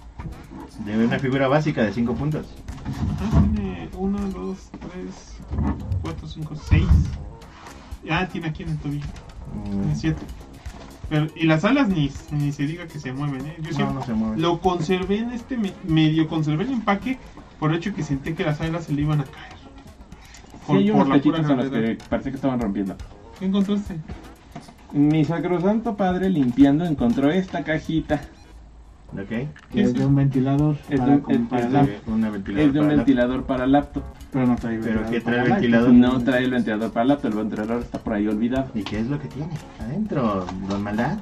De una figura básica de cinco puntos. Ah, tiene uno, dos, tres, cuatro, cinco, seis. Ah, tiene aquí en el tobillo. Tiene Mm, siete. Pero, y las alas ni, ni se diga que se mueven, ¿eh? Yo No, siempre no se mueve. lo conservé en este, me- medio conservé el empaque por el hecho que senté que las alas se le iban a caer. Sí, hay unos la pura cachitos en los gravedad. que parece que estaban rompiendo. ¿Qué encontraste? Mi sacrosanto padre limpiando encontró esta cajita. Ok. Que es de un ventilador Es para, de un- con- es- para es la- de- Una ventilador Es de un para la- ventilador para laptop. pero no trae Pero ¿qué trae para el la- ventilador? No trae el ventilador para laptop, el ventilador está por ahí olvidado. ¿Y qué es lo que tiene adentro, don Maldad?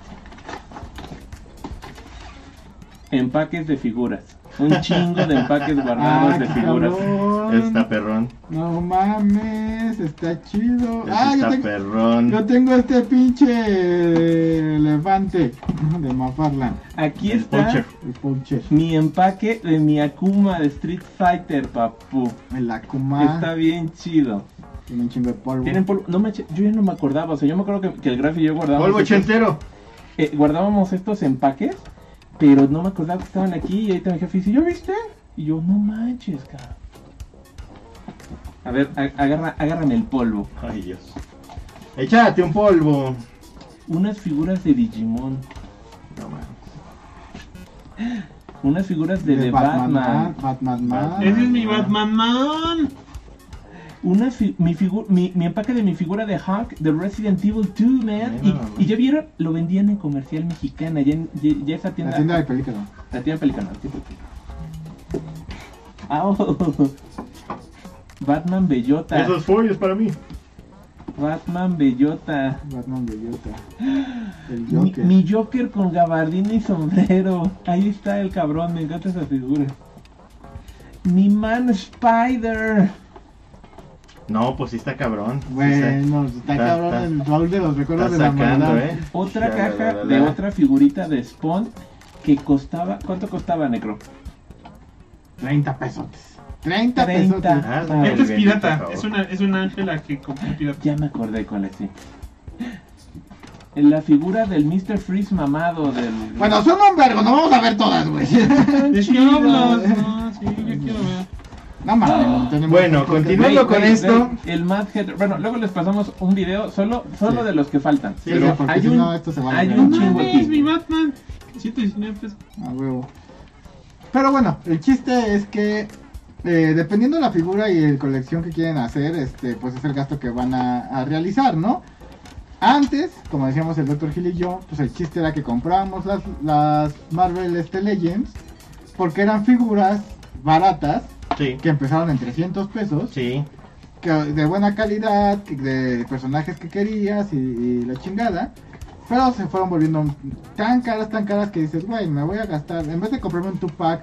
Empaques de figuras. Un chingo de empaques guardados Ah, de qué figuras. cabrón. Está perrón. No mames, está chido. Este Ah, yo está tengo, perrón. yo tengo este pinche elefante de McFarlane, Aquí El está Puncher. el Puncher, mi empaque de mi Akuma de Street Fighter, papu. el Akuma. Está bien chido. Tiene un chingo de polvo. Tienen polvo. No me, yo ya no me acordaba. O sea, yo me acuerdo que, que el Graf y yo guardábamos. Polvo estos- ochentero. eh, guardábamos estos empaques. Pero no me acordaba que estaban aquí. Y ahorita mi jefe dice: ¿yo viste? Y yo, no manches, cabrón. A ver, a- agarra, agárrame el polvo. Ay, Dios. Échate un polvo. Unas figuras de Digimon. No mames. Unas figuras de, de Batman. Man, Batman Man. Ese es mi Batman Man. Una fi- mi, figu- mi, mi empaque de mi figura de Hulk de Resident Evil dos, man. Mira, Y, y ya vieron, lo vendían en comercial mexicana. Ya, en, ya, ya esa tienda. La tienda de película. La tienda pelicana. La tienda pelicana. Ah, oh. Batman Bellota. Esos follos para mí. Batman Bellota. Batman Bellota. El Mi, Joker. mi Joker con gabardina y sombrero. Ahí está el cabrón, me encanta esa figura. Mi Man Spider. No, pues sí está cabrón. Sí Bueno, está está- cabrón está- el baúl de los recuerdos está de la sacando, maldad. ¿eh? Otra La, caja la, la, de la. otra figurita de Spawn que costaba. ¿Cuánto costaba, Necro? treinta pesos. treinta treinta. pesos. Ah, Ah, Esta es bien, pirata. por favor. Es una, es una ángela que compré pirata. Ya me acordé cuál es, sí. En la figura del mister Freeze mamado del. Bueno, son un vergo, no vamos a ver todas, güey. ¿De qué chido. hablas? No, sí, yo quiero ver. No mames, tenemos Bueno, porque- continuando con Güey, esto. güey, El Mad Hatter. Bueno, luego les pasamos un video solo, solo Sí. de los que faltan. Sí, pero sí, porque hay si un, no, esto se va a hay alargar. un No chingo mames, aquí. mi Batman. ciento diecinueve pesos. A huevo. Pero bueno, el chiste es que eh, dependiendo de la figura y el colección que quieren hacer, este, pues es el gasto que van a, a realizar, ¿no? Antes, como decíamos el doctor Gil y yo, pues el chiste era que comprábamos las, las Marvel este, Legends porque eran figuras baratas Sí, que empezaron en trescientos pesos, sí. que, de buena calidad, que- de personajes que querías y, y la chingada. Pero se fueron volviendo tan caras, tan caras que dices, güey, me voy a gastar, en vez de comprarme un two-pack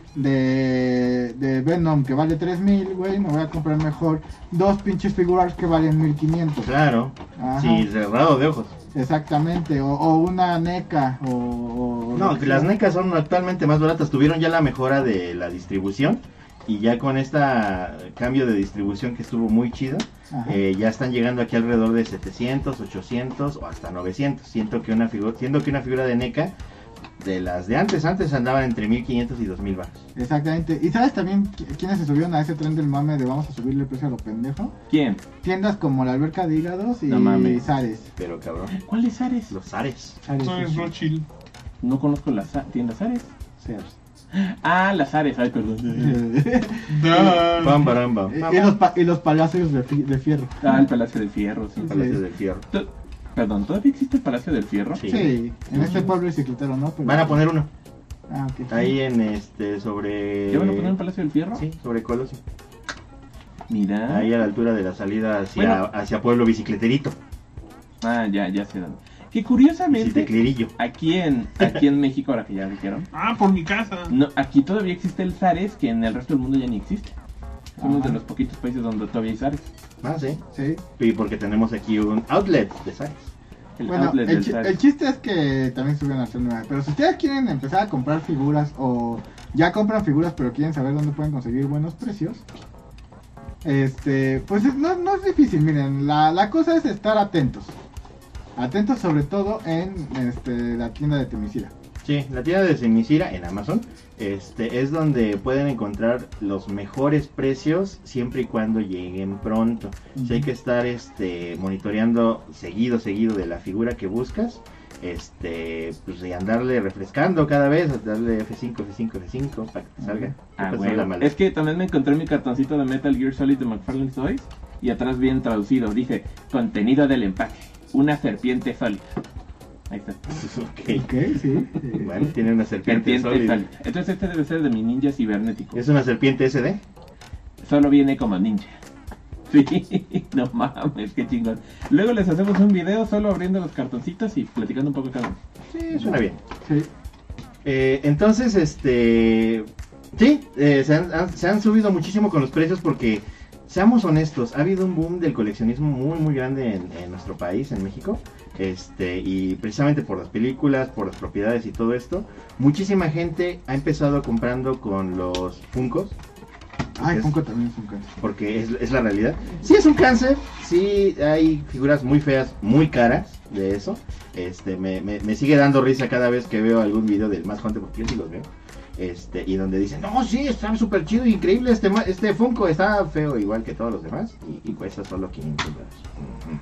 de, de Venom que vale tres mil, güey, me voy a comprar mejor dos pinches figuras que valen mil quinientos. Claro. Ajá. Sí, cerrado de ojos. Exactamente, o, o una NECA, o... o No, lo que las sea. NECA son actualmente más baratas. Tuvieron ya la mejora de la distribución. Y ya con este cambio de distribución que estuvo muy chido, Ajá. eh, ya están llegando aquí alrededor de setecientos, ochocientos o hasta novecientos. Siento que una figura, siendo que una figura de NECA, de las de antes, antes andaban entre mil quinientos y dos mil baros. Exactamente. ¿Y sabes también qui- quiénes se subieron a ese tren del mame de vamos a subirle el precio a lo pendejo? ¿Quién? Tiendas como la Alberca de Hígados y No mames. Zares. Pero cabrón, ¿Cuál es Ares? los Ares. Zares, Eso es sí, sí. Rothschild. No conozco las a- tiendas Ares. Sears. Ah, las Ares, ay, perdón. Da. Bam, baram, bam. y, los pa- y los palacios de, fi- de fierro. Ah, el Palacio del Fierro, sí. Palacio Sí. del Fierro. To- Perdón, ¿todavía existe el Palacio del Fierro? Sí. Sí, en este pueblo bicicletero, ¿no? Pero- Van a poner uno. Ah, ok. Ahí en este, sobre... ¿Ya van a poner un Palacio del Fierro? Sí, sobre Colosio. Mira. Ahí a la altura de la salida hacia, Bueno. hacia Pueblo Bicicleterito. Ah, ya, ya sé dónde. Que curiosamente, Bicicleclerillo. aquí en, aquí en México, ahora que ya dijeron, Ah, por mi casa. no, aquí todavía existe el Zares, que en el resto del mundo ya ni existe. Somos Ajá. de los poquitos países donde todavía hay Zares. Ah, sí. Sí. Y porque tenemos aquí un outlet de Zares. El Bueno, outlet el, del chi- Zares. el chiste es que también subieron a hacer nueva. Pero si ustedes quieren empezar a comprar figuras o ya compran figuras pero quieren saber dónde pueden conseguir buenos precios, este, pues es- no, no es difícil. Miren, la, la cosa es estar atentos. Atentos sobre todo en este, la tienda de Temisira. Sí, la tienda de Semisira en Amazon este, es donde pueden encontrar los mejores precios siempre y cuando lleguen pronto. O sea, hay que estar este, monitoreando seguido, seguido de la figura que buscas. Este, pues y andarle refrescando cada vez, darle F cinco, F cinco, F cinco para que te salga. Ah, ¿Qué pasó, bueno. la maldad? Es que también me encontré mi cartoncito de Metal Gear Solid de McFarlane Toys y atrás bien traducido, dice, contenido del empaque, una serpiente sólida. Ahí está. Ok. Ok, sí. eh, Bueno, tiene una serpiente, Serpiente sólida. sólida. Entonces este debe ser de mi ninja cibernético. ¿Es una serpiente S D? Solo viene como ninja. Sí, no mames, qué chingón. Luego les hacemos un video solo abriendo los cartoncitos y platicando un poco cada uno. Sí, suena bien. sí. Eh, entonces, este... Sí, eh, se, han, han- se han subido muchísimo con los precios porque, seamos honestos, ha habido un boom del coleccionismo muy, muy grande en, en nuestro país, en México. Este, y precisamente por las películas, por las propiedades y todo esto, muchísima gente ha empezado comprando con los Funkos. Ay, Es- Funko también es un cáncer. porque es, es la realidad. Sí es un cáncer, sí hay figuras muy feas, muy caras de eso. Este, me, me, me sigue dando risa cada vez que veo algún video del Más Hunter, porque yo sí los veo. Este, y donde dicen, no, sí, está súper chido, increíble, este, ma- este Funko está feo igual que todos los demás y, y cuesta solo quinientos dólares. Ujú.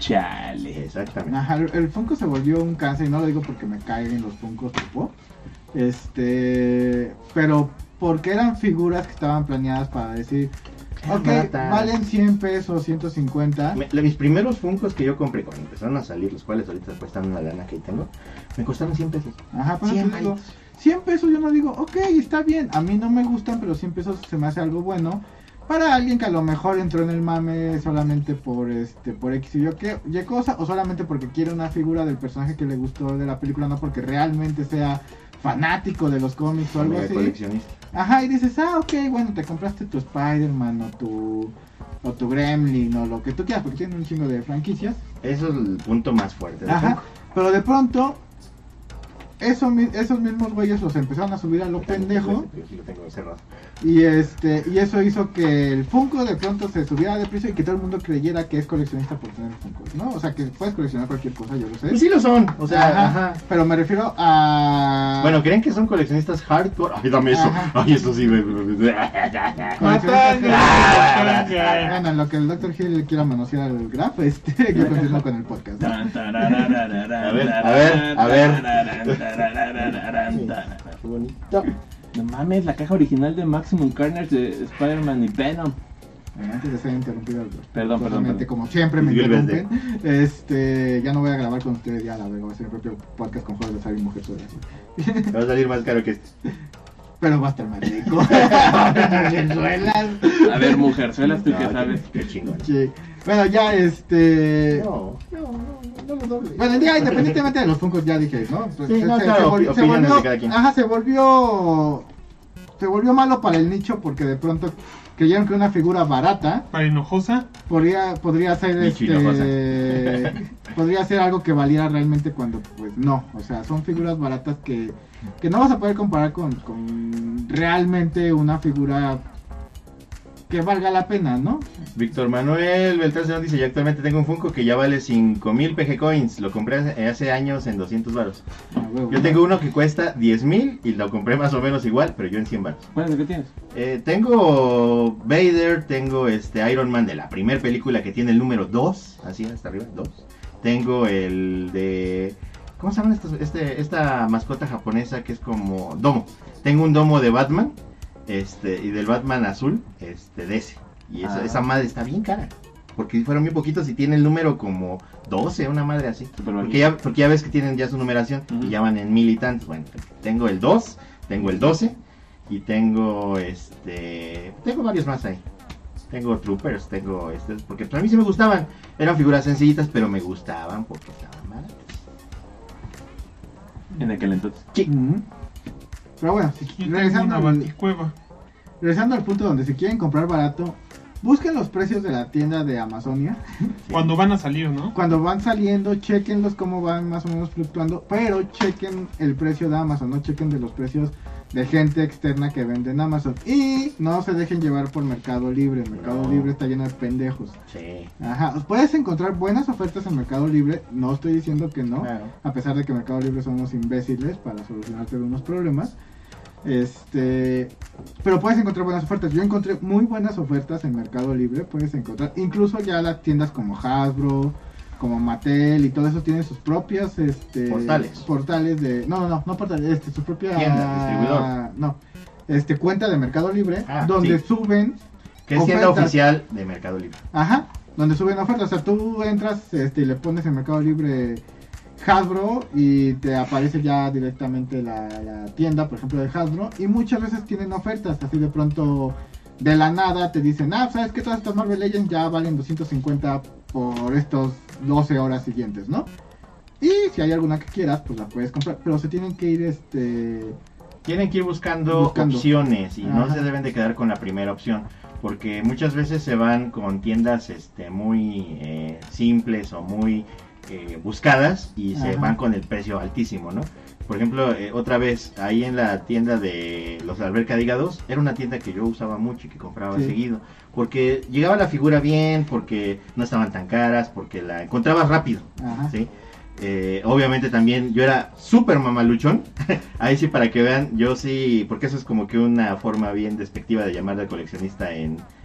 Chale. Exactamente. Ajá, el, el Funko se volvió un cáncer, y no lo digo porque me caen los Funkos tipo. Este, pero porque eran figuras que estaban planeadas para decir, Eran ok, baratas. valen cien pesos, ciento cincuenta. Me- la- mis primeros Funkos que yo compré cuando empezaron a salir, los cuales ahorita cuestan una lana que tengo, me costaron cien pesos. Ajá, pero cien te digo, varitos. cien pesos yo no digo, ok, está bien, a mí no me gustan, pero cien pesos se me hace algo bueno. Para alguien que a lo mejor entró en el mame solamente por este por X y yo qué y cosa, o solamente porque quiere una figura del personaje que le gustó de la película, no porque realmente sea fanático de los cómics o algo Mega así. coleccionista. Ajá, y dices, ah, ok, bueno, te compraste tu Spider-Man o tu, o tu Gremlin o lo que tú quieras, porque tiene un chingo de franquicias. Eso es el punto más fuerte. del Ajá, Funko. pero de pronto, eso, mi- esos mismos güeyes los empezaron a subir a lo pendejo. Yo sí lo tengo cerrado. Y este y eso hizo que el Funko de pronto se subiera de precio y que todo el mundo creyera que es coleccionista por tener Funko, ¿no? O sea, que puedes coleccionar cualquier cosa, yo lo sé. Pues sí lo son, o sea, Ajá, ajá. pero me refiero a... Bueno, ¿creen que son coleccionistas hardcore? Ay, dame eso. Ajá. Ay, eso sí, güey. Coleccionistas- Bueno, en lo que el doctor Hill quiera manosear el graph, este, yo continúo con el podcast, ¿no? A ver, a ver, a ver. Qué bonito. No mames, la caja original de Maximum Carnage de Spider-Man y Venom. Bueno, antes de ser interrumpido, Perdón, perdón, totalmente, perdón. como siempre me Discúlpense. interrumpen, este, ya no voy a grabar con ustedes, ya la verdad, voy a hacer mi propio podcast con juegos de Sabi Mujer sola, así. Me va a salir más caro que este. Pero va a estar más rico. Mujerzuelas. A ver, mujerzuelas, ¿tú No, qué sabes? Qué chingón. Sí. Bueno, ya este... No, no, no, no lo doble. Bueno, ya independientemente de los Funkos, ya dije, ¿no? Pues, Sí, no, claro, vol- opiniones volvió, de cada quien. ajá, se volvió, se volvió malo para el nicho porque de pronto creyeron que una figura barata Para Hinojosa, podría, podría ser Nicho y este, podría ser algo que valiera realmente cuando, pues no, o sea, son figuras baratas que, que no vas a poder comparar con, con realmente una figura que valga la pena, ¿no? Víctor Manuel Beltrán Cerón dice: yo actualmente tengo un Funko que ya vale cinco mil P G Coins. Lo compré hace, hace años en doscientos baros. Ah, huevo. Yo tengo uno que cuesta diez mil y lo compré más o menos igual, pero yo en cien baros. ¿Cuál es el que tienes? Eh, tengo Vader, tengo este Iron Man de la primera película que tiene el número dos, así hasta arriba, dos. Tengo el de... ¿Cómo se llama estos- este, esta mascota japonesa que es como domo? Tengo un domo de Batman, este, y del Batman azul, este, de ese. Y esa, Ah. esa madre está bien cara. Porque fueron muy poquitos y tiene el número como doce, una madre así. Súper Porque ya, porque ya ves que tienen ya su numeración Ujú. y ya van en mil y tantos. Bueno, tengo el dos, tengo el doce y tengo este. Tengo varios más ahí. Tengo Troopers, tengo este. Porque para mí sí me gustaban. Eran figuras sencillitas, pero me gustaban porque estaban baratas. En aquel entonces. Ujú. Pero bueno, si- yo tengo regresando, una al, baticueva. regresando al punto donde si quieren comprar barato, busquen los precios de la tienda de Amazonia. Cuando van a salir, ¿no? Cuando van saliendo, chequenlos cómo van más o menos fluctuando, pero chequen el precio de Amazon, no chequen de los precios de gente externa que vende en Amazon. Y no se dejen llevar por Mercado Libre, Mercado No. Libre está lleno de pendejos. Sí. Ajá, puedes encontrar buenas ofertas en Mercado Libre, no estoy diciendo que no, Claro. a pesar de que Mercado Libre son unos imbéciles para solucionarte algunos problemas. Este, pero puedes encontrar buenas ofertas. Yo encontré muy buenas ofertas en Mercado Libre. Puedes encontrar, incluso ya las tiendas como Hasbro, como Mattel y todo eso tienen sus propias este, Portales. portales de, no, no, no, no portales, este, su propia Tienda, distribuidor. no, este cuenta de Mercado Libre Ah, donde sí. suben, Que es tienda Ofertas. oficial de Mercado Libre. ajá, donde suben ofertas. O sea, tú entras este, y le pones en Mercado Libre Hasbro y te aparece ya directamente la, la tienda, por ejemplo, de Hasbro. Y muchas veces tienen ofertas, así de pronto de la nada te dicen, ah, ¿sabes que todas estas Marvel Legends ya valen doscientos cincuenta por estos doce horas siguientes, ¿no? Y si hay alguna que quieras, pues la puedes comprar, pero se tienen que ir, este... Tienen que ir buscando, Buscando. opciones y no Ajá. se deben de quedar con la primera opción, porque muchas veces se van con tiendas este, muy eh, simples o muy eh, buscadas y se Ajá. van con el precio altísimo, ¿no? Por ejemplo, eh, otra vez, ahí en la tienda de los Alberca de Hígados, era una tienda que yo usaba mucho y que compraba Sí. seguido, porque llegaba la figura bien, porque no estaban tan caras, porque la encontrabas rápido, Ajá. ¿sí? Eh, obviamente también yo era súper mamaluchón. Ahí sí, para que vean, yo sí, porque eso es como que una forma bien despectiva de llamar al coleccionista en,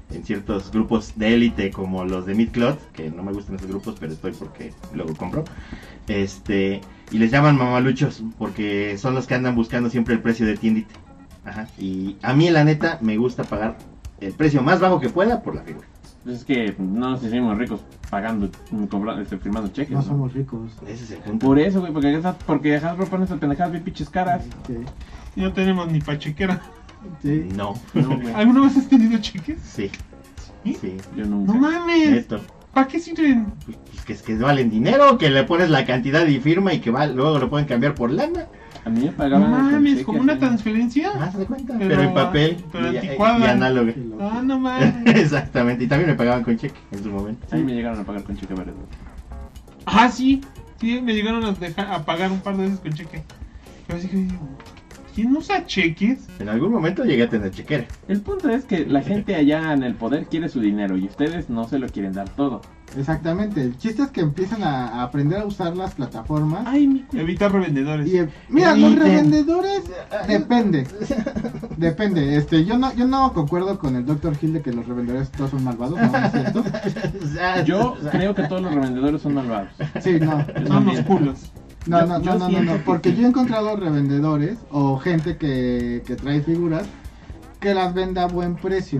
en ciertos grupos de élite como los de Midcloth, que no me gustan esos grupos, pero estoy porque luego compro. Este, y les llaman mamaluchos porque son los que andan buscando siempre el precio de tiendita. Ajá. Y a mí la neta me gusta pagar el precio más bajo que pueda por la figura. Es que no nos hicimos ricos pagando, comprando, este, firmando cheques. No ¿no? somos ricos. Ese es el punto. Por eso, güey, porque esas, porque dejas proponer esas pendejadas bien pinches caras. Sí, Y no tenemos ni pa' chequera. sí. No. No, güey. ¿Alguna vez has tenido cheques? Sí. ¿Sí? Sí. Yo nunca. No mames. Neto. ¿Para qué sirven? Pues, pues que es que valen dinero, que le pones la cantidad y firma y que va, luego lo pueden cambiar por lana. A mí me No pagaban. con mames, cheque, como una así. transferencia. Ah, ¿se da cuenta? Pero- Pero, en papel pero y, anticuada. y análogo. Qué loco. Ah, no mames. Exactamente, y también me pagaban con cheque en su momento. A mí me llegaron a pagar con cheque varias veces. Ah, sí. Sí, me llegaron a, dejar, a pagar un par de veces con cheque. Pero así que, ¿quién usa cheques? En algún momento llegué a tener chequera. El punto es que la gente allá en el poder quiere su dinero y ustedes no se lo quieren dar todo. Exactamente. El chiste es que empiezan a, a aprender a usar las plataformas. Ay, mi Evitar revendedores. Y, eh, mira, los Eviten. revendedores depende. Depende. Este, yo no, yo no concuerdo con el doctor Hill de que los revendedores todos son malvados, no, no es cierto. Yo creo que todos los revendedores son malvados. Sí, no. Son los culos. No, Yo- no, yo no, no, no, siento no, que porque sí. yo he encontrado revendedores o gente que, que trae figuras que las vende a buen precio.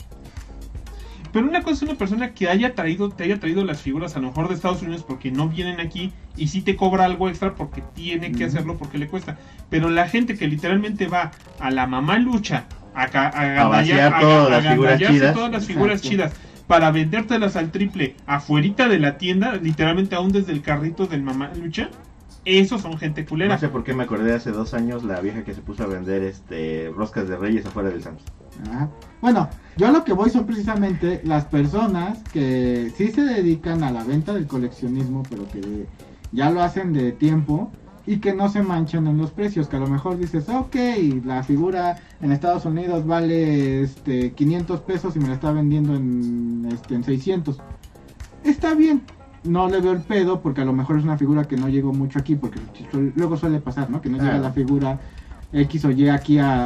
Pero una cosa es una persona que haya traído, te haya traído las figuras a lo mejor de Estados Unidos porque no vienen aquí y sí te cobra algo extra porque tiene que Ujú. hacerlo porque le cuesta. Pero la gente que literalmente va a la mamá lucha a, ca- a, A vaciar gandallar- todas las a figuras gandallarse chidas. todas las figuras Exacto. chidas para vendértelas al triple afuerita de la tienda, literalmente aún desde el carrito del mamá lucha, esos son gente culera. No sé por qué me acordé hace dos años la vieja que se puso a vender este roscas de reyes afuera del Sam's. Ajá. Bueno, yo a lo que voy son precisamente las personas que sí se dedican a la venta del coleccionismo, pero que ya lo hacen de tiempo y que no se manchan en los precios, que a lo mejor dices, ok, la figura en Estados Unidos vale este quinientos pesos y me la está vendiendo en, este, en seiscientos. Está bien, no le veo el pedo porque a lo mejor es una figura que no llegó mucho aquí, porque su- luego suele pasar, ¿no? Que no llega Ah. la figura X o Y aquí a,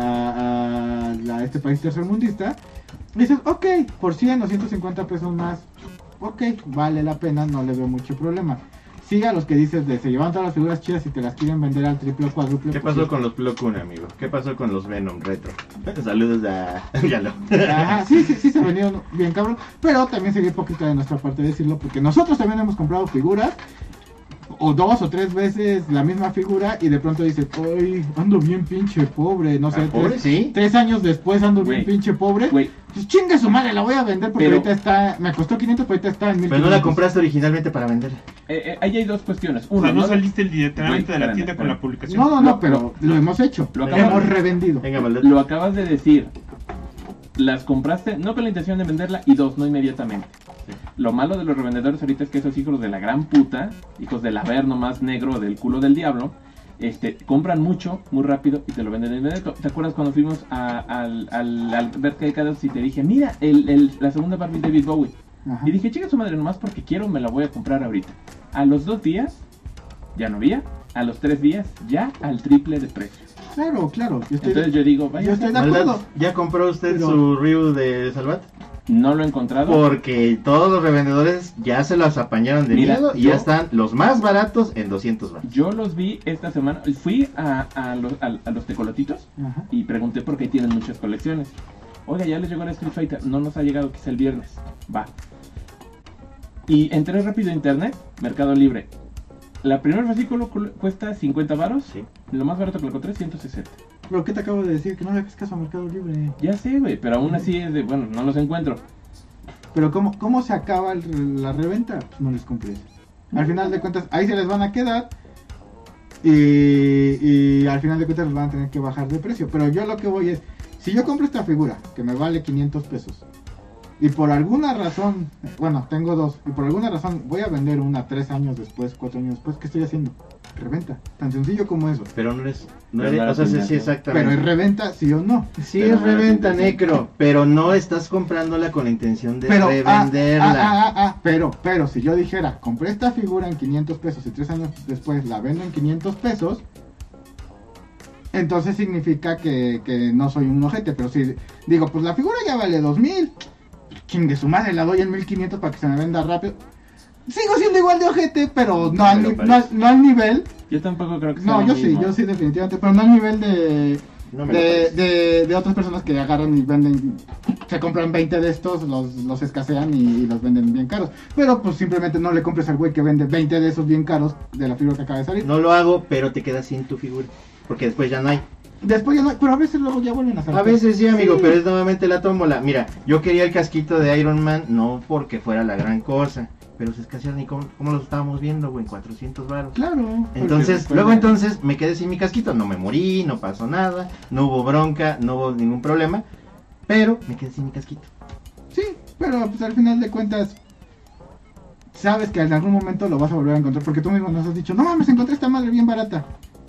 a- a este país tercermundista. Y dices, ok, por cien o ciento cincuenta pesos más, ok, vale la pena, no le veo mucho problema. Sí, a los que dices de se llevan todas las figuras chidas y te las quieren vender al triple o cuádruple. ¿Qué pues pasó sí. con los Plo Koon, amigo? ¿Qué pasó con los Venom Retro? Saludos a Yalo. Ajá, sí, sí, sí, se vendieron bien cabrón. Pero también sería hipócrita de nuestra parte decirlo, porque nosotros también hemos comprado figuras, o dos o tres veces la misma figura, y de pronto dices, uy, ando bien pinche pobre, no sé, Ah, pobre, tres, sí. tres años después ando bien Güey. pinche pobre. Güey, Pues chingue su madre, la voy a vender porque Pero- ahorita está, me costó quinientos, pero ahorita está en mil. Pero no la compraste originalmente para venderla. eh, eh, ahí hay dos cuestiones. O Uno, sea, no ¿no? saliste literalmente de la Güey, tienda con espérame, la publicación. No, no, no, Lo- pero lo hemos hecho. lo Lo acabamos- hemos revendido. Venga, maldad. Lo acabas de decir. Las compraste no con la intención de venderla y dos, no inmediatamente. Sí. Lo malo de los revendedores ahorita es que esos hijos de la gran puta, hijos del averno más negro del culo del diablo, este, compran mucho, muy rápido y te lo venden de inmediato. ¿Te acuerdas cuando fuimos a- al, al, al ver que hay cada y te dije, mira, el, el, la segunda Barbie de David Bowie? Ajá. Y dije, chica su madre, nomás porque quiero me la voy a comprar ahorita. A los dos días, ya no había. A los tres días, ya al triple de precio. Claro, claro. Yo estoy, Entonces yo digo, vaya, yo estoy de Maldad, acuerdo. ¿ya compró usted Pero- su Ryu de Salvat? no lo he encontrado. Porque todos los revendedores ya se las apañaron de Mira, miedo y yo- ya están los más baratos en doscientos baros. Yo los vi esta semana. Fui a, a, los, a, a los tecolotitos Ajá. y pregunté por qué tienen muchas colecciones. Oiga, ya les llegó el Street Fighter. No nos ha llegado, quizá el viernes. Va. Y entré rápido a internet, Mercado Libre. La primer fascículo cu- cuesta cincuenta varos. Sí. Lo más barato que lo encontré es ciento sesenta. Pero ¿qué te acabo de decir? Que no le hagas caso a Mercado Libre. Ya sé, güey, pero aún así es de, bueno, no los encuentro. Pero ¿cómo, cómo se acaba el- la reventa? Pues no les compres. Al final de cuentas, ahí se les van a quedar. Y, y al final de cuentas les van a tener que bajar de precio. Pero yo lo que voy es, si yo compro esta figura, que me vale quinientos pesos, y por alguna razón, bueno, tengo dos, y por alguna razón voy a vender una tres años después, cuatro años después, ¿qué estoy haciendo? Reventa. Tan sencillo como eso. Pero no eres... No Pero eres no la o sea, sí, sí, financiación. exactamente. Pero es reventa, sí o no. Sí Pero es no la reventa, financiación. necro, pero no estás comprándola con la intención de Pero, ah, revenderla. ah, ah, ah, pero, pero, si yo dijera, compré esta figura en quinientos pesos y tres años después la vendo en quinientos pesos, entonces significa que, que no soy un ojete. Pero si digo, pues la figura ya vale dos mil, chingue su madre, la doy en mil quinientos para que se me venda rápido. Sigo siendo igual de ojete, pero no, al, Pero ni- no, parece. al- no al nivel. Yo tampoco creo que sea No, lo yo sí, mismo. yo sí, definitivamente, pero no al nivel de. No me lo de, parece. de, de otras personas que agarran y venden, se compran veinte de estos, los, los escasean y, y los venden bien caros. Pero pues simplemente no le compres al güey que vende veinte de esos bien caros de la figura que acaba de salir. No lo hago, pero te quedas sin tu figura. Porque después ya no hay. Después ya no, pero a veces luego ya vuelven a salir. A veces sí, amigo, Sí. pero es nuevamente la tómbola. Mira, yo quería el casquito de Iron Man, no porque fuera la gran cosa. Pero se escasearon y cómo, cómo lo estábamos viendo, güey, en cuatrocientos baros. Claro. Entonces, Porque luego recuerda- entonces me quedé sin mi casquito, no me morí, no pasó nada, no hubo bronca, no hubo ningún problema, pero me quedé sin mi casquito. Sí, pero pues al final de cuentas sabes que en algún momento lo vas a volver a encontrar porque tú mismo nos has dicho, no mames, encontré esta madre bien barata.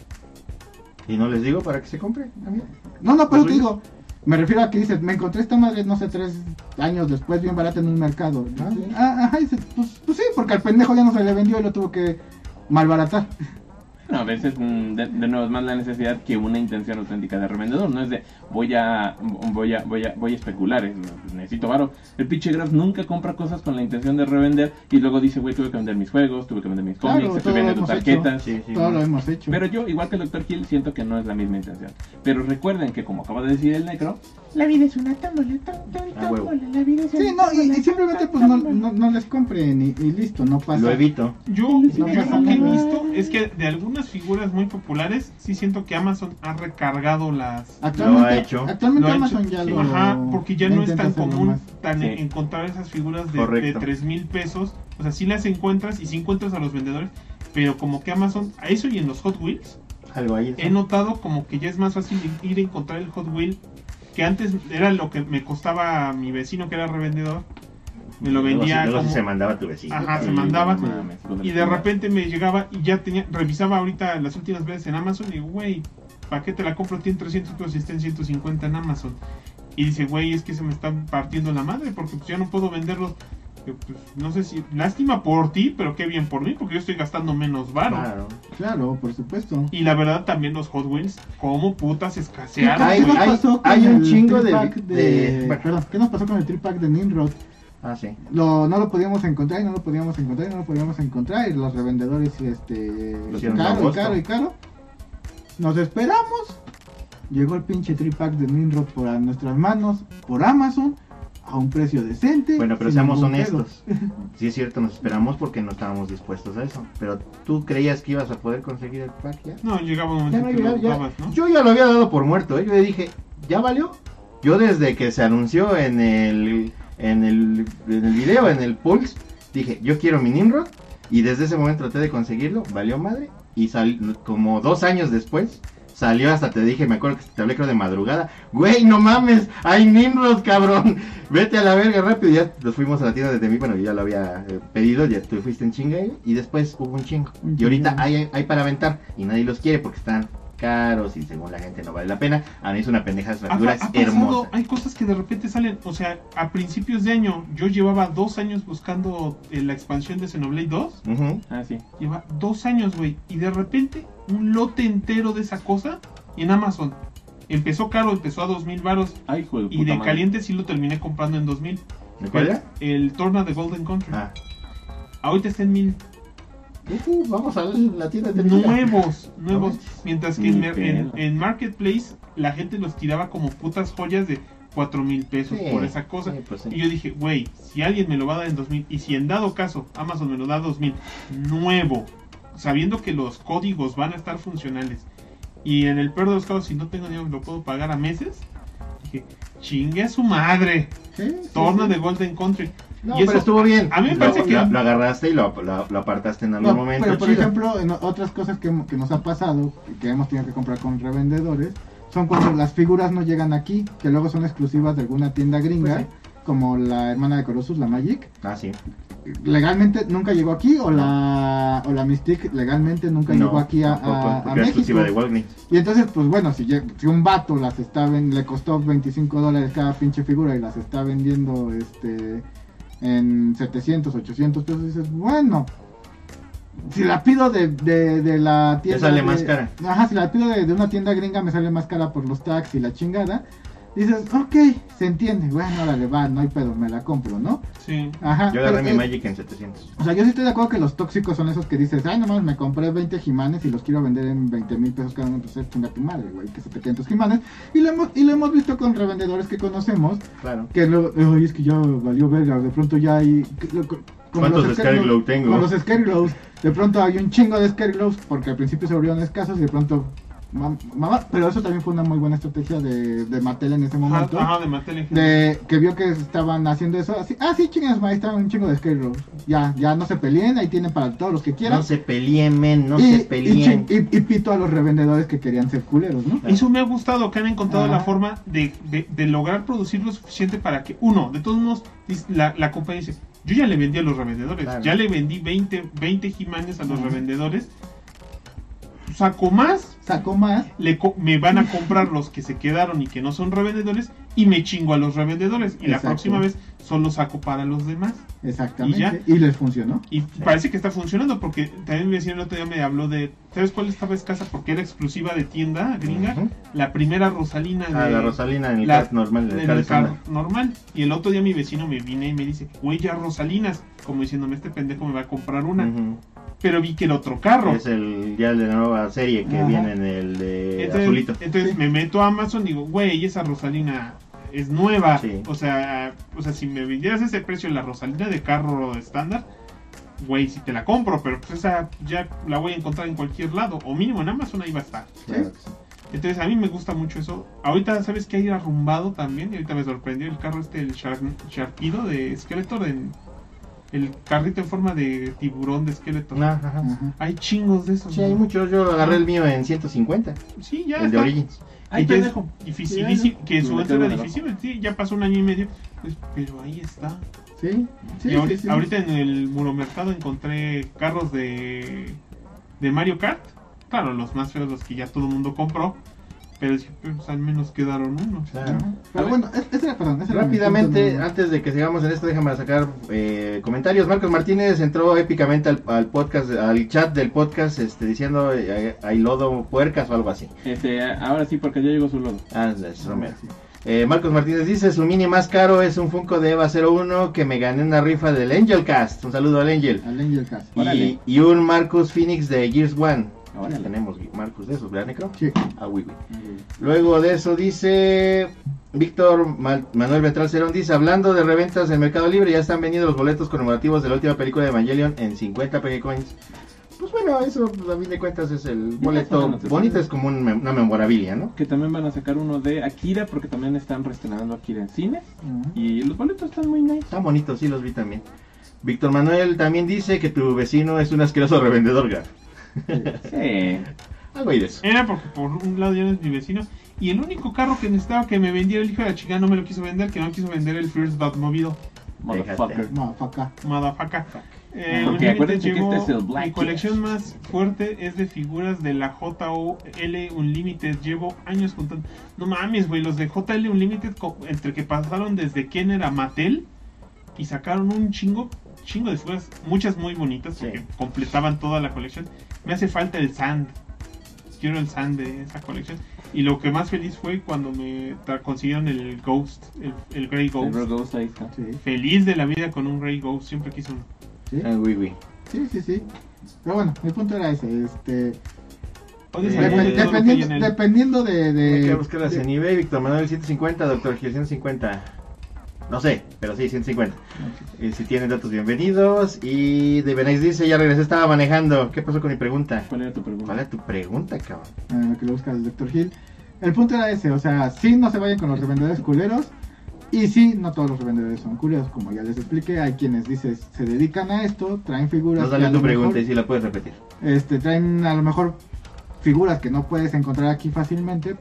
Y no les digo para que se compre, amigo. No, no, pero ¿Lo te ves? digo, me refiero a que dices, me encontré esta madre, no sé, tres años después bien barata en un mercado. Ah. Ah, ajá, y dices, pues, pues sí, porque al pendejo ya no se le vendió y lo tuvo que malbaratar. No, a veces, mm, de, de nuevo, es más la necesidad que una intención auténtica de revendedor. No es de, voy a voy a, voy a, voy a especular, es, pues, necesito varo. El pinche Graf nunca compra cosas con la intención de revender y luego dice, güey, tuve que vender mis juegos, tuve que vender mis cómics, Claro, estoy todo lo vendiendo hemos tarjetas. Sí, sí, Todo bueno. lo hemos hecho. Pero yo, igual que el doctor Hill, siento que no es la misma intención. Pero recuerden que, como acaba de decir el Necro, la vida es una tómbola, tom, tom, A huevo. tómbola, la vida es Sí, una no, y, y tómbola, simplemente tom, pues no, tómbola. no, no les compren y, y listo, no pasa. Lo evito. Yo, No yo pasa lo que he nada. visto es que de algunas figuras muy populares, sí siento que Amazon ha recargado las... Actualmente, Lo ha hecho. actualmente Lo ha Amazon hecho, ya sí. lo. Ajá, porque ya ya no es intenta tan hacerlo común más. tan Sí. encontrar esas figuras de, de Correcto. tres mil pesos. O sea, sí las encuentras y sí encuentras a los vendedores, pero como que Amazon, a eso y en los Hot Wheels, Algo ahí. he notado como que ya es más fácil ir a encontrar el Hot Wheel, que antes era lo que me costaba a mi vecino que era revendedor, me lo Luego, vendía sí- luego sí como- se mandaba a tu vecino. Ajá, se Sí, mandaba. no mames, hijo la y de chingada. repente me llegaba y ya tenía, revisaba ahorita las últimas veces en Amazon y digo, güey, ¿para qué te la compro? Tiene trescientos pesos y está en ciento cincuenta en Amazon. Y dice, güey, es que se me están partiendo la madre porque pues ya no puedo venderlos. Yo, pues, no sé si, lástima por ti, pero qué bien por mí, porque yo estoy gastando menos varo. Claro. Claro, por supuesto. Y la verdad también los Hot Wheels, como putas ¿Qué, escasearon, Hay- qué nos güey. hay- pasó con hay un el chingo de- tripack de- de, bueno. perdón, ¿qué nos pasó con el tripack de Nimrod? Ah, sí. Lo, no lo podíamos encontrar y no lo podíamos encontrar y no lo podíamos encontrar y los revendedores este Lo hicieron caro y agosto. caro y caro. Nos esperamos. Llegó el pinche tripack de Nimrod por a nuestras manos por Amazon a un precio decente. Bueno, pero sin seamos ningún pedo. honestos. Sí es cierto, nos esperamos porque no estábamos dispuestos a eso. Pero tú creías que ibas a poder conseguir el pack ya. No, llegaba un Ya momento no, que ya- lo ya- dudabas, ¿no? Yo ya lo había dado por muerto, ¿eh? Yo le dije, ¿ya valió? Yo desde que se anunció en el en el, en el video, en el Pulse, dije, yo quiero mi Nimrod. Y desde ese momento traté de conseguirlo, valió madre. Y sal, como dos años después, salió hasta te dije, me acuerdo que te hablé creo de madrugada. Güey, no mames, hay Nimrod, cabrón. Vete a la verga rápido. Y ya nos fuimos a la tienda desde mí, bueno, yo ya lo había eh, pedido, ya tú fuiste en chinga. Y después hubo un chingo. Un Y ahorita chingo. hay, hay para aventar y nadie los quiere porque están caros y según la gente no vale la pena. A mí es una pendeja, esa Ha, figura ha es pasado, hermosa. hay cosas que de repente salen, o sea, a principios de año, yo llevaba dos años buscando eh, la expansión de Xenoblade dos, Ujú. Ah, sí. lleva dos años, güey, y de repente un lote entero de esa cosa en Amazon. Empezó caro, empezó a dos mil varos, Ay, hijo de y puta de madre. caliente sí lo terminé comprando en dos mil. ¿De cuál era? El Torna de Golden Country. Ah. Ahorita está en mil. Uh, vamos a la tienda de Televisa. Nuevos, nuevos. manches. Mientras que Ni en, mer- pedo. en- en Marketplace la gente los tiraba como putas joyas de cuatro mil pesos Sí, por esa cosa. sí, pues sí. Y yo dije, güey, si alguien me lo va a dar en dos mil, y si en dado caso Amazon me lo da dos mil, nuevo, sabiendo que los códigos van a estar funcionales, y en el peor de los casos, si no tengo dinero, lo puedo pagar a meses, dije, chingue a su madre, Sí, sí, Torna sí. de Golden Country. No, Y pero eso- estuvo bien. a mí me Lo- parece que- Lo, lo agarraste y lo, lo, lo apartaste en algún No, momento. pero por chido. ejemplo, en otras cosas que, que nos ha pasado, que hemos tenido que comprar con revendedores, son cuando las figuras no llegan aquí, que luego son exclusivas de alguna tienda gringa, Pues como la hermana de Colossus, la Magic. Ah, sí. Legalmente nunca llegó aquí, o la o la Mystique legalmente nunca No, llegó aquí a, tampoco, a- a porque era México. exclusiva de Walgreens. Y entonces, pues bueno, si, lle- si un vato las está ven- le costó veinticinco dólares cada pinche figura y las está vendiendo este en setecientos, ochocientos pesos, dices, bueno, si la pido de, de, de la tienda... sale de- más cara. Ajá, si la pido de, de una tienda gringa me sale más cara por los tax y la chingada. dices, ok, se entiende, bueno, órale, va, no hay pedo, me la compro, ¿no? Sí. Ajá. Yo agarré pero, mi eh, Magic en setecientos. O sea, yo sí estoy de acuerdo que los tóxicos son esos que dices, ay, nomás me compré veinte He-Manes y los quiero vender en veinte mil pesos cada uno, pues es chinga tu madre, güey, que se te queden tus He-Manes. Y lo hemos, y lo hemos visto con revendedores que conocemos, Claro. que luego, oye, es que ya valió verga, de pronto ya hay... que- lo- como ¿Cuántos los Scary Glow- Glow tengo? Con los Scary Glows, de pronto hay un chingo de Scary Glows porque al principio se volvieron escasos y de pronto... mam- Mamá, pero eso también fue una muy buena estrategia de, de Mattel en ese Ajá, momento. ajá, de Mattel. De que vio que estaban haciendo eso, así, ah sí, chingas, maestra, un chingo de Scary Glows. Ya, ya no se peleen, ahí tienen para todos los que quieran. No se peleen, men, no y, se peleen. y, chin- y- y pito a los revendedores que querían ser culeros, ¿no? Eso me ha gustado, que han encontrado Ajá. la forma de, de, de lograr producir lo suficiente para que, uno, de todos modos, dis- la, la compañía dice, yo ya le vendí a los revendedores, Claro. ya le vendí veinte, veinte He-Manes a los Ajá. revendedores, saco más, Sacó más. le co- me van a comprar los que se quedaron y que no son revendedores, y me chingo a los revendedores, y la Exacto. próxima vez solo saco para los demás. Exactamente. ¿Y Y, les funcionó. Y parece que está funcionando, porque también mi vecino el otro día me habló de, ¿sabes cuál estaba escasa? Porque era exclusiva de tienda gringa, Ujú. la primera Rosalina de... Ah, la Rosalina en el la- cast normal, en el en cast el car estándar. normal. Y el otro día mi vecino me viene y me dice, güey, ya Rosalinas, como diciéndome, este pendejo me va a comprar una. Ujú. Pero vi que el otro carro. Es el ya de la nueva serie que Ajá. viene en el de entonces azulito. entonces Sí. me meto a Amazon y digo, güey, esa Rosalina es nueva. Sí. O sea, o sea, si me vendieras ese precio la Rosalina de carro estándar, güey, si te la compro, pero pues esa ya la voy a encontrar en cualquier lado, o mínimo en Amazon ahí va a estar. Claro que sí. Entonces a mí me gusta mucho eso. Ahorita, ¿sabes que hay arrumbado también? Y ahorita me sorprendió el carro este, el Shark, Sharknado de Skeletor, en, el carrito en forma de tiburón de Skeletor. Ah, ajá. Ajá. Hay chingos de esos. Sí, hay ¿no? muchos. Yo agarré el mío en ciento cincuenta. Sí, ya El de está. Origins. Ahí Que te es dejo. dificilísimo, que Me su quedo era debajo. difícil, sí, ya pasó un año y medio, pues, pero ahí está. Sí, sí, y ahorita, sí, sí. ahorita en el muromercado encontré carros de, de Mario Kart, claro, los más feos, los que ya todo el mundo compró, pero sí, pues, al menos quedaron unos. Claro. Ajá. Pero bueno, es- ese era, perdón, ese era mi Rápidamente, punto, ¿no? antes de que sigamos en esto, déjame sacar eh, comentarios. Marcos Martínez entró épicamente al, al podcast, al chat del podcast, este, diciendo eh, hay lodo puercas o algo así. Este, ahora sí, porque ya llegó su lodo. Ah, es Romero. Sí. Eh, Marcos Martínez dice, su mini más caro es un Funko de Eva cero uno que me gané en una rifa del Angel Cast. Un saludo al Angel. Al Angel Cast. Y, Órale. y un Marcus Phoenix de Gears One. Ahora Órale. tenemos Marcus de esos, ¿verdad, Necro? Sí. Ah, oui, oui. Luego de eso dice Víctor Ma- Manuel Betral Cerón, dice, hablando de reventas en Mercado Libre, ya están vendidos los boletos conmemorativos de la última película de Evangelion en cincuenta P G Coins. Pues bueno, eso pues, a fin de cuentas es el boleto no te bonito, sabes. es como un mem- una memorabilia, ¿no? Que también van a sacar uno de Akira, porque también están reestrenando Akira en cines. Ajá. Y los boletos están muy nice. Están bonitos, sí los vi también. Víctor Manuel también dice que tu vecino es un asqueroso revendedor, Gar. Sí. Algo hay de eso. Era porque por un lado ya no es mi vecino, y el único carro que necesitaba que me vendiera el hijo de la chica no me lo quiso vender, que no quiso vender el First Batmobile. Motherfucker. No, fue acá. Motherfucker. Eh, Porque Unlimited acuérdense que llevó- este es el Black mi colección Kiss. más fuerte es de figuras de la J O L Unlimited. Llevo años juntando. No mames, güey, los de J L Unlimited, co- entre que pasaron desde Kenner a Mattel y sacaron un chingo, chingo de figuras, muchas muy bonitas, Sí. que completaban toda la colección. Me hace falta el Sand. Quiero el Sand de esa colección. Y lo que más feliz fue cuando me tra- consiguieron el Ghost, el, el Grey El Ghost. Rogue Ghost ahí está. Sí, Feliz de la vida con un Grey Ghost, siempre quise uno. sí, Ah, oui, oui. sí, sí, sí. Pero bueno, mi punto era ese, este... Odias Eh, al mundo y depe- todo lo que hay dependiendo, en él. dependiendo de... de Hay que buscarlas de- en eBay, Víctor Manuel ciento cincuenta, Doctor Gil ciento cincuenta. No sé, pero sí, ciento cincuenta. Y si tienen datos, bienvenidos. Y de Benex dice, ya regresé, estaba manejando. ¿Qué pasó con mi pregunta? ¿Cuál era tu pregunta? ¿Cuál era tu pregunta, cabrón? eh, que lo busca el doctor Hill. El punto era ese, o sea, sí, no se vayan con los revendedores culeros. Y sí, no todos los revendedores son culeros, como ya les expliqué. Hay quienes dices se dedican a esto, traen figuras. Nos que a dale lo tu pregunta mejor, y si la puedes repetir. este, traen a lo mejor figuras que no puedes encontrar aquí fácilmente.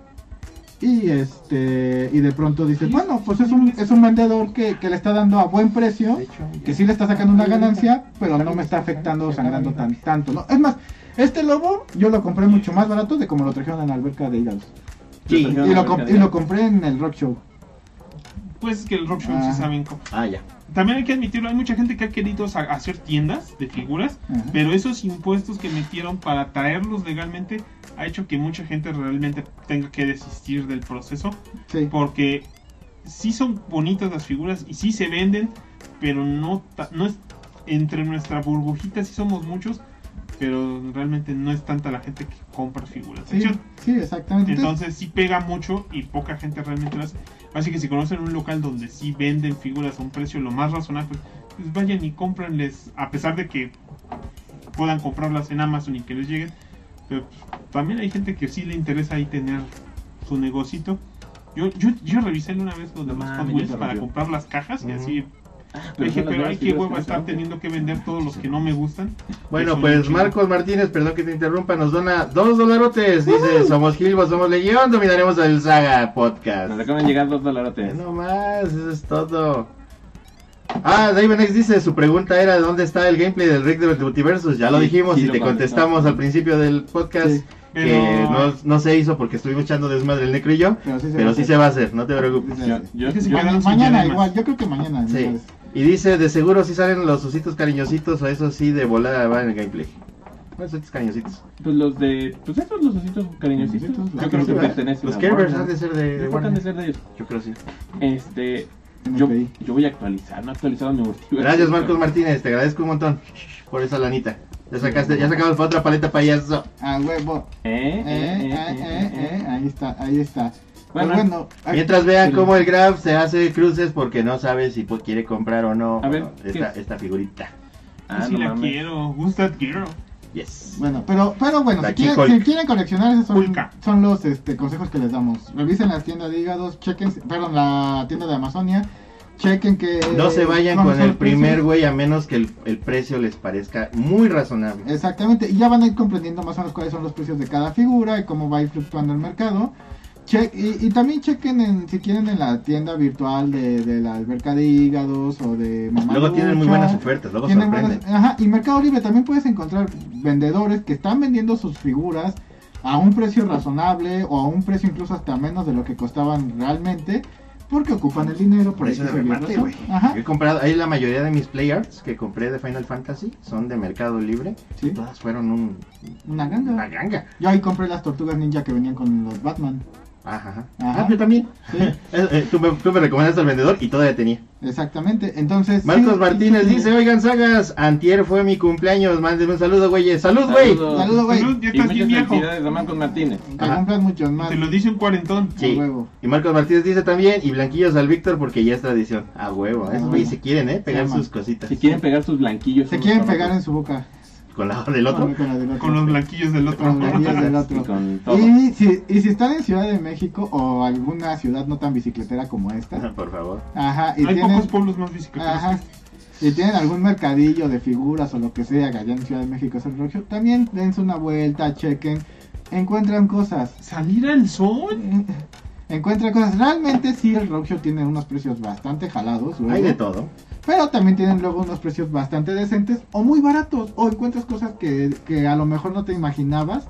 Y este y de pronto dices, bueno, pues es un, es un vendedor que, que le está dando a buen precio, De hecho, que sí le está sacando una ganancia, pero no me está afectando o sangrando tan, tanto, ¿no? Es más, este lobo yo lo compré mucho más barato de como lo trajeron en la alberca de hígados. Sí. Yo Y lo, comp- y lo compré en el Rock Show. Pues es que el Rock Show Ah. sí saben cómo. Ah, ya. También hay que admitirlo, hay mucha gente que ha querido sa- hacer tiendas de figuras, Ajá. pero esos impuestos que metieron para traerlos legalmente ha hecho que mucha gente realmente tenga que desistir del proceso. Sí. Porque sí son bonitas las figuras y sí se venden, pero no, ta- no es entre nuestra burbujita, sí somos muchos, pero realmente no es tanta la gente que compra figuras de Sí, acción. sí, exactamente. Entonces sí pega mucho y poca gente realmente lo hace. Así que si conocen un local donde sí venden figuras a un precio lo más razonable, pues, pues vayan y cómpranles, a pesar de que puedan comprarlas en Amazon y que les lleguen. Pero pues, también hay gente que sí le interesa ahí tener su negocito. Yo, yo, yo revisé una vez los No demás mames, Hot Wheels ya se para rompió. comprar las cajas y Ujú. así. Pero Dije, son las pero nuevas hay que figuras hueva que estar se rompen. teniendo que vender todos los que no me gustan. Bueno, Son pues un chingo. Marcos Martínez, perdón que te interrumpa, nos dona dos dolarotes. Dice, somos Gilbo, somos Legión, dominaremos el Saga Podcast. Nos acaban de llegar dos dolarotes. No más, eso es todo. Ah, David X dice, su pregunta era ¿dónde está el gameplay del Rick del Multiversus? Ya lo Sí, dijimos sí y lo te contestamos contestamos. al principio del podcast Sí, que pero- no, no se hizo porque estuvimos echando desmadre el Necro y yo, Pero sí se va pero a sí hacer. se va a hacer, no te preocupes. Sí, Yo, sí. yo, Es que se yo- quedaron sin Mañana diademas. igual, yo creo que mañana. Sí. igual. Y dice, de seguro sí salen los ositos cariñositos o eso sí de volada va en el gameplay. ¿Cuáles ositos cariñositos? pues los de. Pues estos, los ositos cariñositos. Ositos, Yo la creo que criatura. pertenecen Los a Kerbers Warner. han de ser de, de Yo creo que han Warner. de ser de ellos. Yo creo sí. Este. En Yo, F I. yo voy a actualizar, no he actualizado mi multiverso. Gracias Marcos Martínez, te agradezco un montón por esa lanita. Ya sacaste, ya sacamos otra paleta payaso. Ah, huevo. Eh, Eh, eh, eh, eh, eh, ahí está, ahí está. Bueno, Pues bueno, ay, Mientras vean sí. cómo el Graf se hace cruces porque no sabe si pues, quiere comprar o no A ver, bueno, ¿qué esta, es? esta figurita. Ah, sí no la mames. quiero, who's that girl? Yes. Bueno, pero, pero bueno, La si quieren, Chicol. si quieren coleccionar, esos son, Ulca. son los este, consejos que les damos. Revisen la tienda de hígados, chequen, perdón, la tienda de Amazonia, chequen que... No se vayan cómo con son el los primer precios. güey a menos que el, el precio les parezca muy razonable. Exactamente, y ya van a ir comprendiendo más o menos cuáles son los precios de cada figura y cómo va a ir fluctuando el mercado. Che- y, y también chequen en, si quieren en la tienda virtual de, de la alberca de hígados o de Mamalucha. Luego tienen muy buenas ofertas, luego Tienen sorprenden. buenas- ajá, y Mercado Libre también puedes encontrar vendedores que están vendiendo sus figuras a un precio razonable o a un precio incluso hasta menos de lo que costaban realmente porque ocupan el dinero por Precio de X o Y remate, razón. güey. Ajá, Yo he comprado, ahí la mayoría de mis play arts que compré de Final Fantasy son de Mercado Libre. sí, Todas fueron un, una ganga. una ganga. Yo ahí compré las tortugas ninja que venían con los Batman. Ajá, ajá. Ajá. Ah, yo también. Sí. Eh, eh, tú, me, tú me recomendaste al vendedor y todavía tenía. Exactamente, entonces... Marcos sí, Martínez sí, sí. dice, oigan sagas, antier fue mi cumpleaños, mándenme un saludo, güeyes. ¡Salud, güey! Saludos, güey. Salud, ya Y estás muchas bien viejo. felicidades a Marcos Martínez. Que Ajá. cumplan muchos más. Te lo dice un cuarentón. Sí. A huevo. Y Marcos Martínez dice también, y blanquillos al Víctor porque ya es tradición. A huevo, esos Ah, güey bueno. se quieren, ¿eh? Pegar Se aman. sus cositas. Si quieren pegar sus blanquillos. Se unos quieren con pegar en otros. su boca. Con la del otro. Con, con la del otro. Con los blanquillos del otro. Con los blanquillos del Y otro. con todo. Y si, y si están en Ciudad de México o alguna ciudad no tan bicicletera como esta, Por favor. ajá, y Hay tienen, pocos pueblos más bicicleteros. ajá, y tienen algún mercadillo de figuras o lo que sea que allá en Ciudad de México es el roadshow, también dense una vuelta, chequen, encuentran cosas, Salir al sol. encuentran cosas. Realmente sí el roadshow tiene unos precios bastante jalados, luego, Hay de todo. pero también tienen luego unos precios bastante decentes o muy baratos, o encuentras cosas que, que a lo mejor no te imaginabas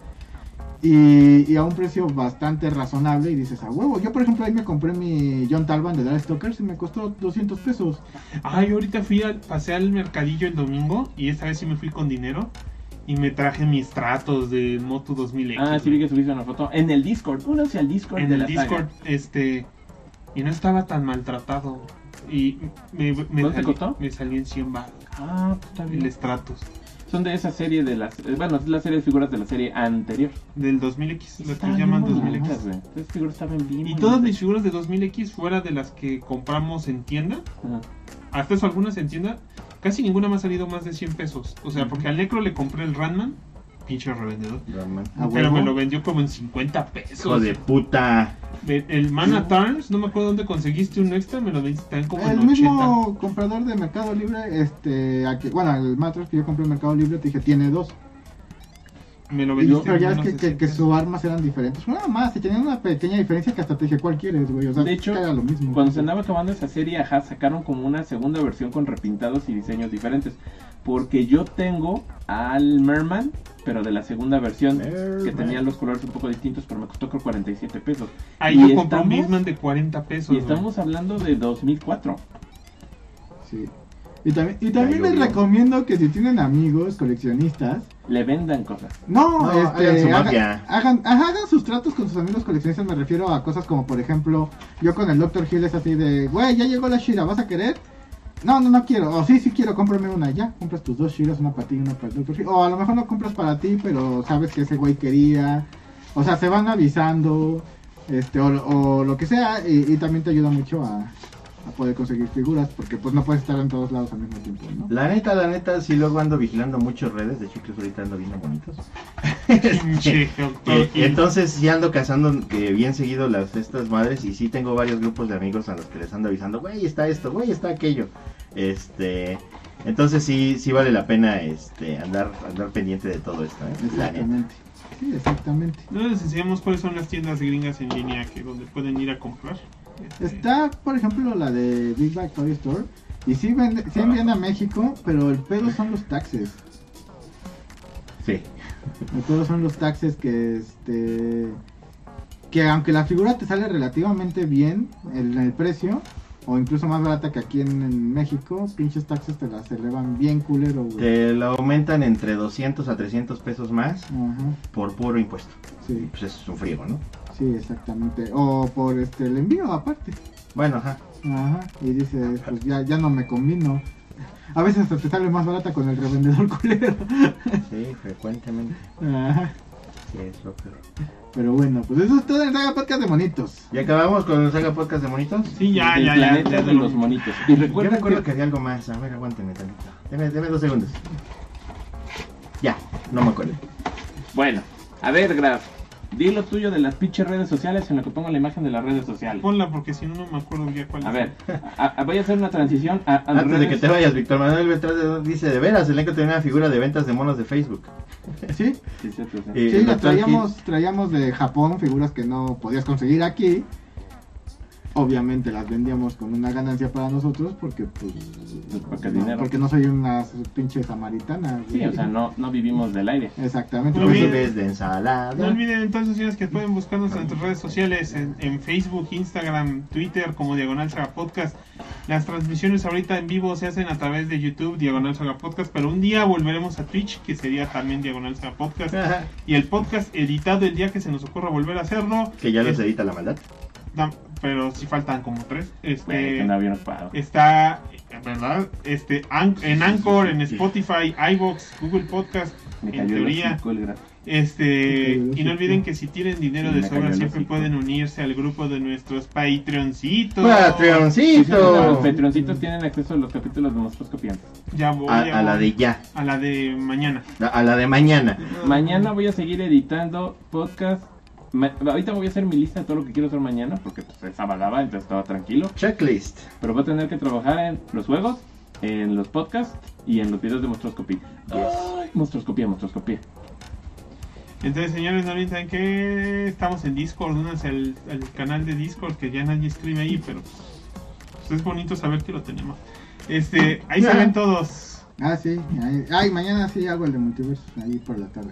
y, y a un precio bastante razonable y dices a huevo. Yo por ejemplo ahí me compré mi John Talban de Darkstalkers y me costó doscientos pesos. Ay, ahorita fui al, pasé al mercadillo el domingo y esta vez sí me fui con dinero y me traje mis tratos de Moto dos mil X. Ah, sí vi que subiste una foto. En el Discord. Únanse al Discord en de el la Discord, saga. este, y no estaba tan maltratado. Y me, me, ¿Cuánto te salí, costó? me salí en cien baros Ah, pues está el bien. estratos Son de esa serie de las... eh, Bueno, es la serie de figuras de la serie anterior. del dos mil X, lo que Estaban llaman bien dos mil X. bonitas, güey. Esas figuras estaban bien Y bonitas. todas mis figuras de dos mil X fuera de las que compramos en tienda, Ajá. hasta eso algunas en tienda, casi ninguna me ha salido más de cien pesos. O sea, porque al Necro le compré el Ranman, pinche revendedor. Brahman. ¿A Pero huevo? me lo vendió como en cincuenta pesos. Hijo de puta. Ve- El Mana Turns, no me acuerdo dónde conseguiste un extra, me lo vendiste también como en El ochenta. mismo comprador de Mercado Libre, este, aquí, bueno, el Matros que yo compré en Mercado Libre, te dije, tiene dos. Me lo Y- vendiste pero ya en es que, menos que, de que cien sus armas eran diferentes. Nada más, y tenían una pequeña diferencia que hasta te dije, ¿cuál quieres, güey? O sea, De hecho, era lo mismo. Cuando se andaba acabando esa serie, ajá, sacaron como una segunda versión con repintados y diseños diferentes. Porque yo tengo al Merman, pero de la segunda versión, Merman. que tenía los colores un poco distintos, pero me costó creo cuarenta y siete pesos. Ahí Y yo compré un estamos- Bisman de cuarenta pesos. Y güey. estamos hablando de dos mil cuatro. Sí. Y también, y también Ya les llovió. recomiendo que si tienen amigos coleccionistas, le vendan cosas. No, No, este, hagan su haga- mafia. hagan, ajá, hagan sus tratos con sus amigos coleccionistas. Me refiero a cosas como, por ejemplo, yo con el doctor Hill es así de, güey, ya llegó la Shira, ¿vas a querer? No, no, no quiero. O sí, sí quiero, cómprame una. Ya, compras tus dos Shiras, una para ti y una para el doctor Hill. O a lo mejor no compras para ti, pero sabes que ese güey quería. O sea, se van avisando, este, o, o lo que sea, y, y también te ayuda mucho a, a poder conseguir figuras, porque pues no puedes estar en todos lados al mismo tiempo, ¿no? La neta, la neta, sí luego ando vigilando muchas redes, de hecho que ahorita ando viendo bonitos. Pinche doctor Eh, Hill. entonces sí ando cazando que bien seguido las estas madres y sí tengo varios grupos de amigos a los que les ando avisando, güey, está esto, güey, está aquello. Este, entonces sí sí vale la pena este andar andar pendiente de todo esto, ¿eh? La neta. Exactamente. Sí, exactamente. No les enseñamos cuáles son las tiendas gringas en línea que donde pueden ir a comprar. Este, Está, por ejemplo, la de Big Bag Toy Store. Y sí, vende, sí envían a México, pero el pedo son los taxes. Sí. El pedo son los taxes que, este... Que aunque la figura te sale relativamente bien en el precio, o incluso más barata que aquí en, en México, pinches taxes te las elevan bien culero, güey. Te lo aumentan entre doscientos a trescientos pesos más Ajá, por puro impuesto. sí, Pues eso es un friego, ¿no? sí, exactamente. O por este el envío aparte. Bueno, ajá. Ajá, y dices, pues ya, ya no me combino. A veces hasta te sale más barata con el revendedor culero. Sí, frecuentemente. Ajá. Sí, es lo peor. Pero bueno, pues eso es todo en Saga Podcast de Monitos. ¿Ya acabamos con el Saga Podcast de Monitos? Sí, ya, El ya, ya. planeta ya de no- los monitos. Y Yo recuerda recuerdo que... que había algo más. A ver, aguánteme tantito. Deme, deme dos segundos. Ya, no me acuerdo. Bueno, a ver, Graf, di lo tuyo de las pinches redes sociales en lo que pongo la imagen de las redes sociales. Ponla porque si no, no me acuerdo ya cuál A es. ver, a- a- voy a hacer una transición a, a Antes de redes- que te vayas, Víctor Manuel Beltrán dice, de veras, el elenco tiene una figura de ventas de monos de Facebook. ¿Sí? Sí, sí, sí, sí. Eh, Sí, el las doctor traíamos, traíamos de Japón, figuras que no podías conseguir aquí. Obviamente las vendíamos con una ganancia para nosotros porque pues, Porque no, dinero. porque no soy una pinche samaritana. Sí, o sea, no, no vivimos del aire. Exactamente. No Gil. Pues, olvides- Vives de ensalada. No olviden entonces, señores, que pueden buscarnos en nuestras redes sociales, en, en Facebook, Instagram, Twitter, como Diagonal Saga Podcast. Las transmisiones ahorita en vivo se hacen a través de YouTube, Diagonal Saga Podcast, pero un día volveremos a Twitch, que sería también Diagonal Saga Podcast. Ajá. Y el podcast editado el día que se nos ocurra volver a hacerlo. Que ya los Es- edita la maldad. no, pero sí faltan como tres. Güey, que Este, andaba bien ocupado. está, ¿verdad? Este, An- en Anchor, en Spotify, iVoox, Google Podcast, Me en cayó el teoría. hocico el Graf. Este, Ok, y no olviden que si tienen dinero Sí, de me cayó sobra el siempre hocico. pueden unirse al grupo de nuestros Patreoncitos. Los ¡Patreoncito! Patreoncitos tienen acceso a los capítulos de Monstruos Copiantes. Ya voy, A, ya a la voy. de ya. A la de mañana. A, a la de mañana. Mañana voy a seguir editando podcast. Ma- ahorita voy a hacer mi lista de todo lo que quiero hacer mañana, porque pues es sabadaba, entonces estaba tranquilo. Checklist. Pero voy a tener que trabajar en los juegos, en los podcasts y en los videos de Monstruoscopía. Ay, Monstruoscopía, Monstruoscopía. Entonces, señores, no olviden que estamos en Discord. Únanse al, al canal de Discord, que ya nadie escribe ahí, pero pues, es bonito saber que lo tenemos. Este, ahí se ven todos. Ah, sí. Ay, ay, mañana sí hago el de multiverso ahí por la tarde.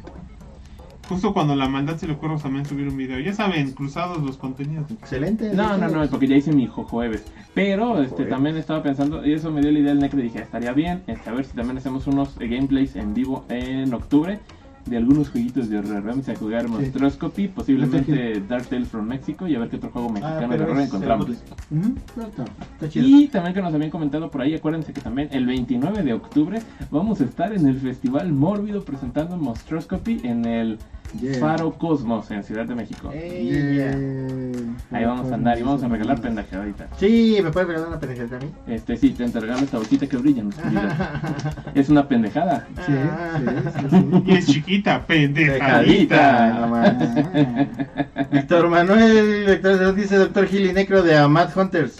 Justo cuando la maldad se le ocurre también subir un video. Ya saben, cruzados los contenidos. Excelente. No, no, no, es porque ya hice mi jueves. Pero este Jueves. también estaba pensando, y eso me dio la idea del Necro, y dije, estaría bien, este, a ver si también hacemos unos eh, gameplays en vivo en octubre de algunos jueguitos de horror. Vamos a jugar Monstroscopy, posiblemente Dark Tale from Mexico, y a ver qué otro juego mexicano de pero horror es encontramos. Ujú, claro. Está chido. Y también que nos habían comentado por ahí, acuérdense que también el veintinueve de octubre vamos a estar en el Festival Mórbido presentando Monstroscopy en el Yeah. Faro Cosmos en Ciudad de México. Ey, Yeah. ya. Ahí vamos a andar y vamos a regalar pendejadita. Sí, ¿me puedes regalar una pendejada a mí? Este, sí, te entregamos esta bolsita que brilla en la oscuridad. Es una pendejada. Sí, sí, sí, sí. Y es chiquita, pendejadita. Pendejadita, no más. Ah, Víctor Manuel Víctor, dice Doctor Gil y Necro de a Mad Hunters.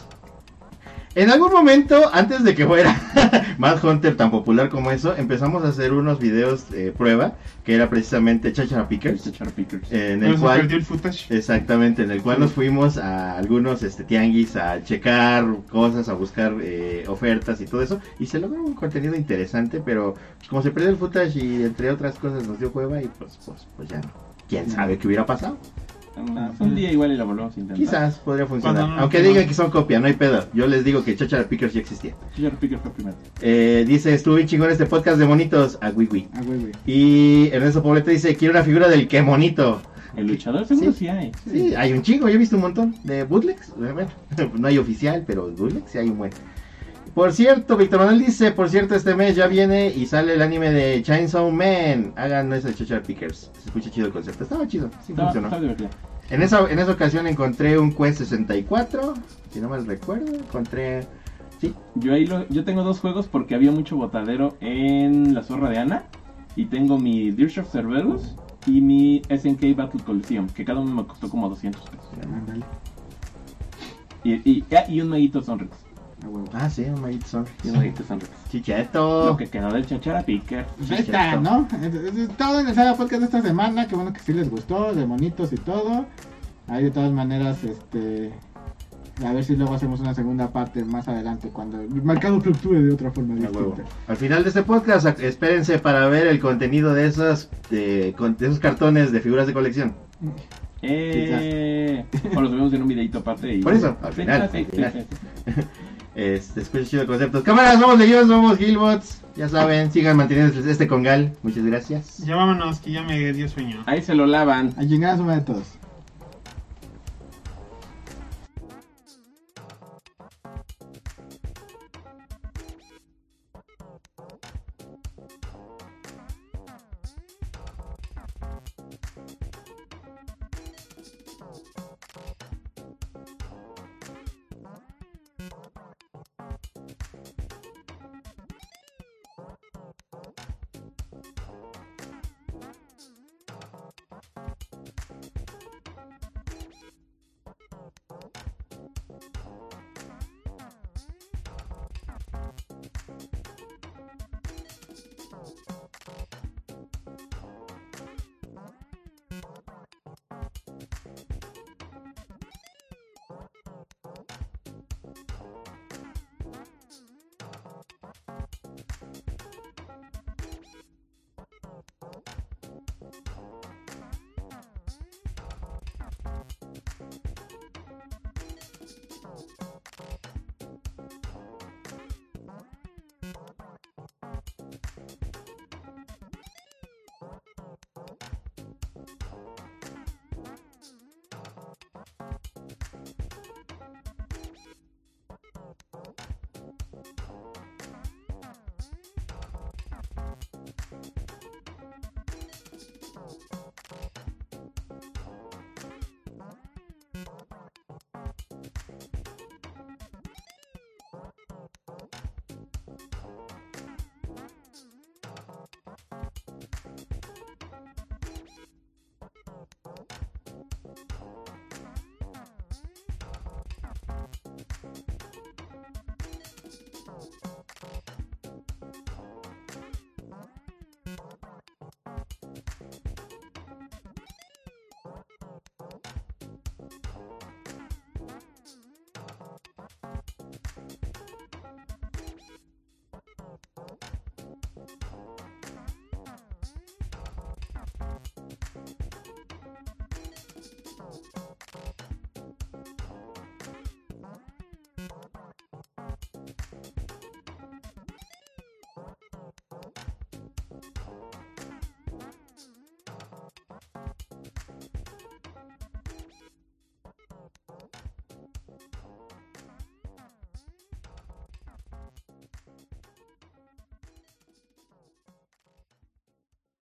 En algún momento, antes de que fuera Mad Hunter tan popular como eso, empezamos a hacer unos videos de prueba, que era precisamente Chachara Pickers, Chachar Pickers. en Pero el se cual... perdió el footage. Exactamente, en el cual nos fuimos a algunos este, tianguis a checar cosas, a buscar eh, ofertas y todo eso, y se logró un contenido interesante, pero como se perdió el footage y entre otras cosas nos dio cueva y pues, pues, pues ya no. ¿Quién sabe qué hubiera pasado? Más, un día igual y lo volvemos a intentar. Quizás podría funcionar. Cuando no Aunque tengo- digan que son copia, no hay pedo. Yo les digo que Chachara Pickers ya existía. Chachara Picker fue primero. Eh, dice, estuvo bien chingón este podcast de monitos. A Wii Ah, güey, güey. Y Ernesto Poblete dice, quiero una figura del que monito. El luchador seguro Sí. sí, hay. Sí, hay un chingo, yo he visto un montón de bootlegs. Bueno, no hay oficial, pero bootlegs sí hay un buen. Por cierto, Víctor Manuel dice, por cierto, este mes ya viene y sale el anime de Chainsaw Man. Hagan ese de Chachara Pickers. Se escucha chido el concepto. Estaba chido, sí Estaba, funcionó. estaba divertido. En esa, en esa ocasión encontré un Quest sesenta y cuatro, si no mal recuerdo. Encontré... Sí, Yo ahí lo, yo tengo dos juegos porque había mucho botadero en la Zorra de Ana. Y tengo mi Dirge of Cerberus y mi S N K Battle Coliseum, que cada uno me costó como doscientos pesos. Ándale. Y, y, ah, y un Maguito Sonrix. Ah, huevo. ah, sí, un Maguito Son. Y un Maguito Sonrix. Chicheto. Lo que quedó del Chachara Picker. Pues ahí está, ¿no? Es- es todo en el Saga Podcast de esta semana. Qué bueno que sí les gustó, de monitos y todo. Ahí de todas maneras, este... A ver si luego hacemos una segunda parte más adelante, cuando el mercado fluctúe de otra forma A huevo. distinta. Al final de este podcast, ac- espérense para ver el contenido de esos, de, con- de esos cartones de figuras de colección. Eh, o lo subimos en un videito aparte. Y... Por eso, al Sí, final, sí, al sí, final. sí, sí. Este, escucha chido el concepto. Cámaras, somos Legión, somos Gilbots. Ya saben, sigan manteniendo este congal. Muchas gracias. Ya vámonos, que ya me dio sueño. Ahí se lo lavan. A chingar a su madre de todos.